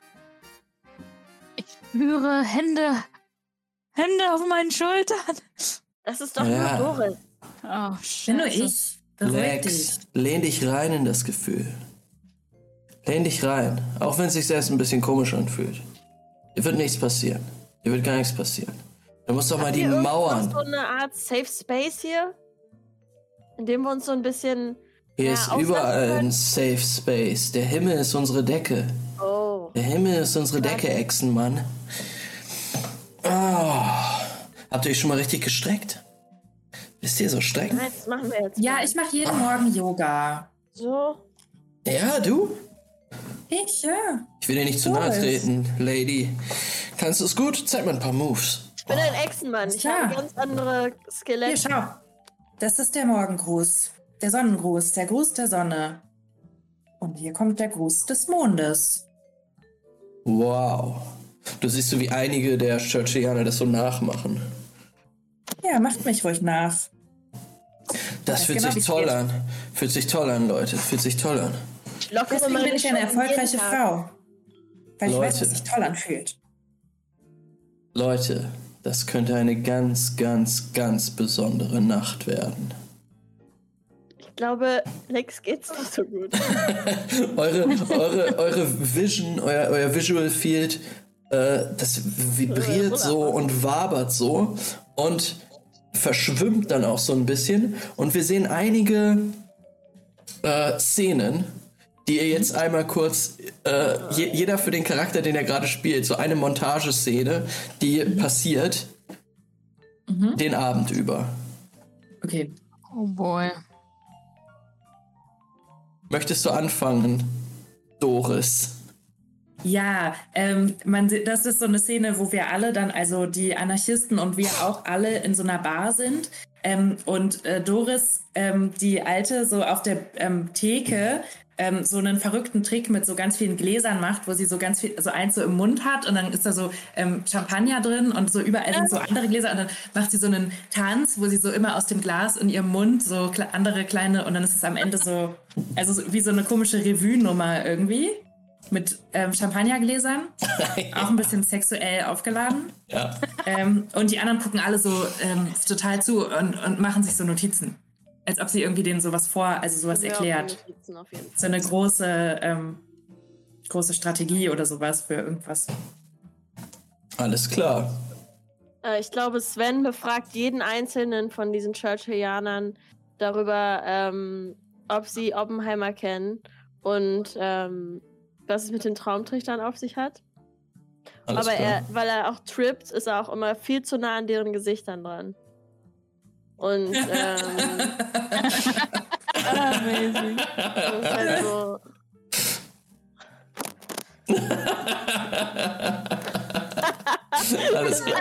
Ich spüre Hände auf meinen Schultern. Das ist doch Ja. nur Doris. Oh, Bin shit. nur ich. Beruhig dich. Lex, lehn dich rein in das Gefühl. Lehn dich rein, auch wenn es sich erst ein bisschen komisch anfühlt. Dir wird nichts passieren. Dir wird gar nichts passieren. Du musst doch mal die Habt ihr Mauern. irgendwo so eine Art Safe Space hier? In dem wir uns so ein bisschen... Hier Ja, ist auslassen überall können. ein Safe Space. Der Himmel ist unsere Decke. Oh. Der Himmel ist unsere Decke, Echsenmann. Oh. Habt ihr euch schon mal richtig gestreckt? Wisst ihr so strecken? Nein, das machen wir jetzt. Ja, mal. ich mache jeden Morgen Yoga. So. Ja, du? Ich, ja. Ich will dir nicht zu nahe Doris. treten, Lady. Kannst du es gut? Zeig mal ein paar Moves. Ich bin ein Echsenmann. Ich Klar. habe ganz andere Hier, Skelette. schau. Das ist der Morgengruß. Der Sonnengruß. Der Gruß der Sonne. Und hier kommt der Gruß des Mondes. Wow. Du siehst so, wie einige der Churchianer das so nachmachen. Ja, macht mich ruhig nach. Das fühlt genau, sich wie toll es geht. an. Fühlt sich toll an, Leute. Fühlt sich toll an. Deswegen bin ich eine erfolgreiche Frau. Weil ich weiß, Leute. was sich toll anfühlt. Leute, das könnte eine ganz, ganz, ganz besondere Nacht werden. Ich glaube, Lex geht's nicht so gut. eure Vision, euer Visual Field, das vibriert so und wabert so und verschwimmt dann auch so ein bisschen. Und wir sehen einige Szenen, die ihr jetzt einmal kurz, jeder für den Charakter, den er gerade spielt, so eine Montageszene, die passiert den Abend über. Okay. Oh boy. Möchtest du anfangen, Doris? Ja, das ist so eine Szene, wo wir alle dann, also die Anarchisten und wir auch alle in so einer Bar sind. Und Doris, die Alte, so auf der Theke so einen verrückten Trick mit so ganz vielen Gläsern macht, wo sie so ganz viel, so eins so im Mund hat und dann ist da so Champagner drin und so überall sind so andere Gläser und dann macht sie so einen Tanz, wo sie so immer aus dem Glas in ihrem Mund so andere kleine und dann ist es am Ende so, also so, wie so eine komische Revue-Nummer irgendwie mit Champagnergläsern, auch ein bisschen sexuell aufgeladen. Ja. Und die anderen gucken alle so total zu und machen sich so Notizen. Als ob sie irgendwie denen sowas sowas erklärt. So eine große Strategie oder sowas für irgendwas. Alles klar. Ich glaube, Sven befragt jeden einzelnen von diesen Churchillianern darüber, ob sie Oppenheimer kennen und was es mit den Traumtrichtern auf sich hat. Alles Aber klar. weil er auch trippt, ist er auch immer viel zu nah an deren Gesichtern dran. Und Amazing. das ist halt so. Alles klar.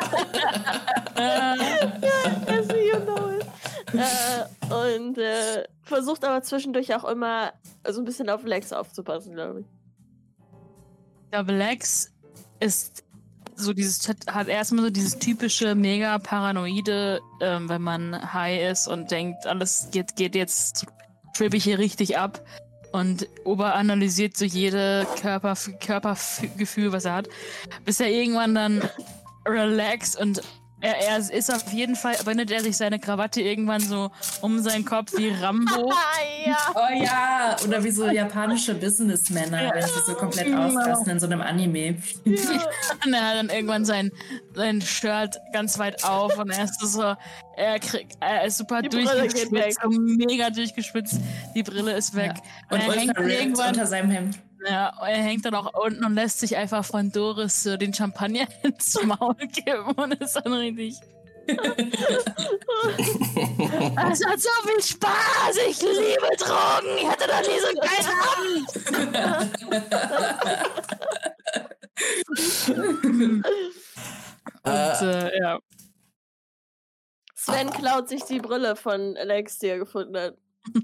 Yes, you know it. Und versucht aber zwischendurch auch immer so ein bisschen auf Lex aufzupassen, glaube ich. Ich glaube, Lex ist so hat erstmal so dieses typische mega paranoide, wenn man high ist und denkt, alles geht jetzt, trippe ich hier richtig ab und oberanalysiert so jede Körpergefühl, was er hat, bis er irgendwann dann relaxt und er ist auf jeden Fall, wendet er sich seine Krawatte irgendwann so um seinen Kopf wie Rambo. Ja. Oh ja, oder wie so japanische Businessmänner, wenn sie so komplett ausrasten in so einem Anime. Und er hat dann irgendwann sein Shirt ganz weit auf und er ist er ist super Die Brille geht weg. durchgeschwitzt, mega durchgeschwitzt, die Brille ist weg. Und er hängt ultra ripped irgendwann unter seinem Hemd. Ja, er hängt dann auch unten und lässt sich einfach von Doris den Champagner ins Maul geben und ist dann richtig. Es hat so viel Spaß! Ich liebe Drogen! Ich hatte noch nie so einen geilen Abend! Und ja. Sven klaut sich die Brille von Lex, die er gefunden hat.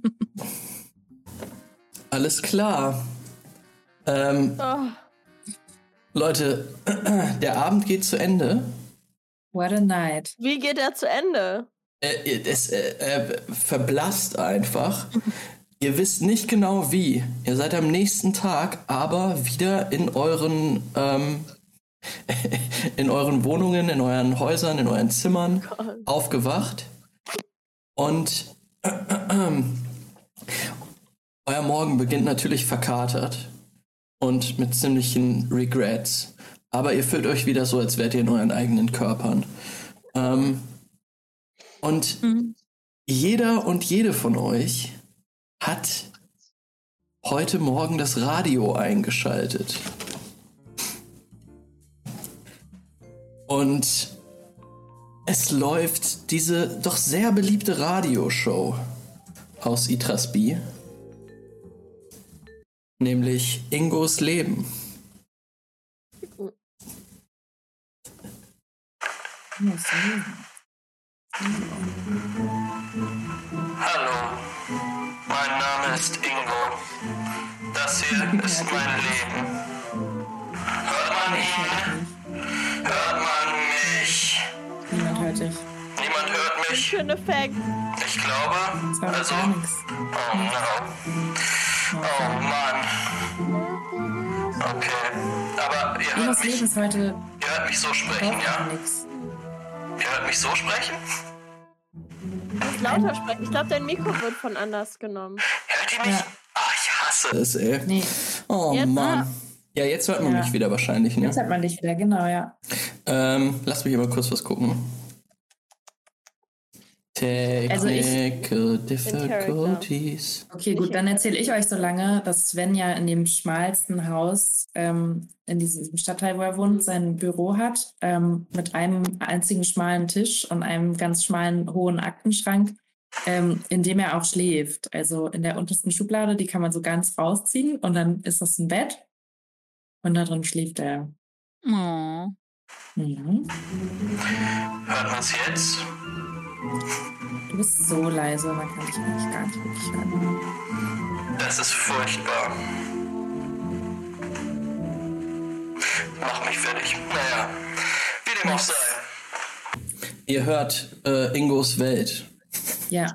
Alles klar. Oh. Leute, der Abend geht zu Ende. What a night. Wie geht er zu Ende? Es verblasst einfach. Ihr wisst nicht genau wie. Ihr seid am nächsten Tag aber wieder in euren Wohnungen, in euren Häusern, in euren Zimmern aufgewacht. Und euer Morgen beginnt natürlich verkatert und mit ziemlichen Regrets. Aber ihr fühlt euch wieder so, als wärt ihr in euren eigenen Körpern. Und jeder und jede von euch hat heute Morgen das Radio eingeschaltet. Und es läuft diese doch sehr beliebte Radioshow aus Itrasby. Nämlich Ingos Leben. Hallo, mein Name ist Ingo. Das hier ist mein Leben. Hört Hört man mich? Niemand hört dich. Niemand hört mich? Schönen Effekt. Ich glaube. Das war Also. gar nichts. Oh no. Oh Mann. Okay. Aber ihr hört Ihres mich. Lebens heute Ihr hört mich so sprechen, braucht ja? nichts. Ihr hört mich so sprechen? Du musst lauter sprechen. Ich glaube, dein Mikro wird von anders genommen. Hört ihr mich? Ja. Oh, ich hasse es. Das, ey. Nee, Oh Jetzt? Mann. Ja, jetzt hört man Ja. mich wieder wahrscheinlich, ne? jetzt hat man dich wieder, genau, ja. Lass mich aber kurz was gucken. Also Technical difficulties. Okay, gut, dann erzähle ich euch so lange, dass Sven ja in dem schmalsten Haus in diesem Stadtteil, wo er wohnt, sein Büro hat, mit einem einzigen schmalen Tisch und einem ganz schmalen, hohen Aktenschrank, in dem er auch schläft. Also in der untersten Schublade, die kann man so ganz rausziehen und dann ist das ein Bett und da drin schläft er. Oh. Mhm. Hört man es jetzt? Du bist so leise, man kann dich eigentlich gar nicht wirklich hören. Das ist furchtbar. Mach mich fertig. Naja, wie dem auch sei. Ihr hört Ingos Welt. Ja,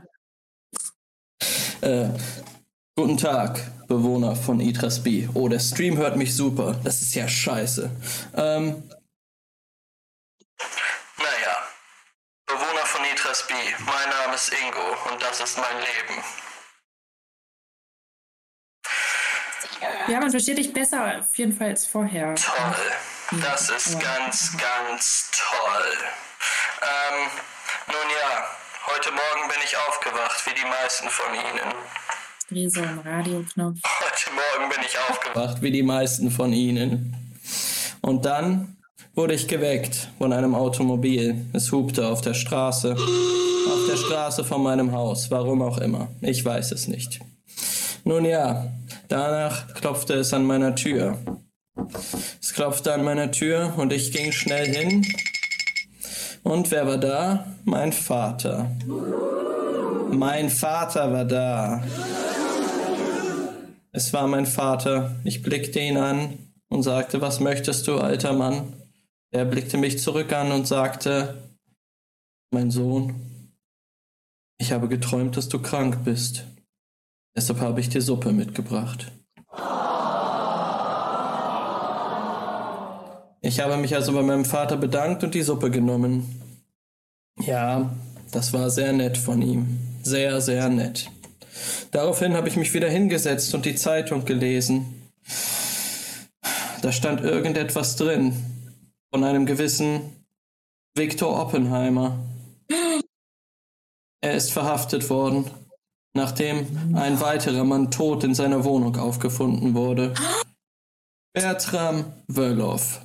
Guten Tag, Bewohner von Itrasby. Oh, der Stream hört mich super. Das ist ja scheiße. Naja, Bewohner von Nitrasby, mein Name ist Ingo und das ist mein Leben. ja, man versteht dich besser auf jeden Fall als vorher. Toll, das ist ganz, ganz toll. Nun ja, heute Morgen bin ich aufgewacht, wie die meisten von Ihnen. Dreh so einen Radioknopf. Heute Morgen bin ich aufgewacht. Wacht wie die meisten von ihnen. Und dann wurde ich geweckt von einem Automobil. Es hupte auf der Straße. Auf der Straße von meinem Haus. Warum auch immer. Ich weiß es nicht. Nun ja, danach klopfte es an meiner Tür. Es klopfte an meiner Tür und ich ging schnell hin. Und wer war da? Mein Vater. Mein Vater war da. Es war mein Vater. Ich blickte ihn an und sagte, was möchtest du, alter Mann? Er blickte mich zurück an und sagte, mein Sohn, ich habe geträumt, dass du krank bist. Deshalb habe ich dir Suppe mitgebracht. Ich habe mich also bei meinem Vater bedankt und die Suppe genommen. Ja, das war sehr nett von ihm. Sehr, sehr nett. Daraufhin habe ich mich wieder hingesetzt und die Zeitung gelesen. Da stand irgendetwas drin von einem gewissen Viktor Oppenheimer. Er ist verhaftet worden, nachdem ein weiterer Mann tot in seiner Wohnung aufgefunden wurde. Bertram Wölow.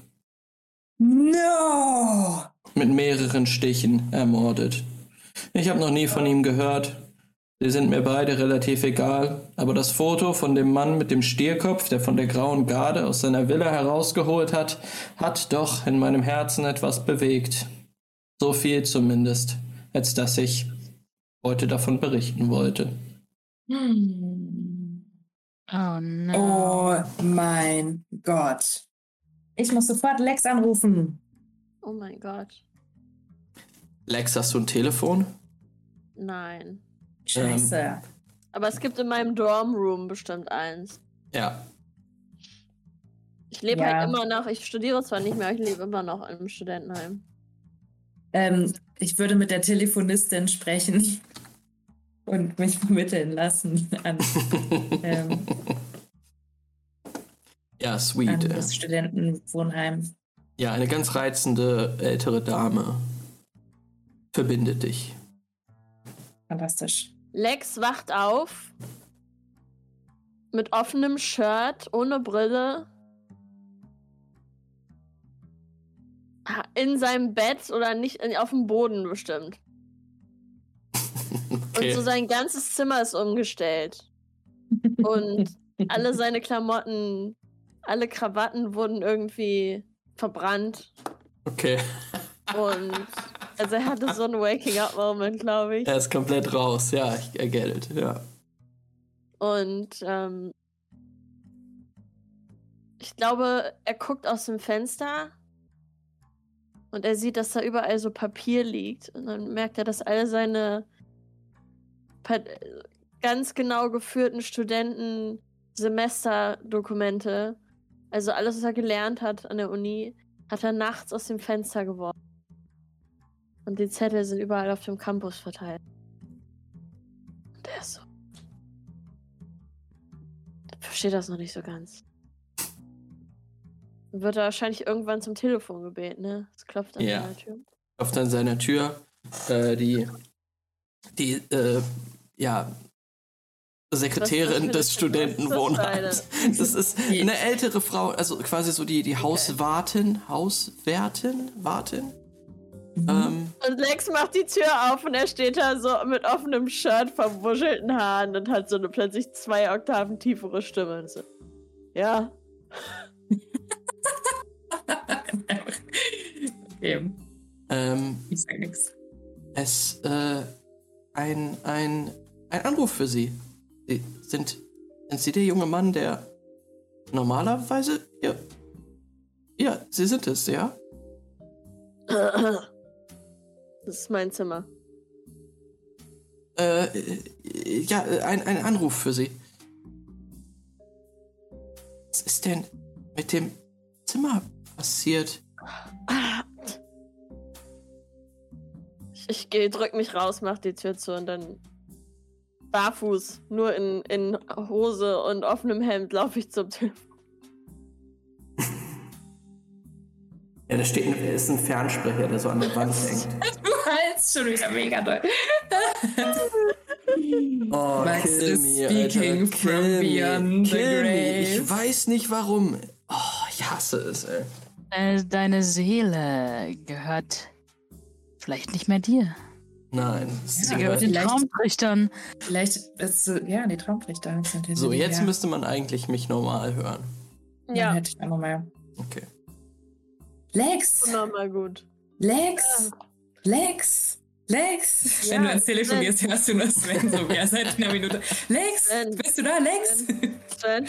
No! Mit mehreren Stichen ermordet. Ich habe noch nie von ihm gehört. Sie sind mir beide relativ egal, aber das Foto von dem Mann mit dem Stierkopf, der von der Grauen Garde aus seiner Villa herausgeholt hat, hat doch in meinem Herzen etwas bewegt. So viel zumindest, als dass ich heute davon berichten wollte. Oh no. Oh mein Gott. Ich muss sofort Lex anrufen. Oh mein Gott. Lex, hast du ein Telefon? Nein. Scheiße. Aber es gibt in meinem Dormroom bestimmt eins. Ja. Ich lebe Ja. halt immer noch, ich studiere zwar nicht mehr, aber ich lebe immer noch im Studentenheim. Ich würde mit der Telefonistin sprechen und mich vermitteln lassen an Ja, sweet. das Studentenwohnheim. Ja, eine ganz reizende ältere Dame verbindet dich. Fantastisch. Lex wacht auf mit offenem Shirt, ohne Brille. In seinem Bett oder nicht auf dem Boden bestimmt. Okay. Und so sein ganzes Zimmer ist umgestellt. Und alle seine Klamotten, alle Krawatten wurden irgendwie verbrannt. Okay. Und also er hatte so einen Waking-up-Moment, glaube ich. Er ist komplett raus. Ja, I get it. Ja. Und Ich glaube, er guckt aus dem Fenster und er sieht, dass da überall so Papier liegt. Und dann merkt er, dass alle seine ganz genau geführten Studenten-Semesterdokumente, also alles, was er gelernt hat an der Uni, hat er nachts aus dem Fenster geworfen. Und die Zettel sind überall auf dem Campus verteilt. Und er ist so. Ich verstehe das noch nicht so ganz. Dann wird er wahrscheinlich irgendwann zum Telefon gebeten, ne? Es klopft an seiner Tür. Klopft an seiner Tür. Die Sekretärin des Studentenwohnheims. Das ist eine ältere Frau, also quasi so die Hauswartin. Und Lex macht die Tür auf und er steht da so mit offenem Shirt, verwuschelten Haaren und hat so eine plötzlich 2 Oktaven tiefere Stimme. Und so, ja. Okay. Ich sag nix. Ein Anruf für Sie. Sind Sie der junge Mann, der normalerweise... Ja, Sie sind es, ja? Das ist mein Zimmer. Ein Anruf für Sie. Was ist denn mit dem Zimmer passiert? Ich drück mich raus, mach die Tür zu und dann barfuß, nur in Hose und offenem Hemd laufe ich zum Telefon. Ja, da ist ein Fernsprecher, der so an der Wand hängt. Du hältst schon wieder mega doll. Oh, Max kill is me, speaking Alter. from beyond the Kill me. grave. Ich weiß nicht warum. Oh, ich hasse es, ey. Deine Seele gehört vielleicht nicht mehr dir. Nein. Sie gehört den vielleicht- Traumtrichtern. Vielleicht ist so, ja, die Traumtrichter sind hinter So, dir, jetzt ja. müsste man eigentlich mich normal hören. Dann Ja, hätte ich einfach mal. Okay. Lex! nochmal gut. Lex! Lex! Lex! Ja, Wenn du ans Telefon Sven. gehst, hörst du nur Sven so wie seit einer Minute. Lex! Sven. Bist du da, Lex? Sven,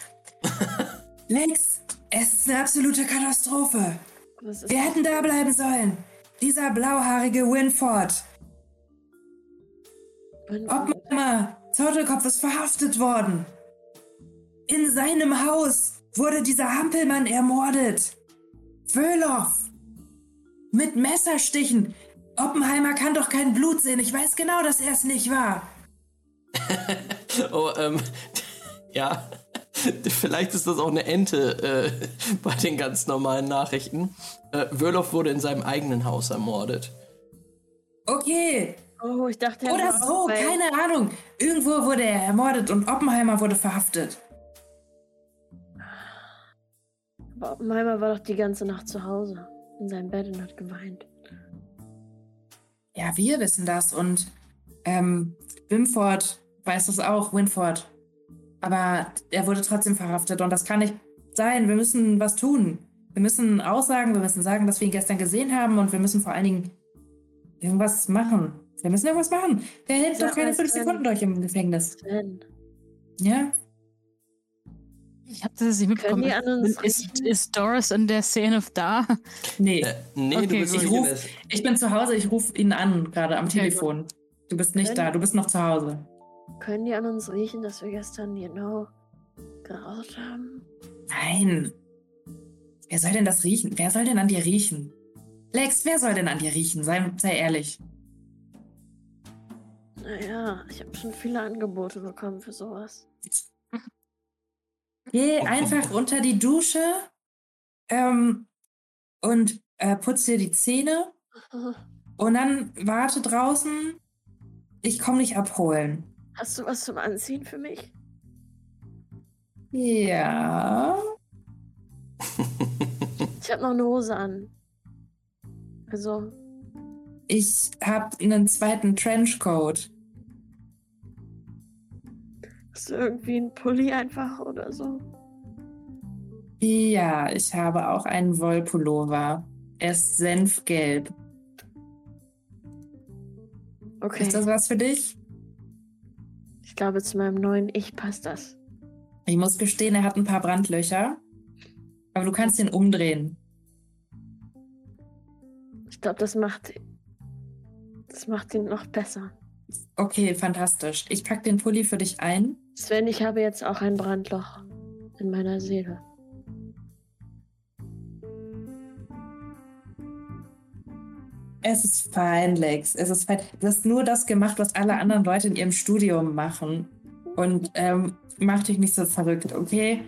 Lex! Es ist eine absolute Katastrophe. was ist Wir hätten da bleiben sollen. Dieser blauhaarige Winford. Oppenheimer, Zottelkopf ist verhaftet worden. In seinem Haus wurde dieser Hampelmann ermordet. Wöhlow. Mit Messerstichen. Oppenheimer kann doch kein Blut sehen. Ich weiß genau, dass er es nicht war. Oh, ja. Vielleicht ist das auch eine Ente bei den ganz normalen Nachrichten. Wöhlow wurde in seinem eigenen Haus ermordet. Okay. Oh, ich dachte, er Oder war so, auch bei- keine Ahnung. Irgendwo wurde er ermordet und Oppenheimer wurde verhaftet. Aber Oppenheimer war doch die ganze Nacht zu Hause. In seinem Bett und hat geweint. Ja, wir wissen das und Wimford weiß das auch, Winford. Aber er wurde trotzdem verhaftet und das kann nicht sein. Wir müssen was tun. Wir müssen aussagen, wir müssen sagen, dass wir ihn gestern gesehen haben und wir müssen vor allen Dingen irgendwas machen. Wir müssen irgendwas machen. Der hält Sag doch keine mal, 5 Sven. Sekunden durch im Gefängnis. Sven, Ja? Ich habe das nicht mitbekommen. Können die an uns Ist Doris in der Szene da? Nee. Nee, Okay, du bist gut. nicht in der... Ich bin zu Hause, ich rufe ihn an, gerade am Okay, Telefon. Du bist nicht Wenn- da, du bist noch zu Hause. können die an uns riechen, dass wir gestern geraucht haben? Nein. Wer soll denn das riechen? Wer soll denn an dir riechen? Lex, wer soll denn an dir riechen? Sei ehrlich. Naja, ich habe schon viele Angebote bekommen für sowas. Geh einfach unter die Dusche und putz dir die Zähne und dann warte draußen. Ich komme dich abholen. Hast du was zum Anziehen für mich? Ja. Ich habe noch eine Hose an. Also, Ich habe einen zweiten Trenchcoat. hast du irgendwie einen Pulli einfach oder so? Ja, ich habe auch einen Wollpullover. Er ist senfgelb. Okay, Ist das was für dich? ich glaube, zu meinem neuen Ich passt das. Ich muss gestehen, er hat ein paar Brandlöcher. Aber du kannst ihn umdrehen. Ich glaube, das macht ihn noch besser. Okay, fantastisch. Ich pack den Pulli für dich ein. Sven, ich habe jetzt auch ein Brandloch in meiner Seele. Es ist fein, Lex. Es ist fein. Du hast nur das gemacht, was alle anderen Leute in ihrem Studium machen. Und mach dich nicht so verrückt, okay?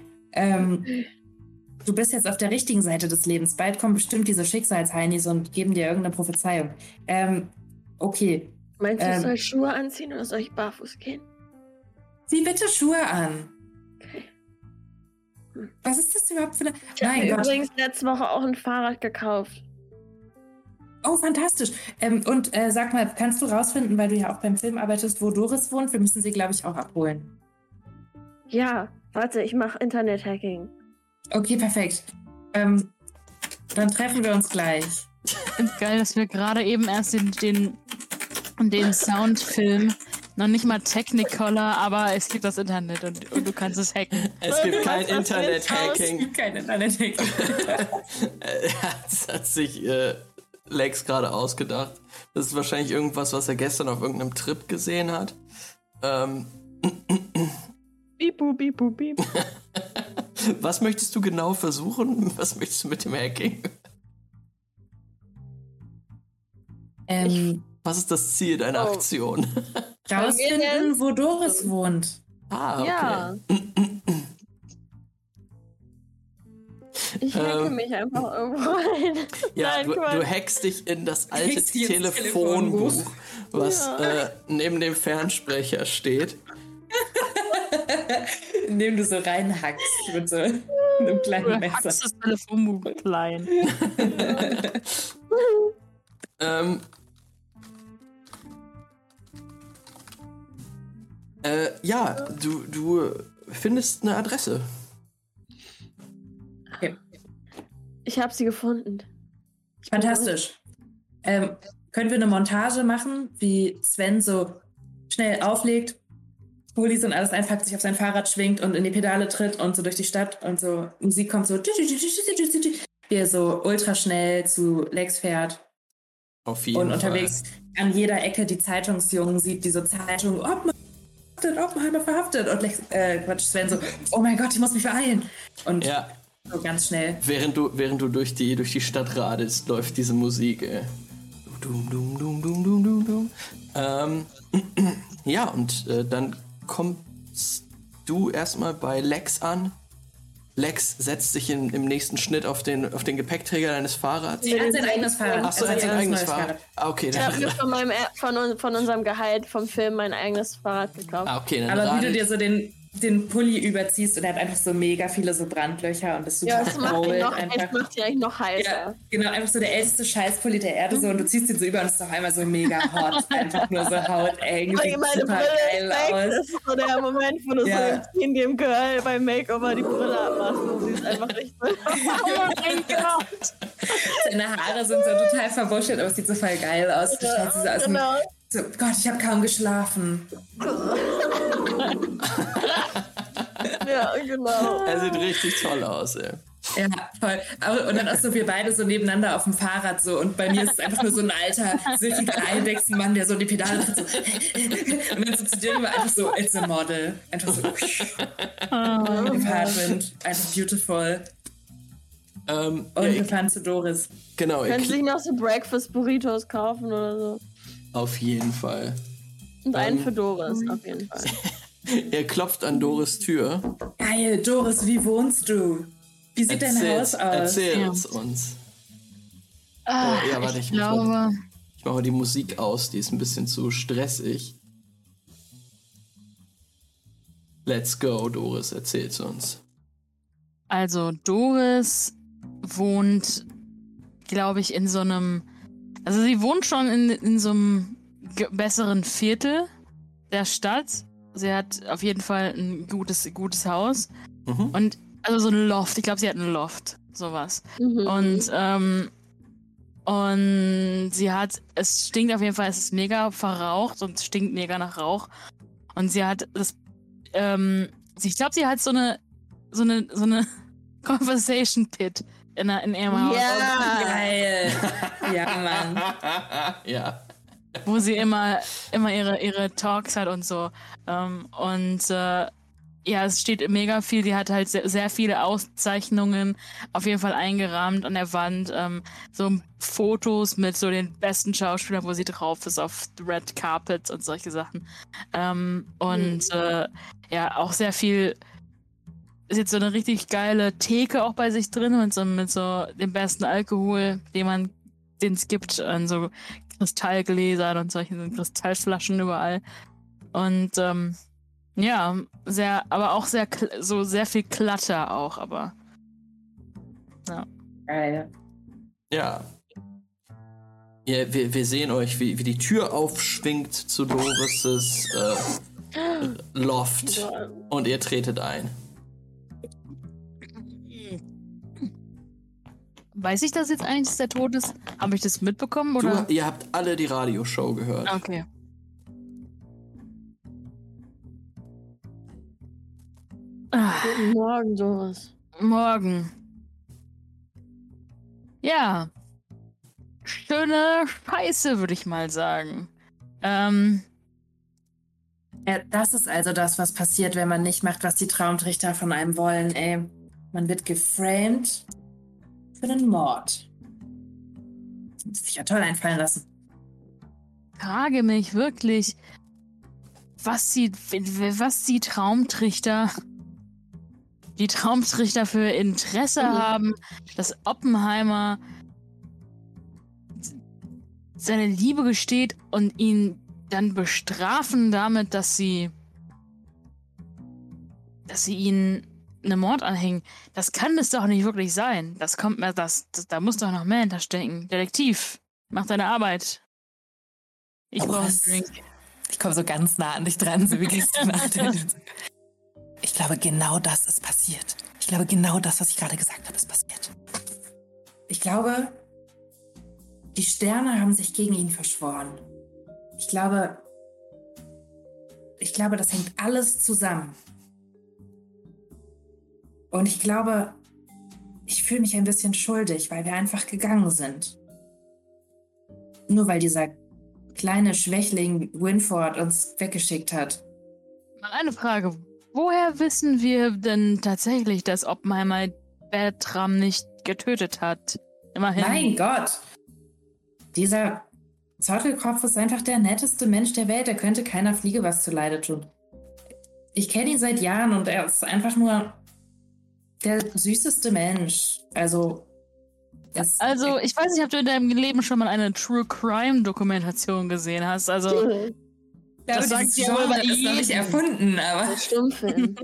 Du bist jetzt auf der richtigen Seite des Lebens. Bald kommen bestimmt diese Schicksalsheinis und geben dir irgendeine Prophezeiung. Okay. Meinst du, ich soll Schuhe anziehen oder soll ich barfuß gehen? Zieh bitte Schuhe an. Okay. Was ist das überhaupt für eine... Ich habe mir übrigens letzte Woche auch ein Fahrrad gekauft. Oh, fantastisch. Und sag mal, kannst du rausfinden, weil du ja auch beim Film arbeitest, wo Doris wohnt? Wir müssen sie, glaube ich, auch abholen. Ja, warte, ich mache Internet-Hacking. Okay, perfekt. Dann treffen wir uns gleich. Ich finde es geil, dass wir gerade eben erst den Soundfilm, noch nicht mal Technicolor, aber es gibt das Internet und du kannst es hacken. Es gibt kein Internet-Hacking. Es gibt kein Internet-Hacking. Das hat sich Lex gerade ausgedacht. Das ist wahrscheinlich irgendwas, was er gestern auf irgendeinem Trip gesehen hat. Beep, boop, beep, boop, beep. Was möchtest du genau versuchen? Was möchtest du mit dem Hacking? Was ist das Ziel deiner Aktion? Rausfinden, wo Doris wohnt. Ah, okay. Ja. Ich hacke mich einfach irgendwo rein. Ja, Nein, du hackst dich in das alte Hackst dich ins Telefonbuch, was Ja. neben dem Fernsprecher steht. Indem du so reinhackst mit so einem kleinen Du Messer. hackst das Telefonbuch klein. Ja, du findest eine Adresse. Okay. Ich habe sie gefunden. Fantastisch. Können wir eine Montage machen, wie Sven so schnell auflegt, Pullis und alles einpackt, sich auf sein Fahrrad schwingt und in die Pedale tritt und so durch die Stadt und so Musik kommt so, wie er so ultra schnell zu Lex fährt Auf jeden und Fall. unterwegs an jeder Ecke die Zeitungsjungen sieht, die so Zeitungen, Oppenheimer verhaftet und Lex, Sven so, oh mein Gott, ich muss mich beeilen. Und Ja, so ganz schnell. während du durch die Stadt radelst, läuft diese Musik. Dum, dum, dum, dum, dum, dum, dum. Ja, und dann kommst du erstmal bei Lex an. Lex setzt sich im nächsten Schnitt auf den Gepäckträger deines Fahrrads. Er hat sein eigenes Fahrrad. Achso, er hat sein eigenes Fahrrad. Ah, okay. Ich habe mir von unserem Gehalt vom Film mein eigenes Fahrrad gekauft. Ah, okay. Dann Aber wie du radelt- dir so den Pulli überziehst und er hat einfach so mega viele so Brandlöcher und ist Ja, super das macht ihn cold noch, einfach. echt, macht ihn eigentlich noch heißer. Ja, genau, einfach so der älteste Scheißpulli der Erde so und du ziehst ihn so über und es ist auf einmal so mega hot. Einfach nur so hauteng, Weil sieht meine super Brille geil ist weg. aus. Das ist so der Moment, wo du Ja. so in dem Girl beim Makeover die Brille abmachst und sie ist einfach nicht so. Oh mein Gott! Seine Haare sind so total verwuschelt, aber es sieht so voll geil aus. Du stellst sie so aus dem, Genau. so, Gott, ich habe kaum geschlafen. Ja, genau. Er sieht richtig toll aus, ey. Ja, voll. Und dann auch so wir beide so nebeneinander auf dem Fahrrad so und bei mir ist es einfach nur so ein alter, süffiger Eidechsenmann, der so die Pedale tritt, so und dann so zu dir rüber einfach so, it's a model. Einfach so im Fahrtwind. Einfach beautiful. Und wir fahren zu Doris. Genau, Können Sie sich noch so Breakfast-Burritos kaufen oder so? auf jeden Fall. Und einen für Doris, auf jeden Fall. Er klopft an Doris Tür. Geil, Doris, wie wohnst du? Wie sieht dein Haus aus? Erzähl's uns. Ah, ja, warte, ich ich muss glaube, Ich mache die Musik aus, die ist ein bisschen zu stressig. Let's go, Doris, erzähl's uns. also Doris wohnt, glaube ich, in so einem, also sie wohnt schon in so einem besseren Viertel der Stadt. Sie hat auf jeden Fall ein gutes Haus. Mhm. Und also so ein Loft. Ich glaube, sie hat ein Loft. Sowas. Mhm. Und sie hat, es stinkt auf jeden Fall, es ist mega verraucht und stinkt mega nach Rauch. Und sie hat das, ich glaube, sie hat so eine Conversation Pit in ihrem Haus. Ja. Geil. Ja, Mann. Ja. Wo sie immer ihre Talks hat und so. Ja, es steht mega viel. Die hat halt sehr viele Auszeichnungen auf jeden Fall eingerahmt an der Wand. So Fotos mit so den besten Schauspielern, wo sie drauf ist auf Red Carpets und solche Sachen. Ja, auch sehr viel. Ist jetzt so eine richtig geile Theke auch bei sich drin mit so dem besten Alkohol, den es gibt, an so Kristallgläsern und solchen Kristallflaschen überall. Und ja, aber auch sehr viel Klatter auch, aber ja. Geil. Ja. Ja, wir sehen euch, wie die Tür aufschwingt zu Doris' Loft und ihr tretet ein. Weiß ich das jetzt eigentlich, dass der tot ist? Habe ich das mitbekommen, oder? Ihr habt alle die Radioshow gehört. Okay. Guten Morgen, Doris. Morgen. Ja. Schöne Scheiße, würde ich mal sagen. Das ist also das, was passiert, wenn man nicht macht, was die Traumtrichter von einem wollen, ey. Man wird geframed für den Mord. Das muss sich ja toll einfallen lassen. Frage mich wirklich, was die Traumtrichter für Interesse haben, dass Oppenheimer seine Liebe gesteht und ihn dann bestrafen damit, dass sie ihn einem Mord anhängen. Das kann es doch nicht wirklich sein. Da muss doch noch mehr hinterstecken. Detektiv, mach deine Arbeit. Ich brauche einen Drink. Ich komme so ganz nah an dich dran, so wie gestern Nacht. Ich glaube, genau das ist passiert. Ich glaube, genau das, was ich gerade gesagt habe, ist passiert. Ich glaube, die Sterne haben sich gegen ihn verschworen. Ich glaube, das hängt alles zusammen. Und ich glaube, ich fühle mich ein bisschen schuldig, weil wir einfach gegangen sind. Nur weil dieser kleine Schwächling Winford uns weggeschickt hat. Mal eine Frage. Woher wissen wir denn tatsächlich, dass Oppenheimer Bertram nicht getötet hat? Immerhin. Mein Gott! Dieser Zottelkopf ist einfach der netteste Mensch der Welt. Er könnte keiner Fliege was zuleide tun. Ich kenne ihn seit Jahren und er ist einfach nur der süßeste Mensch. Also, ich weiß nicht, ob du in deinem Leben schon mal eine True Crime Dokumentation gesehen hast. Also, das sagt ja wohl bei ist noch nicht erfunden, aber Stummfilm.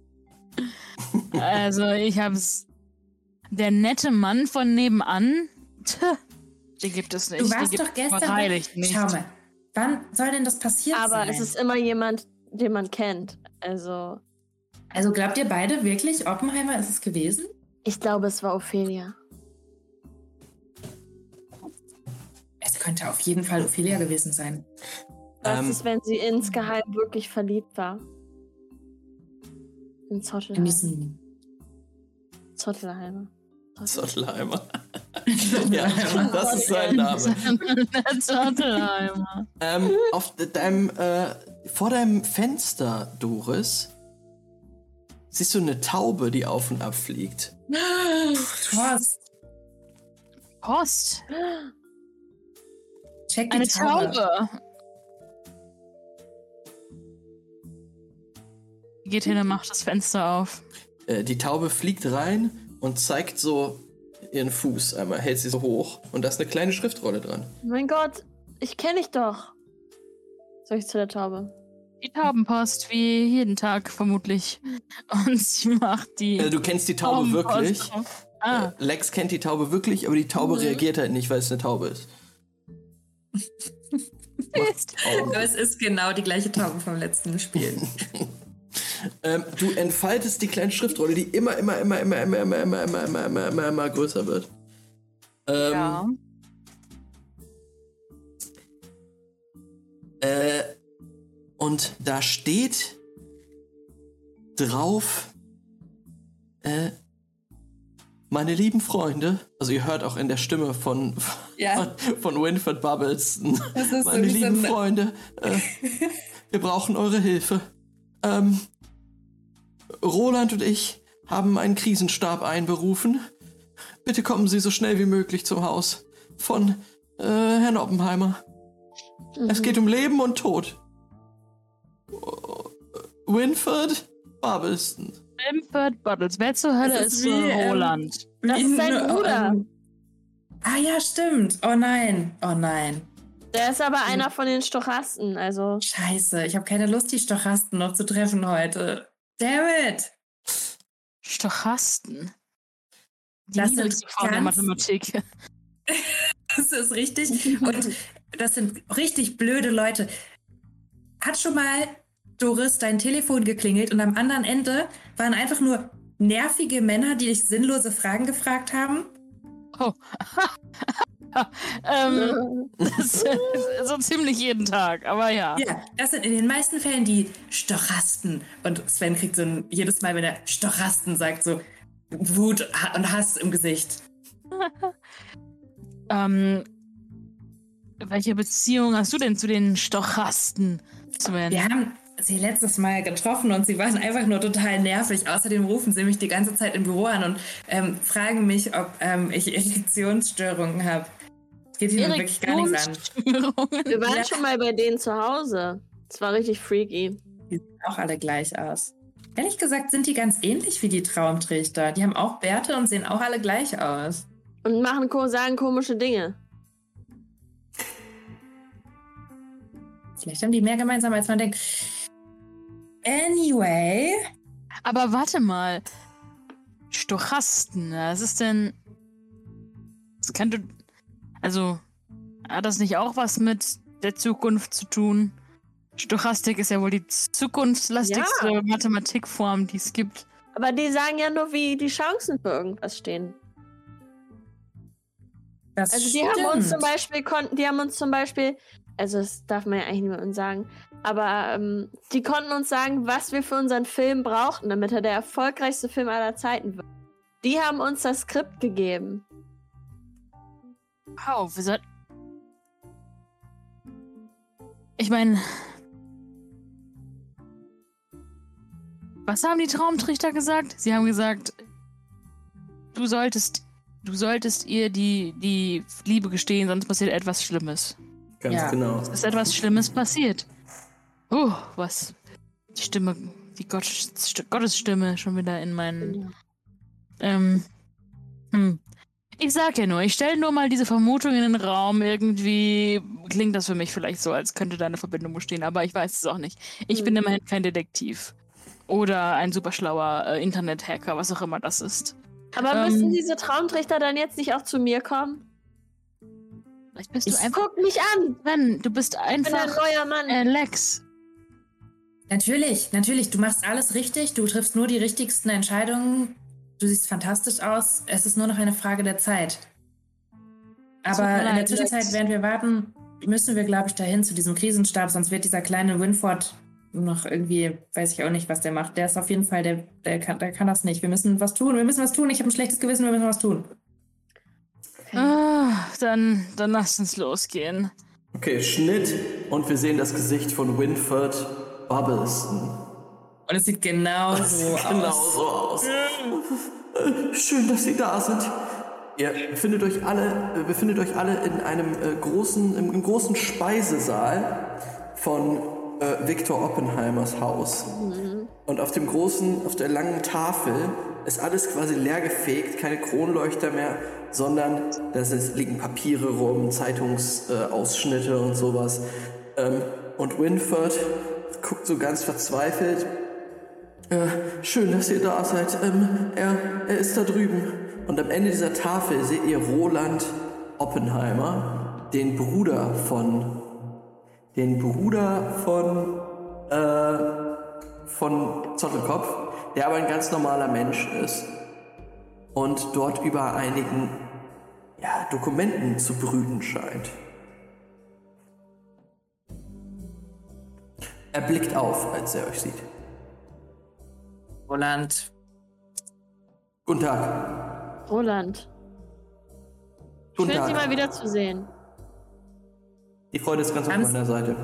Also, ich hab's. Der nette Mann von nebenan. Den gibt es nicht. Du warst doch gestern. Nicht. Schau mal, wann soll denn das passiert sein? Aber es ist immer jemand, den man kennt. Also glaubt ihr beide wirklich, Oppenheimer ist es gewesen? ich glaube, es war Ophelia. Es könnte auf jeden Fall Ophelia gewesen sein. Was ist, wenn sie insgeheim wirklich verliebt war? In In Zottelheimer. diesem Zottelheimer. Zottelheimer. Ja, das ist sein Name. Zottelheimer. Vor deinem Fenster, Doris, siehst du eine Taube, die auf und ab fliegt. Post. Check die Eine Taube. Taube. Geht hin und macht das Fenster auf. Die Taube fliegt rein und zeigt so ihren Fuß einmal, hält sie so hoch und da ist eine kleine Schriftrolle dran. Mein Gott, ich kenne dich doch. Sag ich zu der Taube. Die Taubenpost, wie jeden Tag vermutlich. Und sie macht die... Du kennst die Taube wirklich. auf. Ah, Lex kennt die Taube wirklich, aber die Taube reagiert halt nicht, weil es eine Taube ist. Aber es ist genau die gleiche Taube vom letzten Spiel. Du entfaltest die kleine Schriftrolle, die immer größer wird. ja. Und da steht drauf Meine lieben Freunde, also ihr hört auch in der Stimme von Winford Bubbleston, Das ist meine so wie so lieben ein- Freunde, wir brauchen eure Hilfe. Roland und ich haben einen Krisenstab einberufen. Bitte kommen Sie so schnell wie möglich zum Haus von Herrn Oppenheimer. Es geht um Leben und Tod. Winford Bubbleston. Winford Bubbles. Wer zur Hölle Das ist ist wie, Roland? Das ist sein Bruder. Ah ja, stimmt. Oh nein. Oh nein. Der ist aber einer von den Stochasten, also. Scheiße, ich habe keine Lust, die Stochasten noch zu treffen heute. Damn it. Stochasten. Die Das sind niedrigste Form der ganz- Mathematik. Das ist richtig. Und das sind richtig blöde Leute. Hat schon mal, Doris, dein Telefon geklingelt und am anderen Ende waren einfach nur nervige Männer, die dich sinnlose Fragen gefragt haben? Oh. Das ist so ziemlich jeden Tag, aber ja. Ja, das sind in den meisten Fällen die Stochasten. Und Sven kriegt so jedes Mal, wenn er Stochasten sagt, so Wut und Hass im Gesicht. Welche Beziehung hast du denn zu den Stochasten, Sven? Wir haben sie letztes Mal getroffen und sie waren einfach nur total nervig. Außerdem rufen sie mich die ganze Zeit im Büro an und fragen mich, ob ich Erektionsstörungen habe. Das geht ihnen wirklich gar nichts an. Erektionsstörungen. Wir waren Ja. schon mal bei denen zu Hause. Es war richtig freaky. Die sehen auch alle gleich aus. Ehrlich gesagt sind die ganz ähnlich wie die Traumtrichter. Die haben auch Bärte und sehen auch alle gleich aus. Und sagen komische Dinge. Vielleicht haben die mehr gemeinsam, als man denkt. Anyway. Aber warte mal. Stochasten, was ist denn. Das könnte. Also, hat das nicht auch was mit der Zukunft zu tun? Stochastik ist ja wohl die zukunftslastigste Mathematikform, die es gibt. Aber die sagen ja nur, wie die Chancen für irgendwas stehen. Das Also die haben uns stimmt. zum Beispiel, also das darf man ja eigentlich niemandem sagen, aber die konnten uns sagen, was wir für unseren Film brauchten, damit er der erfolgreichste Film aller Zeiten wird. Die haben uns das Skript gegeben. Wow, wir sollten. Ich meine. Was haben die Traumtrichter gesagt? Sie haben gesagt, du solltest ihr die Liebe gestehen, sonst passiert etwas Schlimmes. Ganz Ja. genau. Es ist etwas Schlimmes passiert. Was? Die Stimme, die Gottes Stimme schon wieder in meinen. Ich sag ja nur, ich stelle nur mal diese Vermutung in den Raum. Irgendwie klingt das für mich vielleicht so, als könnte da eine Verbindung bestehen, aber ich weiß es auch nicht. Ich bin immerhin kein Detektiv. Oder ein superschlauer Internet-Hacker, was auch immer das ist. Aber müssen diese Traumtrichter dann jetzt nicht auch zu mir kommen? Vielleicht bist du Ich einfach. Guck mich an! Sven, du bist Ich bin ein einfach neuer Mann. Lex. Natürlich. Du machst alles richtig. Du triffst nur die richtigsten Entscheidungen. Du siehst fantastisch aus. Es ist nur noch eine Frage der Zeit. Tut mir Aber in der leid, Zwischenzeit, Lex. während wir warten, müssen wir, glaube ich, dahin zu diesem Krisenstab. Sonst wird dieser kleine Winford noch irgendwie, weiß ich auch nicht, was der macht. Der ist auf jeden Fall, der kann das nicht. Wir müssen was tun. Ich habe ein schlechtes Gewissen, wir müssen was tun. Dann lasst uns losgehen. Okay, Schnitt und wir sehen das Gesicht von Winford Bubbleston. Und es sieht genau so Genau aus. so aus. Schön, dass Sie da sind. Ihr befindet euch alle in einem im großen Speisesaal von Viktor Oppenheimers Haus. Und auf der langen Tafel ist alles quasi leergefegt, keine Kronleuchter mehr, sondern liegen Papiere rum, Zeitungsausschnitte und sowas. Und Winford guckt so ganz verzweifelt. Schön, dass ihr da seid. Er ist da drüben. Und am Ende dieser Tafel seht ihr Roland Oppenheimer, den Bruder von Zottelkopf, der aber ein ganz normaler Mensch ist und dort über einigen Dokumenten zu brüten scheint. Er blickt auf, als er euch sieht. Roland, Guten Tag. Roland. Guten Schön, Sie Tag. mal wiederzusehen. Die Freude ist ganz auf Hans? meiner Seite.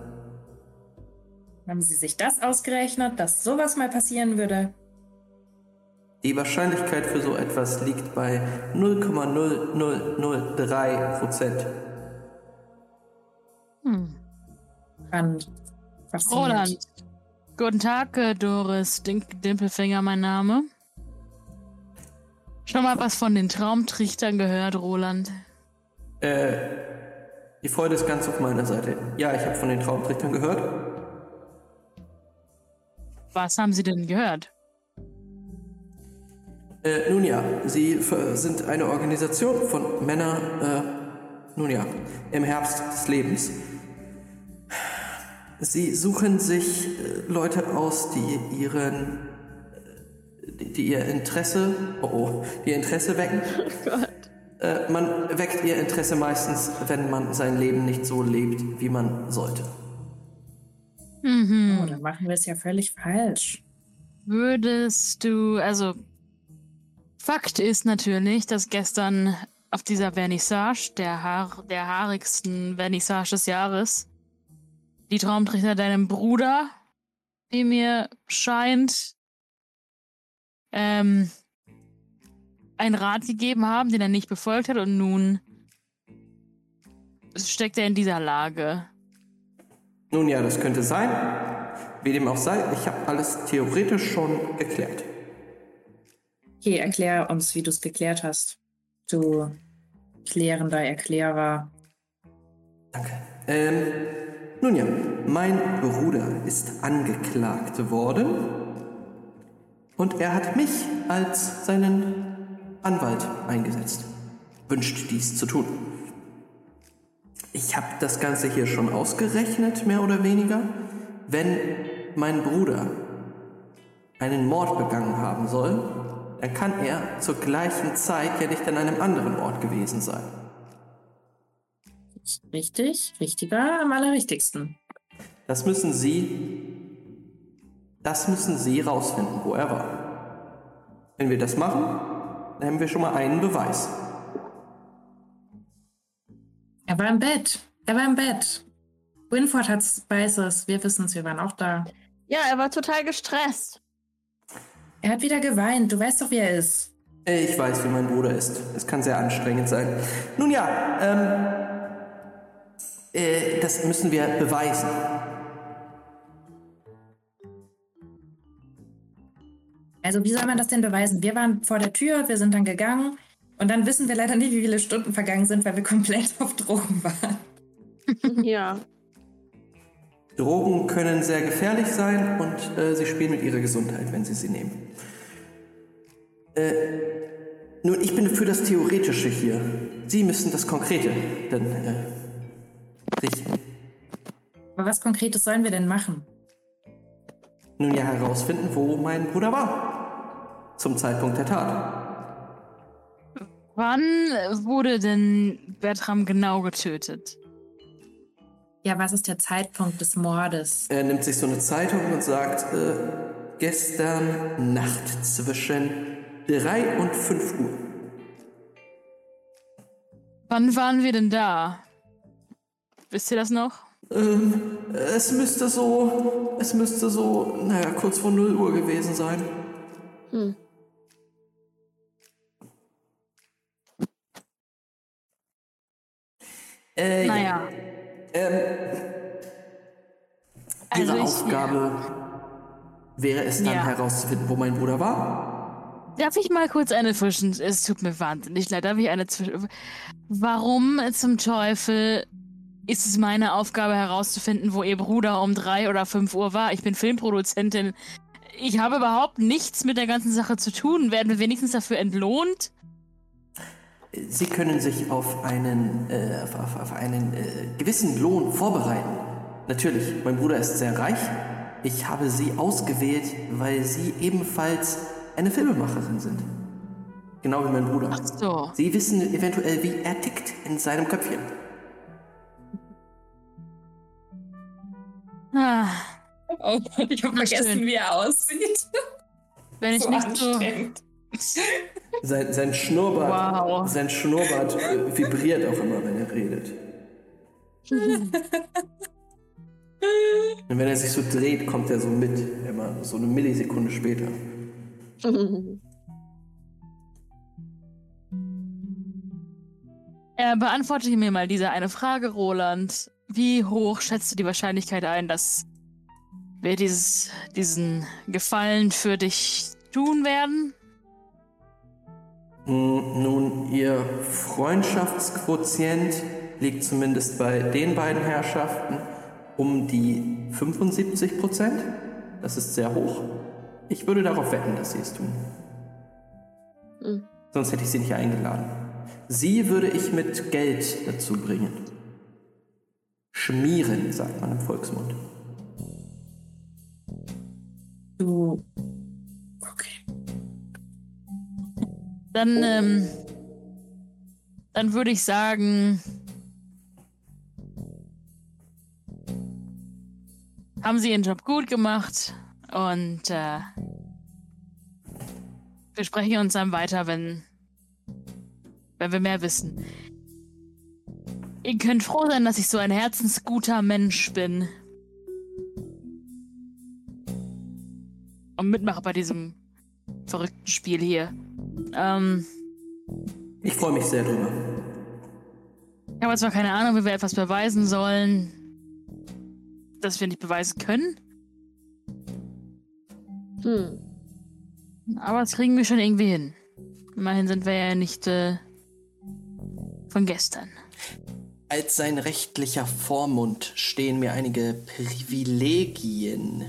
Haben Sie sich das ausgerechnet, dass sowas mal passieren würde? Die Wahrscheinlichkeit für so etwas liegt bei 0,0003%. Spannend. Faszinierend. Roland. Guten Tag, Doris Dimpelfinger, mein Name. Schon mal was von den Traumtrichtern gehört, Roland? Die Freude ist ganz auf meiner Seite. Ja, ich habe von den Traumtrichtern gehört. Was haben Sie denn gehört? Nun ja, sie sind eine Organisation von Männern, im Herbst des Lebens. Sie suchen sich Leute aus, die ihr Interesse wecken. Oh Gott. Man weckt ihr Interesse meistens, wenn man sein Leben nicht so lebt, wie man sollte. Oh, dann machen wir es ja völlig falsch. Würdest du, also Fakt ist natürlich, dass gestern auf dieser Vernissage, der haarigsten Vernissage des Jahres, die Traumtrichter deinem Bruder, wie mir scheint, einen Rat gegeben haben, den er nicht befolgt hat und nun steckt er in dieser Lage. Nun ja, das könnte sein. Wie dem auch sei, ich habe alles theoretisch schon geklärt. Okay, erklär uns, wie du es geklärt hast. Du klärender Erklärer. Danke. Nun ja, mein Bruder ist angeklagt worden und er hat mich als seinen Anwalt eingesetzt. Wünscht dies zu tun. Ich habe das Ganze hier schon ausgerechnet, mehr oder weniger. Wenn mein Bruder einen Mord begangen haben soll, dann kann er zur gleichen Zeit ja nicht an einem anderen Ort gewesen sein. Richtig, richtiger, am allerwichtigsten. Das müssen Sie rausfinden, wo er war. Wenn wir das machen, dann haben wir schon mal einen Beweis. Er war im Bett. Winford weiß es. Wir wissen es, wir waren auch da. Ja, er war total gestresst. Er hat wieder geweint. Du weißt doch, wie er ist. Ich weiß, wie mein Bruder ist. Es kann sehr anstrengend sein. Nun ja, das müssen wir beweisen. Also, wie soll man das denn beweisen? Wir waren vor der Tür, wir sind dann gegangen und dann wissen wir leider nicht, wie viele Stunden vergangen sind, weil wir komplett auf Drogen waren. Ja. Drogen können sehr gefährlich sein und sie spielen mit ihrer Gesundheit, wenn Sie sie nehmen. Nun, ich bin für das Theoretische hier. Sie müssen das Konkrete dann richten. Aber was Konkretes sollen wir denn machen? Nun ja, herausfinden, wo mein Bruder war. Zum Zeitpunkt der Tat. Wann wurde denn Bertram genau getötet? Ja, was ist der Zeitpunkt des Mordes? Er nimmt sich so eine Zeitung und sagt, gestern Nacht zwischen 3 und 5 Uhr. Wann waren wir denn da? Wisst ihr das noch? Es müsste so, kurz vor 0 Uhr gewesen sein. Naja. Ihre Also Aufgabe wäre es dann Ja. herauszufinden, wo mein Bruder war? Darf ich mal kurz eine Zwischen... Es tut mir wahnsinnig leid. Darf ich eine Zwischen... Warum zum Teufel ist es meine Aufgabe herauszufinden, wo ihr Bruder um 3 oder 5 Uhr war? Ich bin Filmproduzentin. Ich habe überhaupt nichts mit der ganzen Sache zu tun. Werden wir wenigstens dafür entlohnt? Sie können sich auf einen gewissen Lohn vorbereiten. Natürlich, mein Bruder ist sehr reich. Ich habe Sie ausgewählt, weil Sie ebenfalls eine Filmemacherin sind. Genau wie mein Bruder. Ach so. Sie wissen eventuell, wie er tickt in seinem Köpfchen. Ah, Oh Gott, ich habe vergessen, wie er aussieht. wenn ich nicht so... Sein Schnurrbart, Wow. sein Schnurrbart vibriert auch immer, wenn er redet. Und wenn er sich so dreht, kommt er so mit. Immer so eine Millisekunde später. Beantworte mir mal diese eine Frage, Roland. Wie hoch schätzt du die Wahrscheinlichkeit ein, dass wir diesen Gefallen für dich tun werden? Nun, Ihr Freundschaftsquotient liegt zumindest bei den beiden Herrschaften um die 75%. Das ist sehr hoch. Ich würde darauf wetten, dass Sie es tun. Sonst hätte ich Sie nicht eingeladen. Sie würde ich mit Geld dazu bringen. Schmieren, sagt man im Volksmund. Du. Okay. Dann würde ich sagen, haben Sie Ihren Job gut gemacht und wir sprechen uns dann weiter, wenn wir mehr wissen. Ihr könnt froh sein, dass ich so ein herzensguter Mensch bin. Und mitmache bei diesem verrückten Spiel hier. Ich freue mich sehr drüber. Ich habe zwar keine Ahnung, wie wir etwas beweisen sollen, das wir nicht beweisen können. Aber das kriegen wir schon irgendwie hin. Immerhin sind wir ja nicht von gestern. Als sein rechtlicher Vormund stehen mir einige Privilegien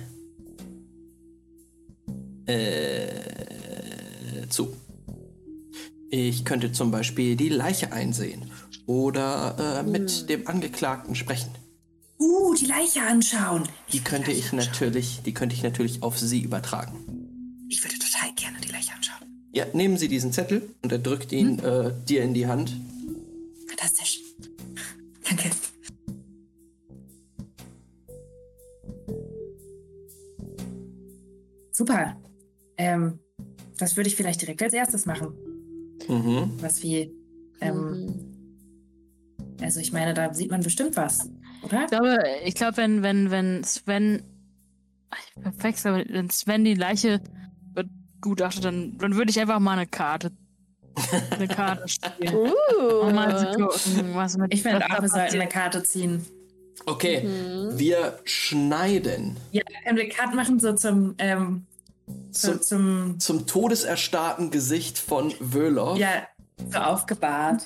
zu. Ich könnte zum Beispiel die Leiche einsehen oder mit dem Angeklagten sprechen. Die Leiche anschauen. Die könnte ich natürlich auf Sie übertragen. Ich würde total gerne die Leiche anschauen. Ja, nehmen Sie diesen Zettel und er drückt ihn dir in die Hand. Fantastisch. Danke. Super. Das würde ich vielleicht direkt als erstes machen. Was wie, also ich meine, da sieht man bestimmt was, oder? Ich glaube, wenn Sven, wenn Sven die Leiche begutachtet, dann würde ich einfach mal eine Karte spielen. Um mal zu gucken, was mit Ich finde was auch, da wir sollten passiert. eine Karte ziehen. Okay, wir schneiden Ja, können wir Karte machen, so zum zum todeserstarrten Gesicht von Wöhler. ja, so aufgebahrt.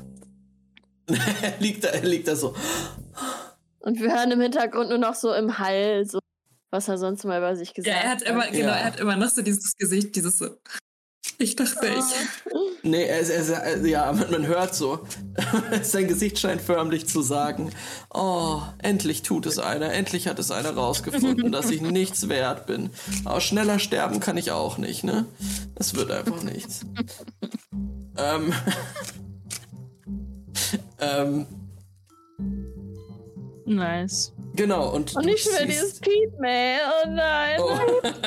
Er liegt da so. Und wir hören im Hintergrund nur noch so im Hall, so, was er sonst mal über sich gesagt Ja, er hat immer, genau, Ja. er hat immer noch so dieses Gesicht, dieses so. Ich dachte, Nee, ja, man hört so. Sein Gesicht scheint förmlich zu sagen, oh, endlich tut es einer, endlich hat es einer rausgefunden, dass ich nichts wert bin. Aber schneller sterben kann ich auch nicht, ne? Es wird einfach nichts. Nice. Genau, und Und du nicht mehr siehst- dieses Pete May. Oh nein. Oh.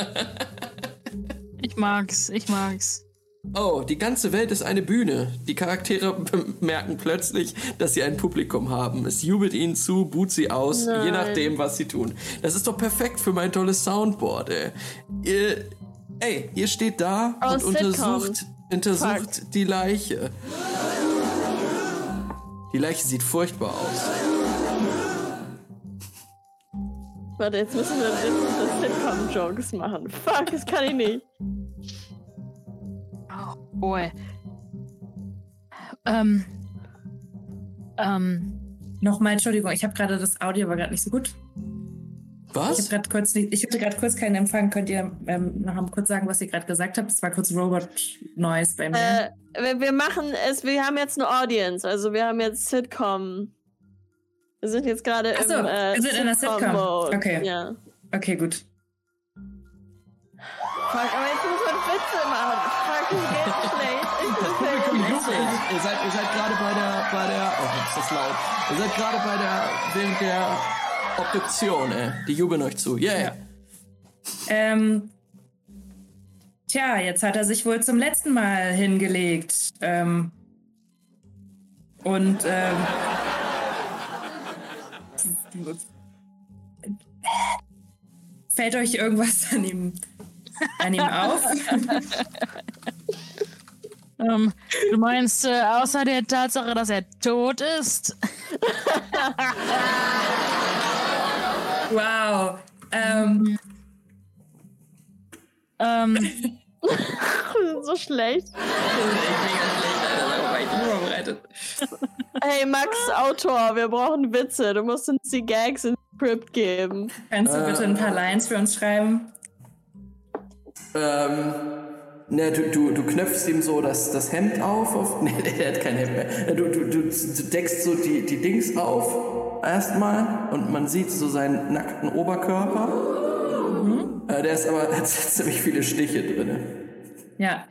Ich mag's. Oh, die ganze Welt ist eine Bühne. Die Charaktere bemerken plötzlich, dass sie ein Publikum haben. Es jubelt ihnen zu, buht sie aus, Nein. je nachdem, was sie tun. Das ist doch perfekt für mein tolles Soundboard, ey. Ihr steht da Aus und Sitcom. untersucht die Leiche. Die Leiche sieht furchtbar aus. Warte, jetzt müssen wir Sitcom-Jokes machen. Fuck, das kann ich nicht. Boy. Nochmal, Entschuldigung, ich habe gerade das Audio war gerade nicht so gut. Was? Ich hatte gerade kurz keinen Empfang. Könnt ihr noch mal kurz sagen, was ihr gerade gesagt habt? Es war kurz Robot-Noise bei mir. Wir machen es, wir haben jetzt eine Audience, also wir haben jetzt Sitcom. Wir sind jetzt gerade Ach so, im wir sind in der Sitcom. Mode. Okay. Ja. Okay, gut. Fuck, aber jetzt muss man Witze machen. Fuck, mir geht's schlecht. Ich bin fertig. Ihr seid gerade bei der. Oh, ist das laut. Ihr seid gerade während der Obduktion, ey. Die jubeln euch zu. Yeah. Tja, jetzt hat er sich wohl zum letzten Mal hingelegt. Fällt euch irgendwas an ihm auf? Du meinst, außer der Tatsache, dass er tot ist? Wow. So schlecht. Hey, Max, Autor, wir brauchen Witze. Du musst uns die Gags ins Script geben. Kannst du bitte ein paar Lines für uns schreiben? Du knöpfst ihm so das Hemd auf. Nee, der hat kein Hemd mehr. Du deckst so die Dings auf erstmal und man sieht so seinen nackten Oberkörper. Mhm. Der ist aber, hat ziemlich viele Stiche drin. Ja.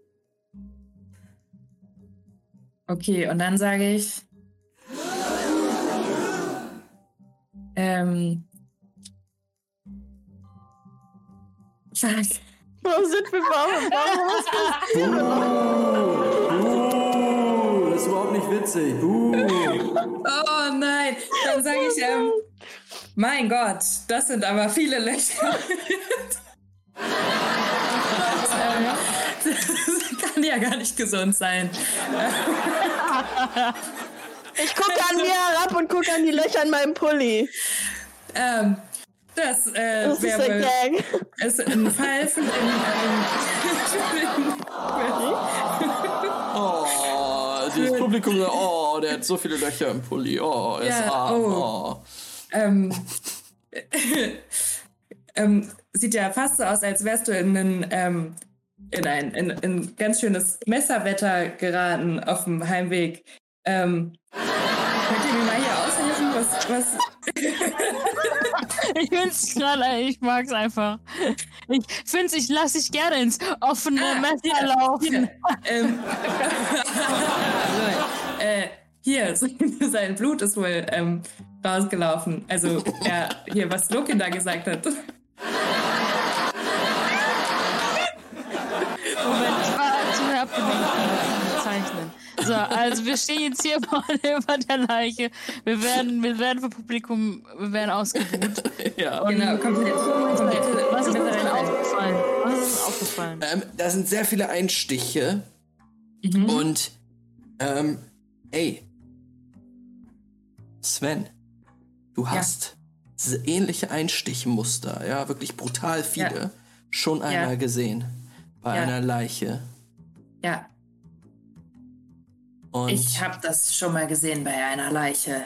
Okay, und dann sage ich, fuck. Warum sind wir Das ist überhaupt nicht witzig. Oh nein, dann sage ich, mein Gott, das sind aber viele Löcher. Das kann ja gar nicht gesund sein. Ich gucke an mir herab und gucke an die Löcher in meinem Pulli. Das ist ein Gag. Ist ein Fall von dieses Publikum sagt, der hat so viele Löcher im Pulli. Er ist arm. Sieht ja fast so aus, als wärst du in ein ganz schönes Messerwetter geraten auf dem Heimweg. Könnt ihr mir mal hier aushelfen? Was? Ich find's gerade, ich mag's einfach. Ich lasse dich gerne ins offene Messer laufen. Hier, sein Blut ist wohl rausgelaufen. Also, hier, was Lokin da gesagt hat. Moment, ich war zu abgelenkt zeichnen. So, also wir stehen jetzt hier vorne über der Leiche. Wir werden vom Publikum, ausgebuht. Ja. Und Genau, komplett. Was ist uns denn aufgefallen? Da sind sehr viele Einstiche. Mhm. Und, Sven, du hast ähnliche Einstichmuster, ja, wirklich brutal viele, schon einmal gesehen. Bei einer Leiche. Ja. Und Ich habe das schon mal gesehen bei einer Leiche.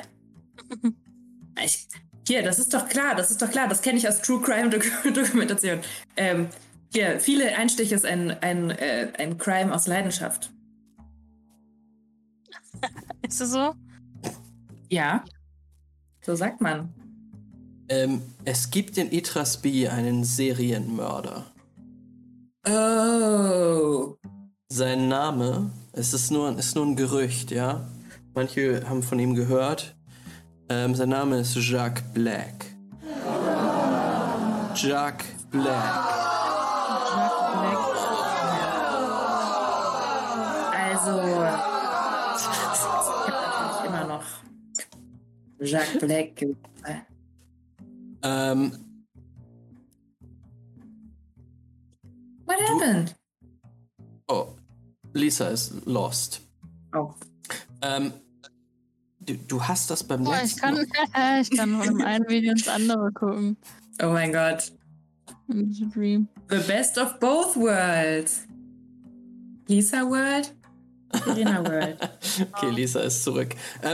Das ist doch klar, das kenne ich aus True Crime Dokumentation. Hier, viele Einstiche ist ein Crime aus Leidenschaft. Ist das so? Ja, so sagt man. Es gibt in Yggdrasil einen Serienmörder. Oh. Sein Name, es ist nur ein Gerücht, ja. Manche haben von ihm gehört. Sein Name ist Jack Black. Jack Black. Also, ich habe immer noch Jack Black. What happened? Oh, Lisa ist lost. Oh. Du hast das beim Ich letzten kann von dem einen Video ins andere gucken. Oh mein Gott. Dream. The best of both worlds. Lisa World? Serena World. Okay, Lisa ist zurück.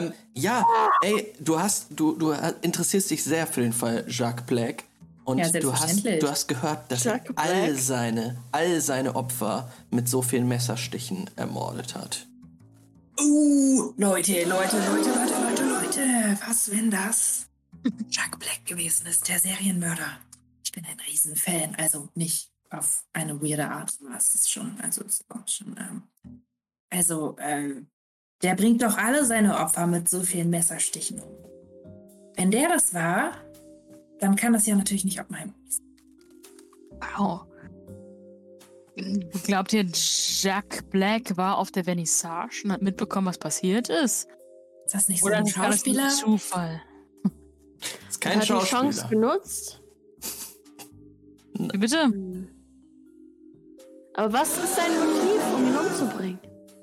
Du interessierst dich sehr für den Fall Jack Black. Und Ja, du selbstverständlich. hast gehört, dass Jack er all seine Opfer mit so vielen Messerstichen ermordet hat. Leute. Was, wenn das Jack Black gewesen ist, der Serienmörder? Ich bin ein Riesenfan. Also nicht auf eine weirde Art. Was ist schon, der bringt doch alle seine Opfer mit so vielen Messerstichen um. Wenn der das war, dann kann das ja natürlich nicht Oppenheimer sein. Wow. Glaubt ihr, Jack Black war auf der Vernissage und hat mitbekommen, was passiert ist? Ist das nicht so Oder ein ist das Schauspieler? ein Zufall? Ist kein Hat die Chance Schauspieler. genutzt? Wie bitte? Aber was ist sein Motiv, um ihn umzubringen?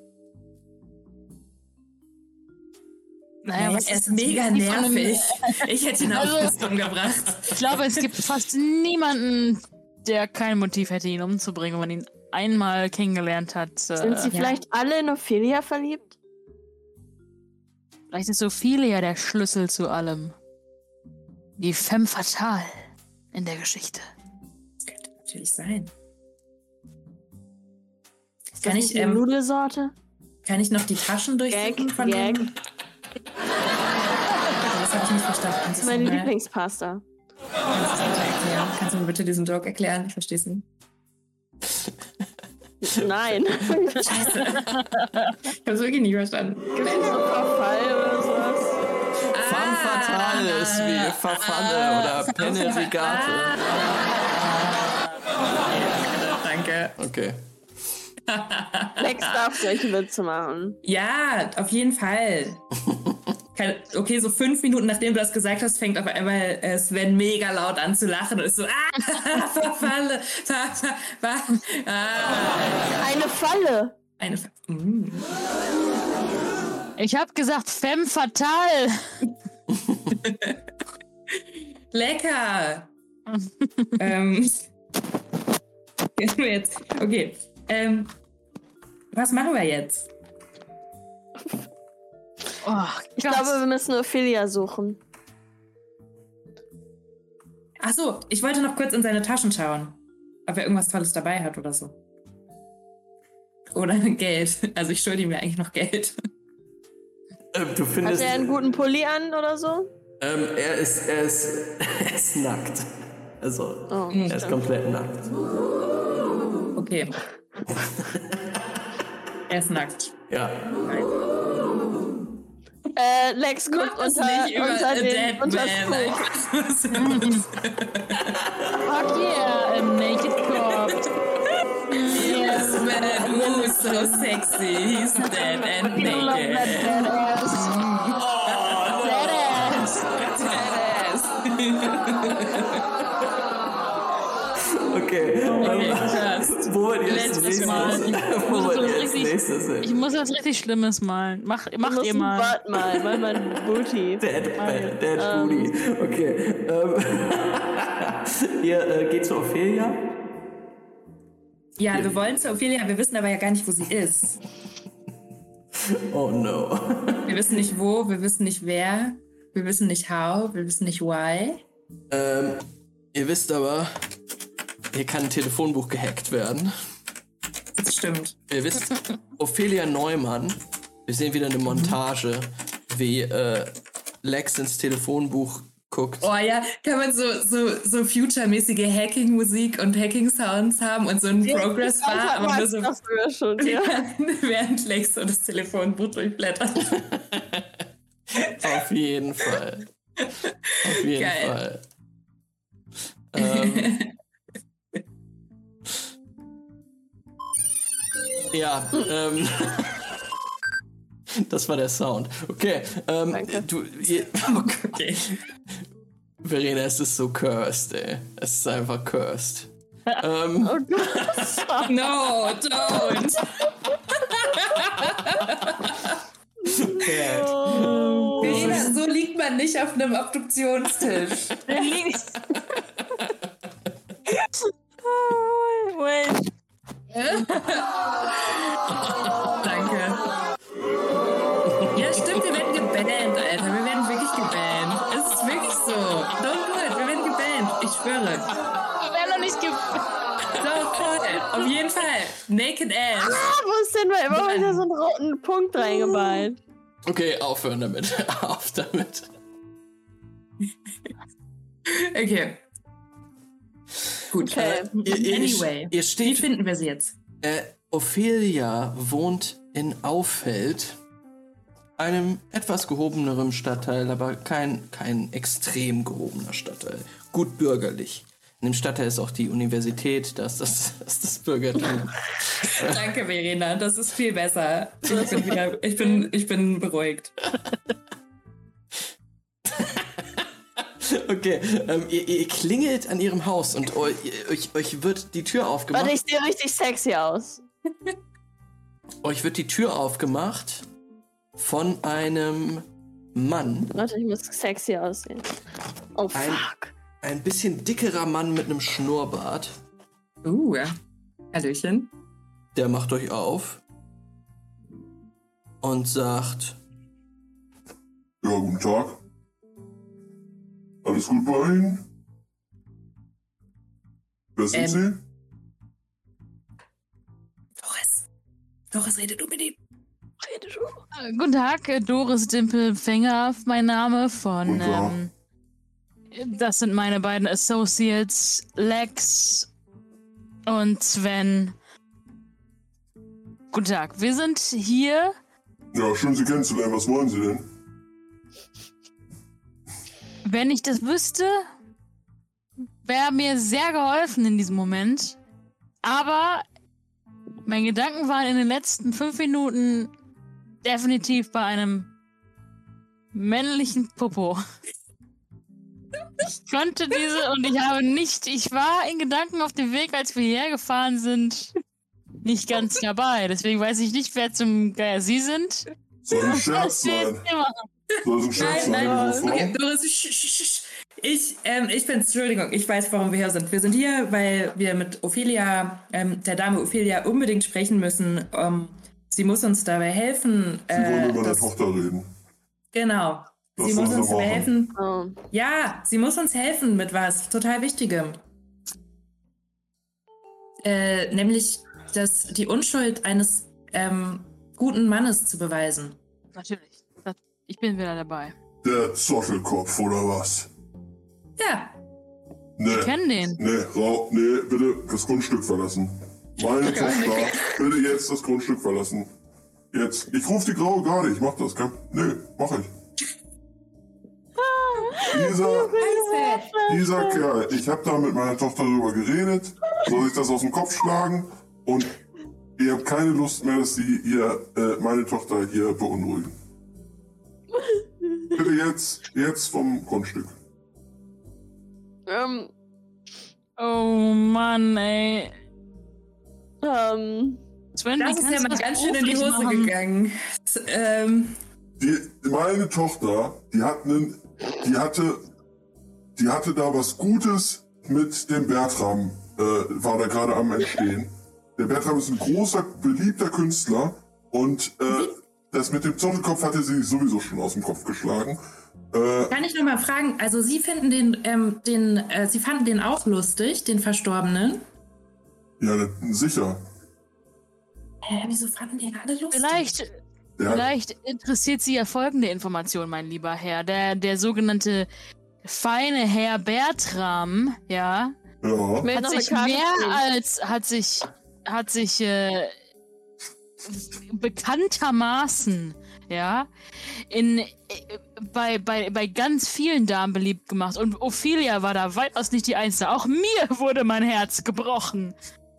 Naja, was er ist das mega Motiv von einem- nervig. Ich hätte ihn Also- auf Rüstung gebracht. Ich glaube, es gibt fast niemanden, der kein Motiv hätte, ihn umzubringen, wenn man ihn einmal kennengelernt hat. Sind sie vielleicht alle in Ophelia verliebt? Vielleicht ist Ophelia der Schlüssel zu allem. Die Femme Fatale in der Geschichte. Das könnte natürlich sein. Ist Kann das ich, nicht eine Nudelsorte? Kann ich noch die Taschen durchgucken Gag, von Gag. dem? Das habe ich nicht verstanden. Das ist meine Lieblingspasta. Kannst du mir bitte diesen Joke erklären? Ich verstehe es nicht. Nein. Scheiße. Ich habe es wirklich nicht verstanden. Gibt es so Verfall oder sowas? Femme fatale ist wie Verfalle oder Penne Rigate. Danke. Okay. Lex darf solche Witze machen. Ja, auf jeden Fall. Okay, so 5 Minuten nachdem du das gesagt hast, fängt auf einmal Sven mega laut an zu lachen und ist so, Verfalle, Eine Falle. Eine Ich habe gesagt, Femme Fatale. Lecker. Gehen wir jetzt. Okay. Was machen wir jetzt? Oh, Ich glaube, wir müssen Ophelia suchen. Ach so, ich wollte noch kurz in seine Taschen schauen, ob er irgendwas Tolles dabei hat oder so. Oder Geld. Also ich schulde ihm ja eigentlich noch Geld. Du Hat findest. er einen guten Pulli an oder so? Er ist nackt. Also, Oh, er ist komplett nackt. Okay. Er ist nackt. Ja. Lex guckt Mach das unter nicht über den a dead unter man. Fuck yeah, a naked corpse. Yes, man, ooh, so sexy. He's dead and You love that naked. deadass. Deadass. Okay. Just. Wo wollt ihr als Letztes nächstes? Mal. Wo wollt ihr als richtig- nächstes hin? Ich muss was richtig Schlimmes malen. Macht ihr mal. Warte mal mein Booty. Dead Booty. Okay. Ihr geht zu Ophelia? Ja, wir wollen zu Ophelia, wir wissen aber ja gar nicht, wo sie ist. Oh no. Wir wissen nicht wo, wir wissen nicht wer, wir wissen nicht how, wir wissen nicht why. Ihr wisst aber, hier kann ein Telefonbuch gehackt werden. Das stimmt. Ihr wisst, Ophelia Neumann, wir sehen wieder eine Montage, wie Lex ins Telefonbuch guckt. Oh ja, kann man so future-mäßige Hacking-Musik und Hacking-Sounds haben und so ein Progress-Bar, aber nur so Das früher schon, ja. während Lex so das Telefonbuch durchblättert. Auf jeden Fall. Auf jeden Geil. Fall. Ja, das war der Sound. Okay, Danke. Okay. Verena, es ist so cursed, ey. Es ist einfach cursed. Oh Gott. No, don't. Verena, so liegt man nicht auf einem Obduktionstisch. Wait. Danke. Ja, stimmt, wir werden gebannt, Alter. Wir werden wirklich gebannt. Es ist wirklich so. Don't do it, wir werden gebannt. Ich schwöre. Ich werde noch nicht Doch, voll. Auf jeden Fall. Naked Ass. Wo ist denn mal immer wieder so einen roten Punkt reingeballt? Okay, aufhören damit. Auf damit. Okay. Gut. Okay. Anyway. Ihr Wie steht. finden wir sie jetzt? Ophelia wohnt in Auffeld, einem etwas gehobeneren Stadtteil, aber kein extrem gehobener Stadtteil. Gut bürgerlich. In dem Stadtteil ist auch die Universität, das ist das Bürgertum. Danke, Verena, das ist viel besser. Ich bin beruhigt. Okay, ihr klingelt an ihrem Haus und euch wird die Tür aufgemacht. Warte, ich sehe richtig sexy aus. Euch wird die Tür aufgemacht von einem Mann. Warte, ich muss sexy aussehen. Oh, fuck. Ein bisschen dickerer Mann mit einem Schnurrbart. Ja. Hallöchen. Der macht euch auf und sagt: Ja, guten Tag. Alles gut bei Ihnen? Wer sind Sie? Doris, rede du mit ihm. Guten Tag, Doris Dimpelfänger, mein Name von. Guten Tag. Das sind meine beiden Associates, Lex und Sven. Guten Tag, wir sind hier. Ja, schön Sie kennenzulernen. Was wollen Sie denn? Wenn ich das wüsste, wäre mir sehr geholfen in diesem Moment. Aber meine Gedanken waren in den letzten 5 Minuten definitiv bei einem männlichen Popo. Ich konnte und ich war in Gedanken auf dem Weg, als wir hierher gefahren sind, nicht ganz dabei. Deswegen weiß ich nicht, wer zum Geier Sie sind. Soll ein Scherz sein? Soll es ein Scherz sein, liebe Frau? Okay, Doris, ich bin's, Entschuldigung, ich weiß, warum wir hier sind. Wir sind hier, weil wir mit Ophelia, der Dame Ophelia, unbedingt sprechen müssen. Sie muss uns dabei helfen. Sie wollen mit meiner Tochter reden. Genau. Was Sie muss soll sie uns dabei machen? helfen. Oh. Ja, sie muss uns helfen mit was total Wichtigem. Nämlich die Unschuld eines guten Mannes zu beweisen. Natürlich. Ich bin wieder dabei. Der Zottelkopf, oder was? Ja, Nee. Ich kenne den. Nee, bitte das Grundstück verlassen. Meine Tochter, bitte jetzt das Grundstück verlassen. Jetzt. Ich rufe die Graue Garde, ich mach das. Nee, mach ich. Dieser Kerl, ich habe da mit meiner Tochter drüber geredet, soll ich das aus dem Kopf schlagen und ihr habt keine Lust mehr, dass sie meine Tochter hier beunruhigen. Bitte jetzt vom Grundstück. Oh Mann, ey. das Sven, wie ist ja kannst du mal das ganz schön in die beruflich Hose machen? gegangen. Meine Tochter, die hatte da was Gutes mit dem Bertram, war da gerade am Entstehen. Der Bertram ist ein großer, beliebter Künstler und das mit dem Zottelkopf hatte sie sowieso schon aus dem Kopf geschlagen. Kann ich noch mal fragen, also Sie finden Sie fanden den auch lustig, den Verstorbenen? Ja, sicher. Wieso fanden die ihn alle lustig? Vielleicht interessiert Sie ja folgende Information, mein lieber Herr. Der sogenannte feine Herr Bertram, ja, Ja. hat sich hat sich bekanntermaßen, ja, bei ganz vielen Damen beliebt gemacht. Und Ophelia war da weitaus nicht die Einzige. Auch mir wurde mein Herz gebrochen.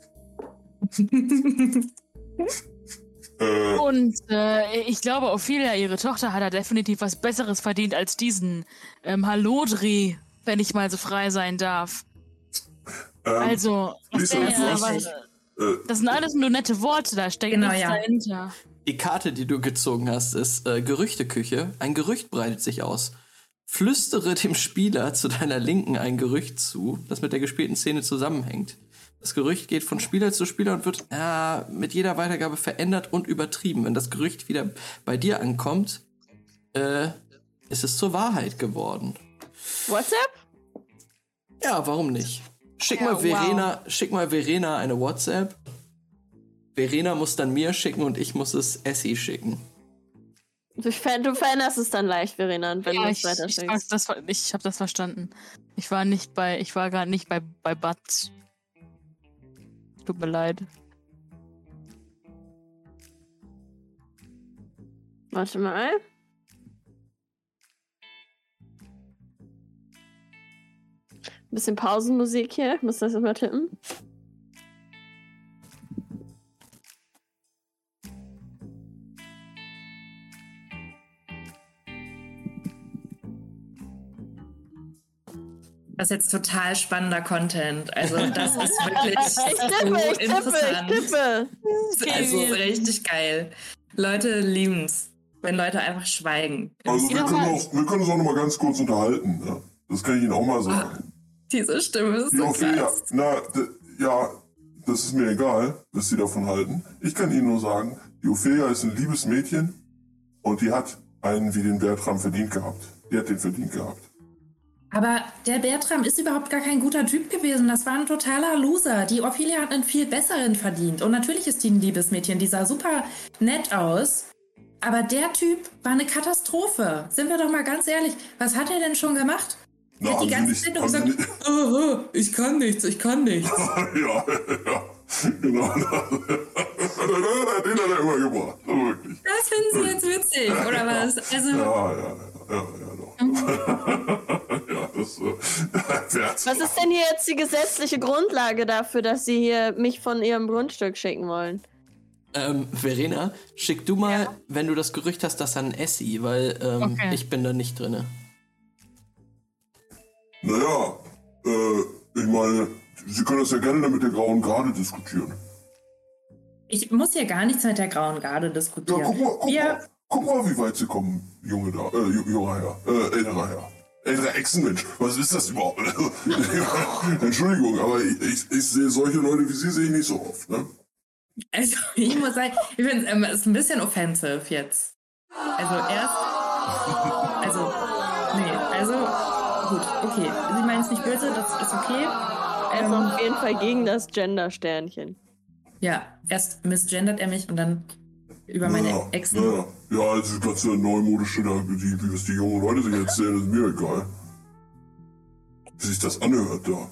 Und ich glaube, Ophelia, ihre Tochter, hat da definitiv was Besseres verdient als diesen Hallodri, wenn ich mal so frei sein darf. Also, Lisa, das sind alles nur nette Worte, da steckt Genau, nichts ja. dahinter. Die Karte, die du gezogen hast, ist Gerüchteküche. Ein Gerücht breitet sich aus. Flüstere dem Spieler zu deiner Linken ein Gerücht zu, das mit der gespielten Szene zusammenhängt. Das Gerücht geht von Spieler zu Spieler und wird mit jeder Weitergabe verändert und übertrieben. Wenn das Gerücht wieder bei dir ankommt, ist es zur Wahrheit geworden. WhatsApp? Ja, warum nicht? Schick Ja, mal Verena eine WhatsApp. Verena muss dann mir schicken und ich muss es Essie schicken. Du veränderst es dann leicht, Verena, wenn Ja, du es ich weiterschickst. habe das verstanden. Ich war gerade nicht bei Bud. Tut mir leid. Warte mal. Bisschen Pausenmusik hier. Ich muss das mal tippen. Das ist jetzt total spannender Content. Also das ist wirklich Ich tippe. Also richtig geil. Leute lieben's, wenn Leute einfach schweigen. Also wir können uns auch noch mal ganz kurz unterhalten. Ne? Das kann ich Ihnen auch mal sagen. Diese Stimme ist Die so Ophelia, krass. das ist mir egal, was Sie davon halten. Ich kann Ihnen nur sagen, die Ophelia ist ein liebes Mädchen und die hat einen wie den Bertram verdient gehabt. Die hat den verdient gehabt. Aber der Bertram ist überhaupt gar kein guter Typ gewesen. Das war ein totaler Loser. Die Ophelia hat einen viel besseren verdient. Und natürlich ist die ein liebes Mädchen. Die sah super nett aus. Aber der Typ war eine Katastrophe. Sind wir doch mal ganz ehrlich. Was hat er denn schon gemacht? Na, Er hat die ganze Zeit nur gesagt, ich kann nichts. ja, genau. Den hat er immer gebracht. Wirklich. Das finden Sie jetzt witzig, oder was? Also, Ja, doch. Ja, das Was ist denn hier jetzt die gesetzliche Grundlage dafür, dass Sie hier mich von Ihrem Grundstück schicken wollen? Verena, schick du mal, wenn du das Gerücht hast, das an Essie, weil ich bin da nicht drinne. Naja, ich meine, Sie können das ja gerne mit der Grauen Garde diskutieren. ich muss hier gar nichts mit der Grauen Garde Ja, diskutieren. guck mal, wie weit Sie kommen, junger Herr, älterer Herr. Älterer Echsenmensch, was ist das überhaupt? Entschuldigung, aber ich sehe solche Leute wie Sie sehe ich nicht so oft, ne? Also, ich muss sagen, ich finde es ist ein bisschen offensive jetzt. Gut, okay. Sie meinen es nicht böse, das ist okay. Er ist auf jeden Fall gegen das Gender-Sternchen. Ja, erst misgendert er mich und dann über meine Exen. Ja, also das ganze neumodische, was die jungen Leute sich erzählen, ist mir egal. Wie sich das anhört da.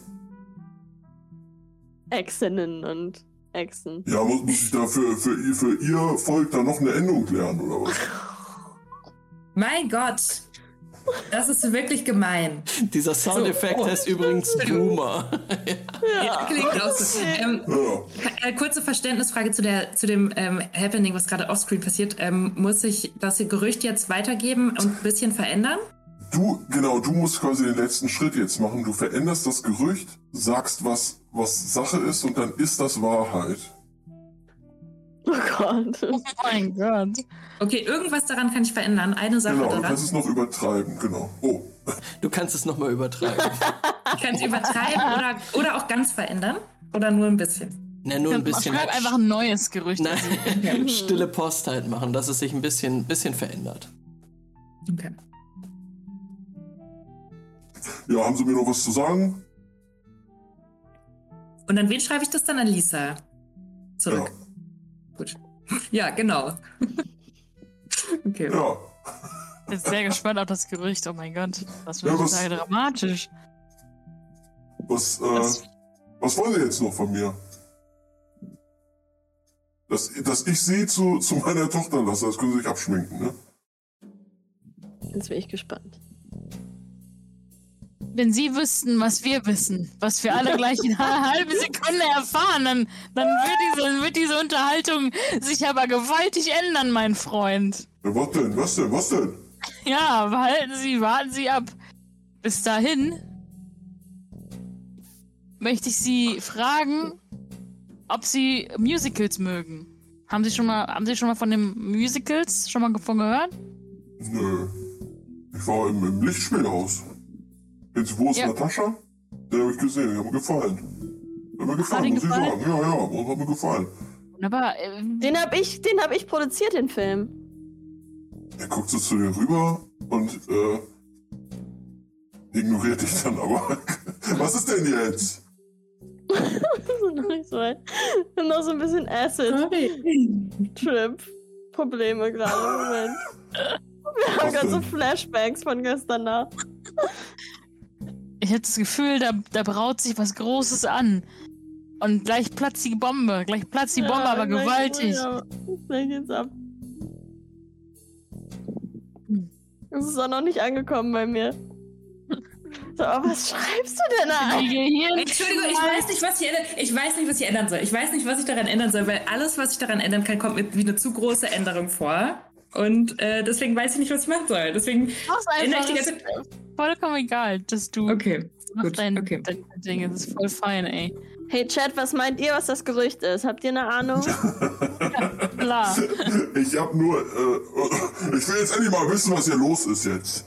Exinnen und Exen. Ja, muss ich da für ihr Volk da noch eine Endung lernen, oder was? Mein Gott, das ist wirklich gemein. Dieser Soundeffekt heißt übrigens Boomer. Ja, klingt auch so. Kurze Verständnisfrage zu dem Happening, was gerade offscreen passiert. Muss ich das Gerücht jetzt weitergeben und ein bisschen verändern? Du musst quasi den letzten Schritt jetzt machen. Du veränderst das Gerücht, sagst, was Sache ist und dann ist das Wahrheit. Oh Gott. Oh mein Gott. Okay, irgendwas daran kann ich verändern. Eine Sache Genau, du daran. kannst es noch übertreiben, genau. Oh. Du kannst es nochmal übertreiben. Ich kann es übertreiben oder auch ganz verändern. Oder nur ein bisschen. Na, nur ein bisschen. Schreib einfach ein neues Gerücht. Nein, stille Post halt machen, dass es sich ein bisschen verändert. Okay. Ja, haben Sie mir noch was zu sagen? Und an wen schreibe ich das dann? An Lisa. Zurück. Ja. Gut. Ja, genau. Okay. Ja. Ich bin sehr gespannt auf das Gerücht. Oh mein Gott. Das wird total dramatisch. Was wollen Sie jetzt noch von mir? Dass ich Sie zu meiner Tochter lasse, das können Sie sich abschminken, ne? Jetzt bin ich gespannt. Wenn Sie wüssten, was wir wissen, was wir alle gleich in einer halben Sekunde erfahren, dann wird diese Unterhaltung sich aber gewaltig ändern, mein Freund. Ja, was denn? Ja, warten Sie ab. Bis dahin möchte ich Sie fragen, ob Sie Musicals mögen. Haben Sie schon mal von den Musicals davon gehört? Nö. Ich war im Lichtspielhaus. Wo ist Natascha? Den habe ich gesehen, der hat mir gefallen. Der hat mir gefallen, muss ich sagen. Ja, hat mir gefallen. Aber Den hab ich produziert, den Film. Er guckt so zu dir rüber und ignoriert dich dann aber. Was ist denn jetzt? Noch nicht so weit. Ich hab noch so ein bisschen Acid-Trip-Probleme gerade im Moment. Wir haben gerade so Flashbacks von gestern da. ich hatte das Gefühl, da braut sich was Großes an. Und gleich platzt die Bombe. Aber gewaltig. Ja, gleich geht's ab. Es ist auch noch nicht angekommen bei mir. So, was schreibst du denn da? Entschuldigung, ich weiß nicht, was ich ändern soll. Ich weiß nicht, was ich daran ändern soll, weil alles, was ich daran ändern kann, kommt mir wie eine zu große Änderung vor. Und deswegen weiß ich nicht, was ich machen soll. Deswegen ändere ich die ganze Zeit. Vollkommen egal, dass du Okay, machst gut, dein Ding. Das ist voll fein, ey. Hey Chat, was meint ihr, was das Gerücht ist? Habt ihr eine Ahnung? Klar. Ich hab nur, ich will jetzt endlich mal wissen, was hier los ist jetzt.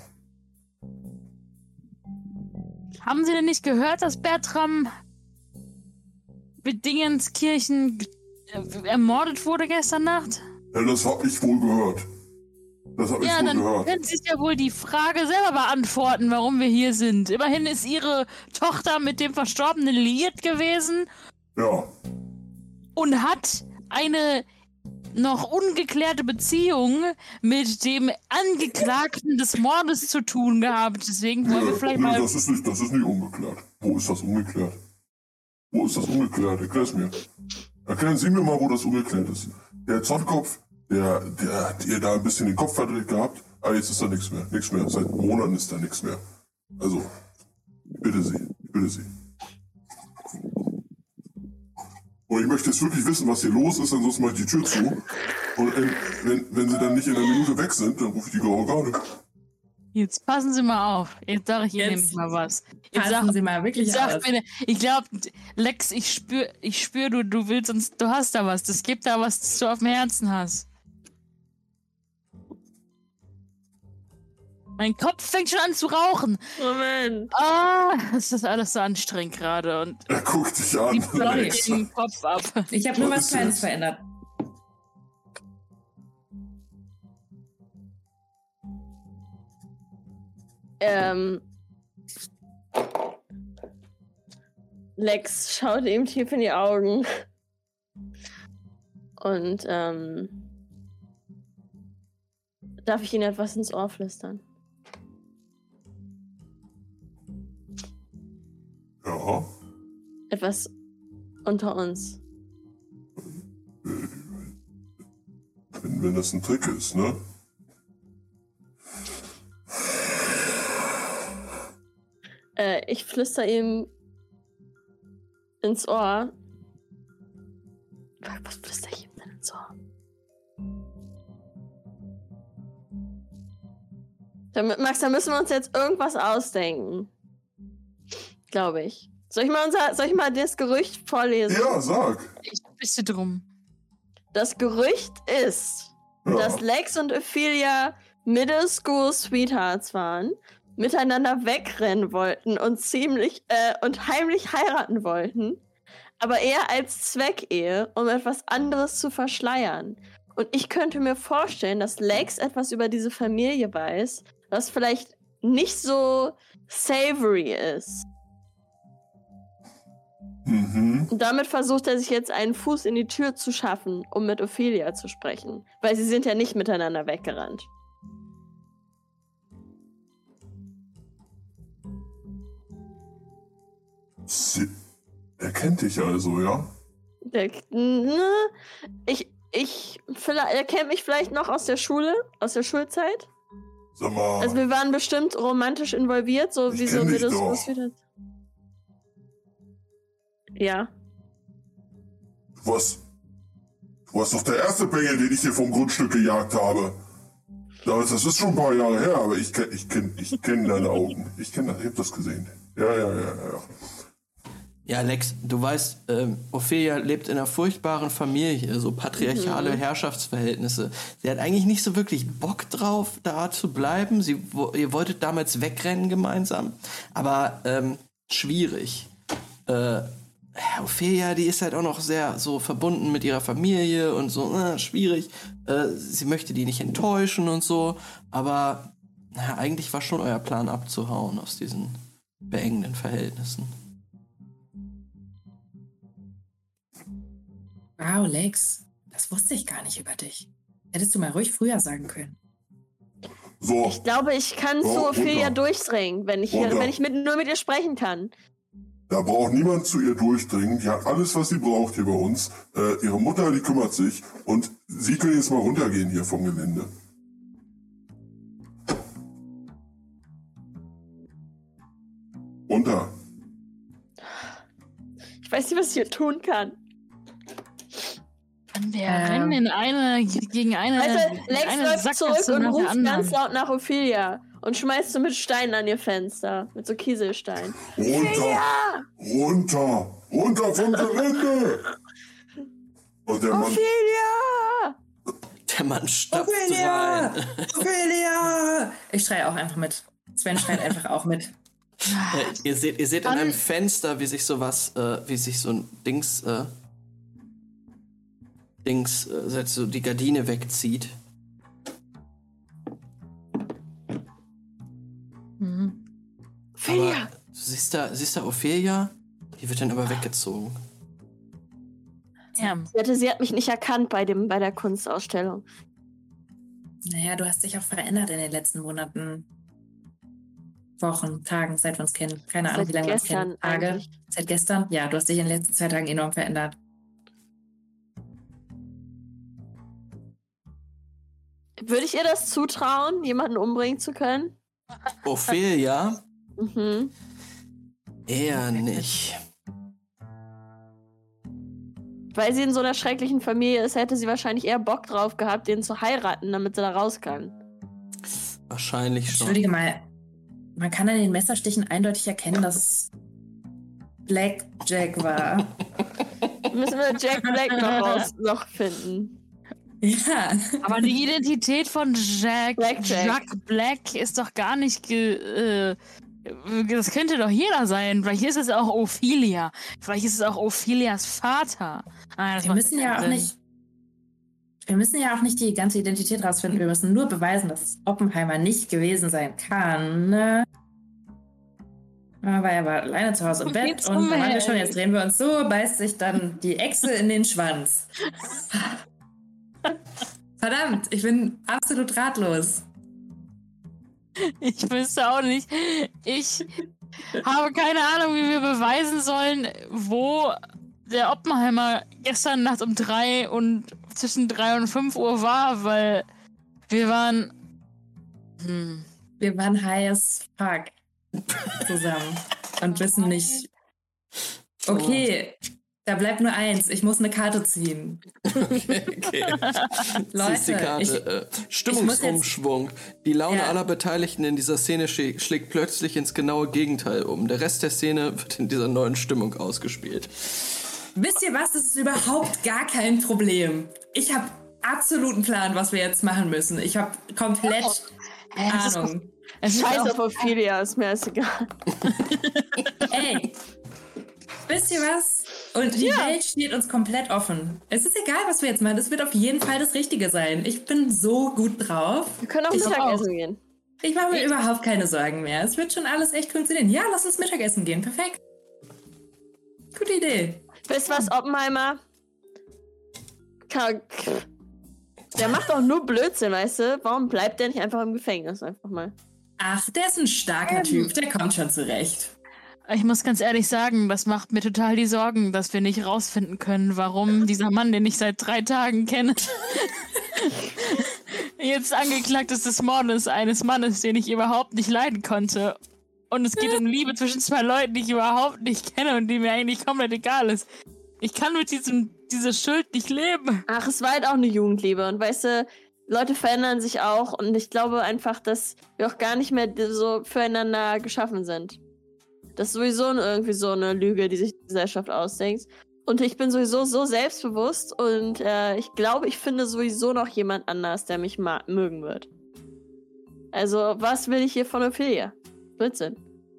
Haben Sie denn nicht gehört, dass Bertram mit Dingenskirchen ermordet wurde gestern Nacht? Ja, das hab ich wohl gehört. Das hab ich wohl dann gehört. können Sie sich ja wohl die Frage selber beantworten, warum wir hier sind. Immerhin ist Ihre Tochter mit dem Verstorbenen liiert gewesen Ja. und hat eine noch ungeklärte Beziehung mit dem Angeklagten des Mordes zu tun gehabt. Deswegen wollen wir vielleicht mal... Das ist nicht ungeklärt. Wo ist das ungeklärt? Wo ist das ungeklärt? Erklär's mir. Erklären Sie mir mal, wo das ungeklärt ist. Der Zottkopf, der hat ihr da ein bisschen den Kopf verdreht gehabt, aber jetzt ist da nichts mehr. Nichts mehr. Seit Monaten ist da nichts mehr. Also, bitte Sie. Und ich möchte jetzt wirklich wissen, was hier los ist, ansonsten mache ich die Tür zu. Und wenn Sie dann nicht in einer Minute weg sind, dann rufe ich die Graue Garde. Jetzt passen Sie mal auf. Jetzt sage ich Ihnen Jetzt nämlich mal was. Passen Sie mal wirklich auf. Ich glaube, Lex, ich spür, du willst uns, du hast da was. Es gibt da was, das du auf dem Herzen hast. Mein Kopf fängt schon an zu rauchen. Moment. Das ist alles so anstrengend gerade und Er guckt dich an. die ploppt den Kopf ab. Ich habe nur Was was ist Kleines jetzt? verändert. Lex schaut ihm tief in die Augen. Und, darf ich Ihnen etwas ins Ohr flüstern? Ja. Etwas unter uns. Wenn das ein Trick ist, ne? Ich flüster ihm ins Ohr. Was flüster ich ihm denn ins Ohr? Max, da müssen wir uns jetzt irgendwas ausdenken. Glaube ich. Soll ich mal das Gerücht vorlesen? Ja, sag. Ich bitte drum. Das Gerücht ist, Ja. dass Lex und Ophelia Middle School Sweethearts waren, miteinander wegrennen wollten und und heimlich heiraten wollten, aber eher als Zweckehe, um etwas anderes zu verschleiern. Und ich könnte mir vorstellen, dass Lex etwas über diese Familie weiß, was vielleicht nicht so savory ist. Mhm. Und damit versucht er sich jetzt einen Fuß in die Tür zu schaffen, um mit Ophelia zu sprechen. Weil sie sind ja nicht miteinander weggerannt. Er kennt dich also, ja? Er kennt mich vielleicht noch aus der Schule, aus der Schulzeit. Sag mal, Also wir waren bestimmt romantisch involviert, so Ich wie so kenn dich Middle School doch. Sweethearts. Ja. du warst doch der erste Bengel, den ich hier vom Grundstück gejagt habe. Das ist schon ein paar Jahre her, aber ich kenn deine Augen. Ich hab das gesehen. Ja. Ja, Lex, du weißt, Ophelia lebt in einer furchtbaren Familie, so patriarchale Herrschaftsverhältnisse. Sie hat eigentlich nicht so wirklich Bock drauf, da zu bleiben. Ihr wolltet damals wegrennen gemeinsam, aber schwierig. Ophelia, die ist halt auch noch sehr so verbunden mit ihrer Familie und so, schwierig. Sie möchte die nicht enttäuschen und so, aber eigentlich war schon euer Plan abzuhauen aus diesen beengenden Verhältnissen. Wow, Lex, das wusste ich gar nicht über dich. Hättest du mal ruhig früher sagen können. So, Ich glaube, ich kann So, zu Ophelia runter. durchdringen, wenn ich Runter. nur mit ihr sprechen kann. da braucht niemand zu ihr durchdringen. Die hat alles, was sie braucht hier bei uns. Ihre Mutter, die kümmert sich. Und sie können jetzt mal runtergehen hier vom Gelände. weiß nicht, was ich hier tun kann. Wir rennen gegen eine Lex läuft zurück und ruft ganz laut nach Ophelia und schmeißt so mit Steinen an ihr Fenster. Mit so Kieselsteinen. Runter vom Gelände! Und der Mann... Ophelia! Der Mann stapft Ophelia! rein. Ophelia! Ich schreie auch einfach mit. Sven schreit einfach auch mit. Ihr seht an einem Fenster, wie sich so ein so die Gardine wegzieht. Ophelia! Aber du siehst da Ophelia? Die wird dann aber weggezogen. Ja. Sie hat mich nicht erkannt bei der Kunstausstellung. Naja, du hast dich auch verändert in den letzten Monaten. Wochen, Tagen, seit wir uns kennen. Keine Ahnung, wie lange wir uns kennen. Tage. Eigentlich. Seit gestern? Ja, du hast dich in den letzten 2 Tagen enorm verändert. Würde ich ihr das zutrauen, jemanden umbringen zu können? Ophelia? Mhm. Eher nicht. Weil sie in so einer schrecklichen Familie ist, hätte sie wahrscheinlich eher Bock drauf gehabt, den zu heiraten, damit sie da raus kann. Wahrscheinlich schon. Entschuldige mal, man kann an den Messerstichen eindeutig erkennen, dass es Blackjack war. Müssen wir Jack Black noch finden. Ja. Aber die Identität von Jack Black ist doch gar nicht das könnte doch jeder sein. Vielleicht ist es auch Ophelia. Vielleicht ist es auch Ophelias Vater. Wir müssen ja auch nicht die ganze Identität rausfinden. Wir müssen nur beweisen, dass Oppenheimer nicht gewesen sein kann. Ne? Aber er war alleine zu Hause im Bett und dann haben wir schon, jetzt drehen wir uns so, beißt sich dann die Echse in den Schwanz. Verdammt, ich bin absolut ratlos. Ich wüsste auch nicht. Ich habe keine Ahnung, wie wir beweisen sollen, wo der Oppenheimer gestern Nacht um 3 und zwischen 3 und 5 Uhr war, weil wir waren... Wir waren high as fuck zusammen und wissen nicht... Okay, da bleibt nur eins. Ich muss eine Karte ziehen. Okay. Leute, die Karte. Stimmungsumschwung. Die Laune aller Beteiligten in dieser Szene schlägt plötzlich ins genaue Gegenteil um. Der Rest der Szene wird in dieser neuen Stimmung ausgespielt. Wisst ihr was? Das ist überhaupt gar kein Problem. Ich habe absoluten Plan, was wir jetzt machen müssen. Ich habe komplett Ahnung. Scheiß auf Ophelia, ist mir alles egal. Ey, wisst ihr was? Und die Welt steht uns komplett offen. Es ist egal, was wir jetzt machen. Es wird auf jeden Fall das Richtige sein. Ich bin so gut drauf. Wir können auch Mittagessen gehen. Ich mache mir überhaupt keine Sorgen mehr. Es wird schon alles echt funktionieren. Ja, lass uns Mittagessen gehen. Perfekt. Gute Idee. Wisst was, Oppenheimer? Der macht doch nur Blödsinn, weißt du? Warum bleibt der nicht einfach im Gefängnis? Einfach mal. Ach, der ist ein starker Typ. Der kommt schon zurecht. Ich muss ganz ehrlich sagen, das macht mir total die Sorgen, dass wir nicht rausfinden können, warum dieser Mann, den ich seit 3 Tagen kenne, jetzt angeklagt ist des Mordes eines Mannes, den ich überhaupt nicht leiden konnte. Und es geht um Liebe zwischen 2 Leuten, die ich überhaupt nicht kenne und die mir eigentlich komplett egal ist. Ich kann mit dieser Schuld nicht leben. Ach, es war halt auch eine Jugendliebe. Und weißt du, Leute verändern sich auch. Und ich glaube einfach, dass wir auch gar nicht mehr so füreinander geschaffen sind. Das ist sowieso irgendwie so eine Lüge, die sich die Gesellschaft ausdenkt. Und ich bin sowieso so selbstbewusst. Und ich glaube, ich finde sowieso noch jemand anders, der mich mögen wird. Also, was will ich hier von Ophelia? Blödsinn.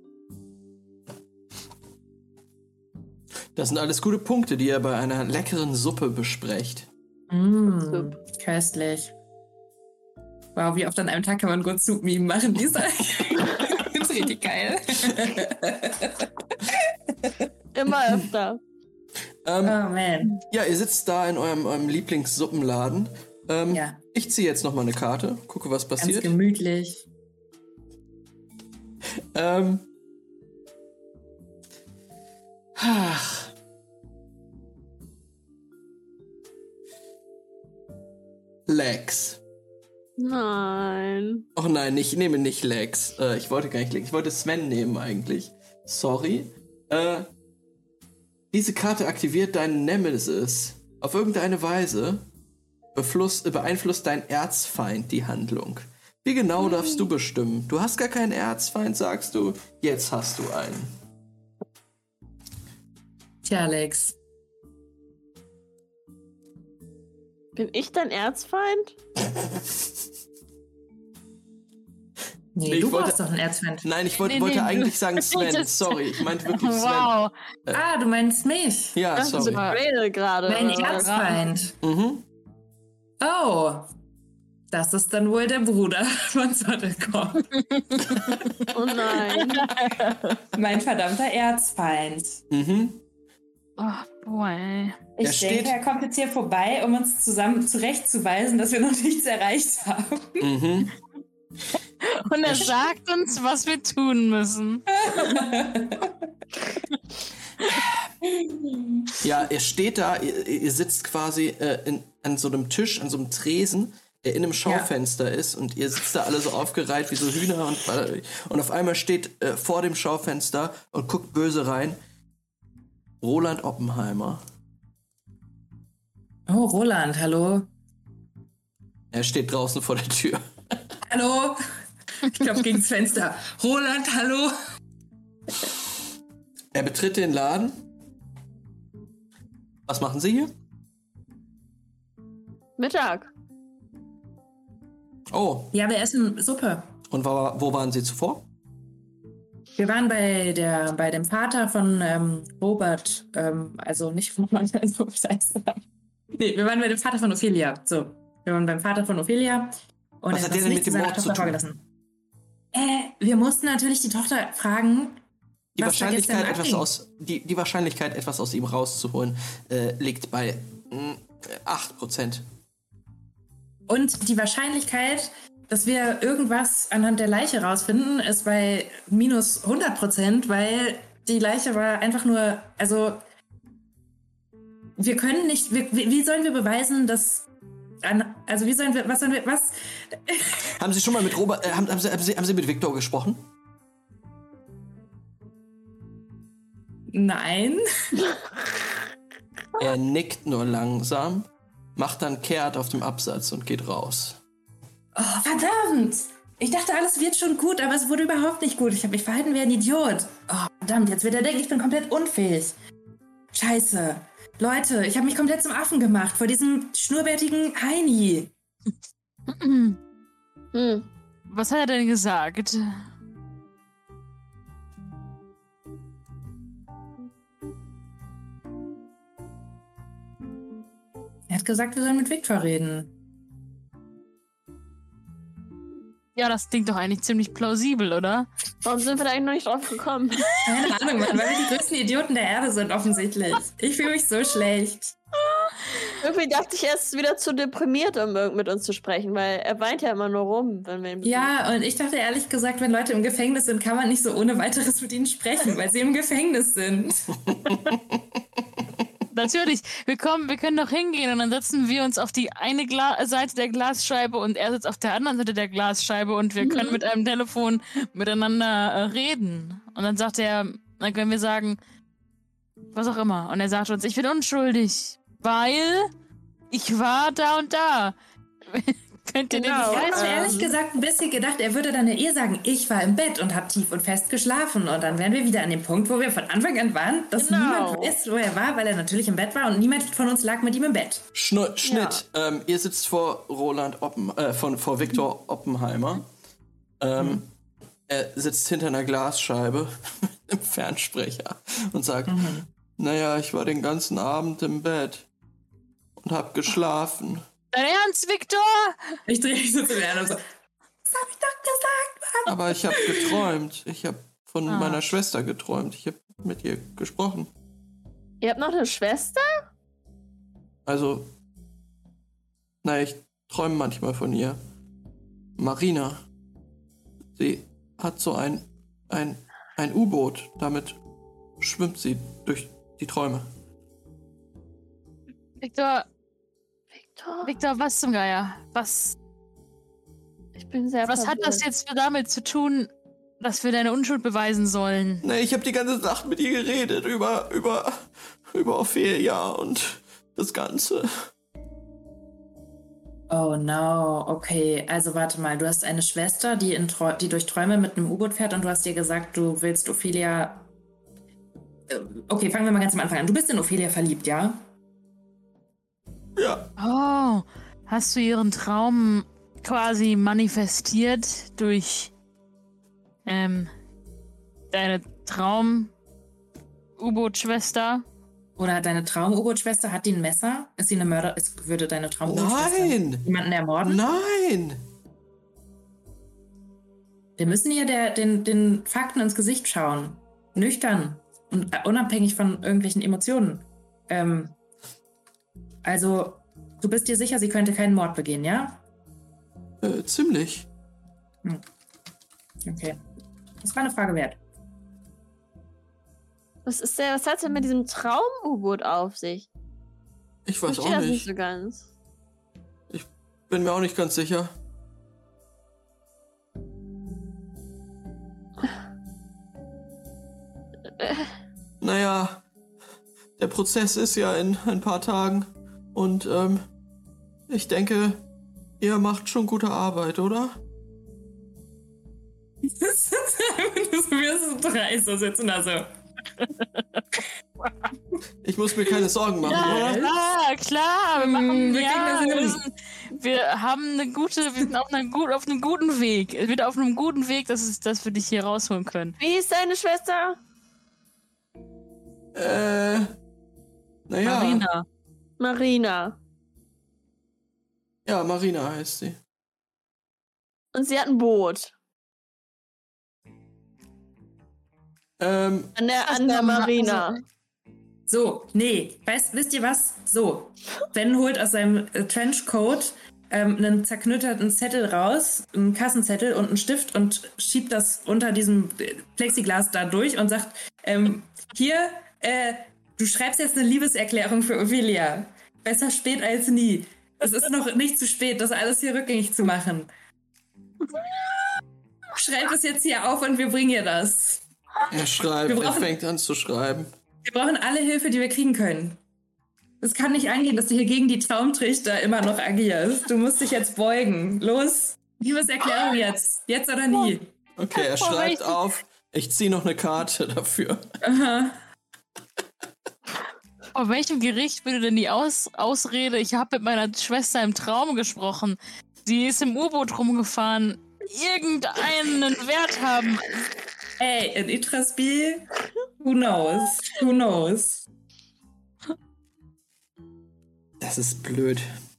Das sind alles gute Punkte, die ihr bei einer leckeren Suppe besprecht. Köstlich. Wow, wie oft an einem Tag kann man Good Soup Meme machen, Lisa? Das ist richtig geil. Immer öfter. Oh man. Ja, ihr sitzt da in eurem Lieblingssuppenladen. Ja. Ich ziehe jetzt nochmal eine Karte, gucke, was passiert. Ganz gemütlich. Ach. Lex. Nein. Och nein, ich nehme nicht Lex. Ich wollte gar nicht Lex. Ich wollte Sven nehmen eigentlich. Sorry. Diese Karte aktiviert deinen Nemesis. Auf irgendeine Weise beeinflusst dein Erzfeind die Handlung. Wie genau darfst du bestimmen? Du hast gar keinen Erzfeind, sagst du. Jetzt hast du einen. Tja, Alex. Bin ich dein Erzfeind? Nee, du brauchst doch einen Erzfeind. Nein, ich wollte eigentlich sagen Sven. Sorry, ich meinte wirklich Sven. Wow. Du meinst mich. Ja, Das ist sorry. Grail gerade. Mein oder? Erzfeind. Mhm. Oh. Das ist dann wohl der Bruder von Zottlecock. Oh nein. Mein verdammter Erzfeind. Mhm. Oh, boy. Ich denke, er kommt jetzt hier vorbei, um uns zusammen zurechtzuweisen, dass wir noch nichts erreicht haben. Mhm. Und er sagt uns, was wir tun müssen. Ja, er steht da, ihr sitzt quasi an so einem Tisch, an so einem Tresen, der in einem Schaufenster ist und ihr sitzt da alle so aufgereiht wie so Hühner und auf einmal steht vor dem Schaufenster und guckt böse rein Roland Oppenheimer. Oh, Roland, hallo. Er steht draußen vor der Tür. Hallo. Ich klopfe gegen das Fenster. Roland, hallo. Er betritt den Laden. Was machen Sie hier? Mittag. Oh, Ja, wir essen Suppe. und wo waren Sie zuvor? Wir waren bei dem Vater von Robert, also nicht von Robert, also scheiße. Nee, wir waren bei dem Vater von Ophelia. So, wir waren beim Vater von Ophelia. Und Was er hat uns der denn nicht mit dem seiner Mord zu Tochter tun? vorgelassen. Wir mussten natürlich die Tochter fragen, Die was da gestern die Wahrscheinlichkeit, etwas aus ihm rauszuholen, liegt bei 8%. Und die Wahrscheinlichkeit, dass wir irgendwas anhand der Leiche rausfinden, ist bei minus 100%, weil die Leiche war einfach nur, also wir können nicht, wie sollen wir beweisen, dass, also was? Haben Sie schon mal mit Robert, haben Sie mit Viktor gesprochen? Nein. Er nickt nur langsam, macht dann kehrt auf dem Absatz und geht raus. Oh, verdammt! Ich dachte, alles wird schon gut, aber es wurde überhaupt nicht gut. Ich habe mich verhalten wie ein Idiot. Oh, verdammt, jetzt wird er denken, ich bin komplett unfähig. Scheiße. Leute, ich habe mich komplett zum Affen gemacht vor diesem schnurrbärtigen Heini. Was hat er denn gesagt? Er hat gesagt, wir sollen mit Viktor reden. Ja, das klingt doch eigentlich ziemlich plausibel, oder? Warum sind wir da eigentlich noch nicht drauf gekommen? Keine Ahnung, Mann, weil wir die größten Idioten der Erde sind, offensichtlich. Ich fühle mich so schlecht. Irgendwie dachte ich, er ist wieder zu deprimiert, um mit uns zu sprechen, weil er weint ja immer nur rum, wenn wir ihn besuchen. Ja, und ich dachte ehrlich gesagt, wenn Leute im Gefängnis sind, kann man nicht so ohne weiteres mit ihnen sprechen, weil sie im Gefängnis sind. Natürlich, wir können doch hingehen und dann setzen wir uns auf die eine Seite der Glasscheibe und er sitzt auf der anderen Seite der Glasscheibe und wir können mit einem Telefon miteinander reden. Und dann sagt er, dann können wir sagen, was auch immer. Und er sagt uns, ich bin unschuldig, weil ich war da und da. Könnt ihr Genau. Ich nicht habe ehrlich gesagt ein bisschen gedacht, er würde dann ja sagen, ich war im Bett und habe tief und fest geschlafen. Und dann wären wir wieder an dem Punkt, wo wir von Anfang an waren, dass niemand weiß, wo er war, weil er natürlich im Bett war und niemand von uns lag mit ihm im Bett. Schnitt. Ihr sitzt vor vor Viktor Oppenheimer. Er sitzt hinter einer Glasscheibe im Fernsprecher und sagt, naja, ich war den ganzen Abend im Bett und hab geschlafen. Dein Ernst, Viktor? Ich drehe mich so zu mir an und so, was hab ich doch gesagt, Mann? Aber ich habe geträumt. Ich habe von meiner Schwester geträumt. Ich habe mit ihr gesprochen. Ihr habt noch eine Schwester? Also, ich träume manchmal von ihr. Marina. Sie hat so ein U-Boot. Damit schwimmt sie durch die Träume. Viktor, was zum Geier? Was Ich bin sehr hat verwirrt. das jetzt damit zu tun, dass wir deine Unschuld beweisen sollen? Ich habe die ganze Nacht mit ihr geredet über über Ophelia und das Ganze. Oh no, okay. Also warte mal, du hast eine Schwester, die durch Träume mit einem U-Boot fährt und du hast ihr gesagt, du willst Ophelia... Okay, fangen wir mal ganz am Anfang an. Du bist in Ophelia verliebt, ja? Ja. Oh, hast du ihren Traum quasi manifestiert durch deine Traum-U-Boot-Schwester? Oder deine Traum-U-Boot-Schwester, hat die ein Messer? Ist sie eine Mörder? Würde deine Traum-U-Boot-Schwester Nein! jemanden ermorden? Nein! Wir müssen hier den Fakten ins Gesicht schauen. Nüchtern und unabhängig von irgendwelchen Emotionen. Also, du bist dir sicher, sie könnte keinen Mord begehen, ja? Ziemlich. Okay. Das war eine Frage wert. Was hat denn mit diesem Traum-U-Boot auf sich? Ich weiß Verstehe auch das nicht. nicht so ganz. Bin mir auch nicht ganz sicher. Naja, der Prozess ist ja in ein paar Tagen. Und ich denke, ihr macht schon gute Arbeit, oder? Du wirst so dreist sitzen, also. Ich muss mir keine Sorgen machen, Ja, oder? klar, wir machen, wir kriegen das hin. wir haben wir sind auf einem guten Weg. Es wird auf einem guten Weg, dass wir dich hier rausholen können. Wie ist deine Schwester? Naja. Marina. Marina. Ja, Marina heißt sie. Und sie hat ein Boot. An der Marina. So, nee, wisst ihr was? So, Ben holt aus seinem Trenchcoat einen zerknütterten Zettel raus, einen Kassenzettel und einen Stift und schiebt das unter diesem Plexiglas da durch und sagt, hier, du schreibst jetzt eine Liebeserklärung für Ophelia. Besser spät als nie. Es ist noch nicht zu spät, das alles hier rückgängig zu machen. Schreib es jetzt hier auf und wir bringen ihr das. Er schreibt, er fängt an zu schreiben. Wir brauchen alle Hilfe, die wir kriegen können. Es kann nicht angehen, dass du hier gegen die Traumtrichter immer noch agierst. Du musst dich jetzt beugen. Los, Liebeserklärung jetzt. Jetzt oder nie. Okay, er schreibt auf, ich ziehe noch eine Karte dafür. Aha. Vor welchem Gericht würde denn die Ausrede, ich habe mit meiner Schwester im Traum gesprochen, sie ist im U-Boot rumgefahren, irgendeinen Wert haben? Ey, in Itrasby, who knows? Who knows? Das ist blöd.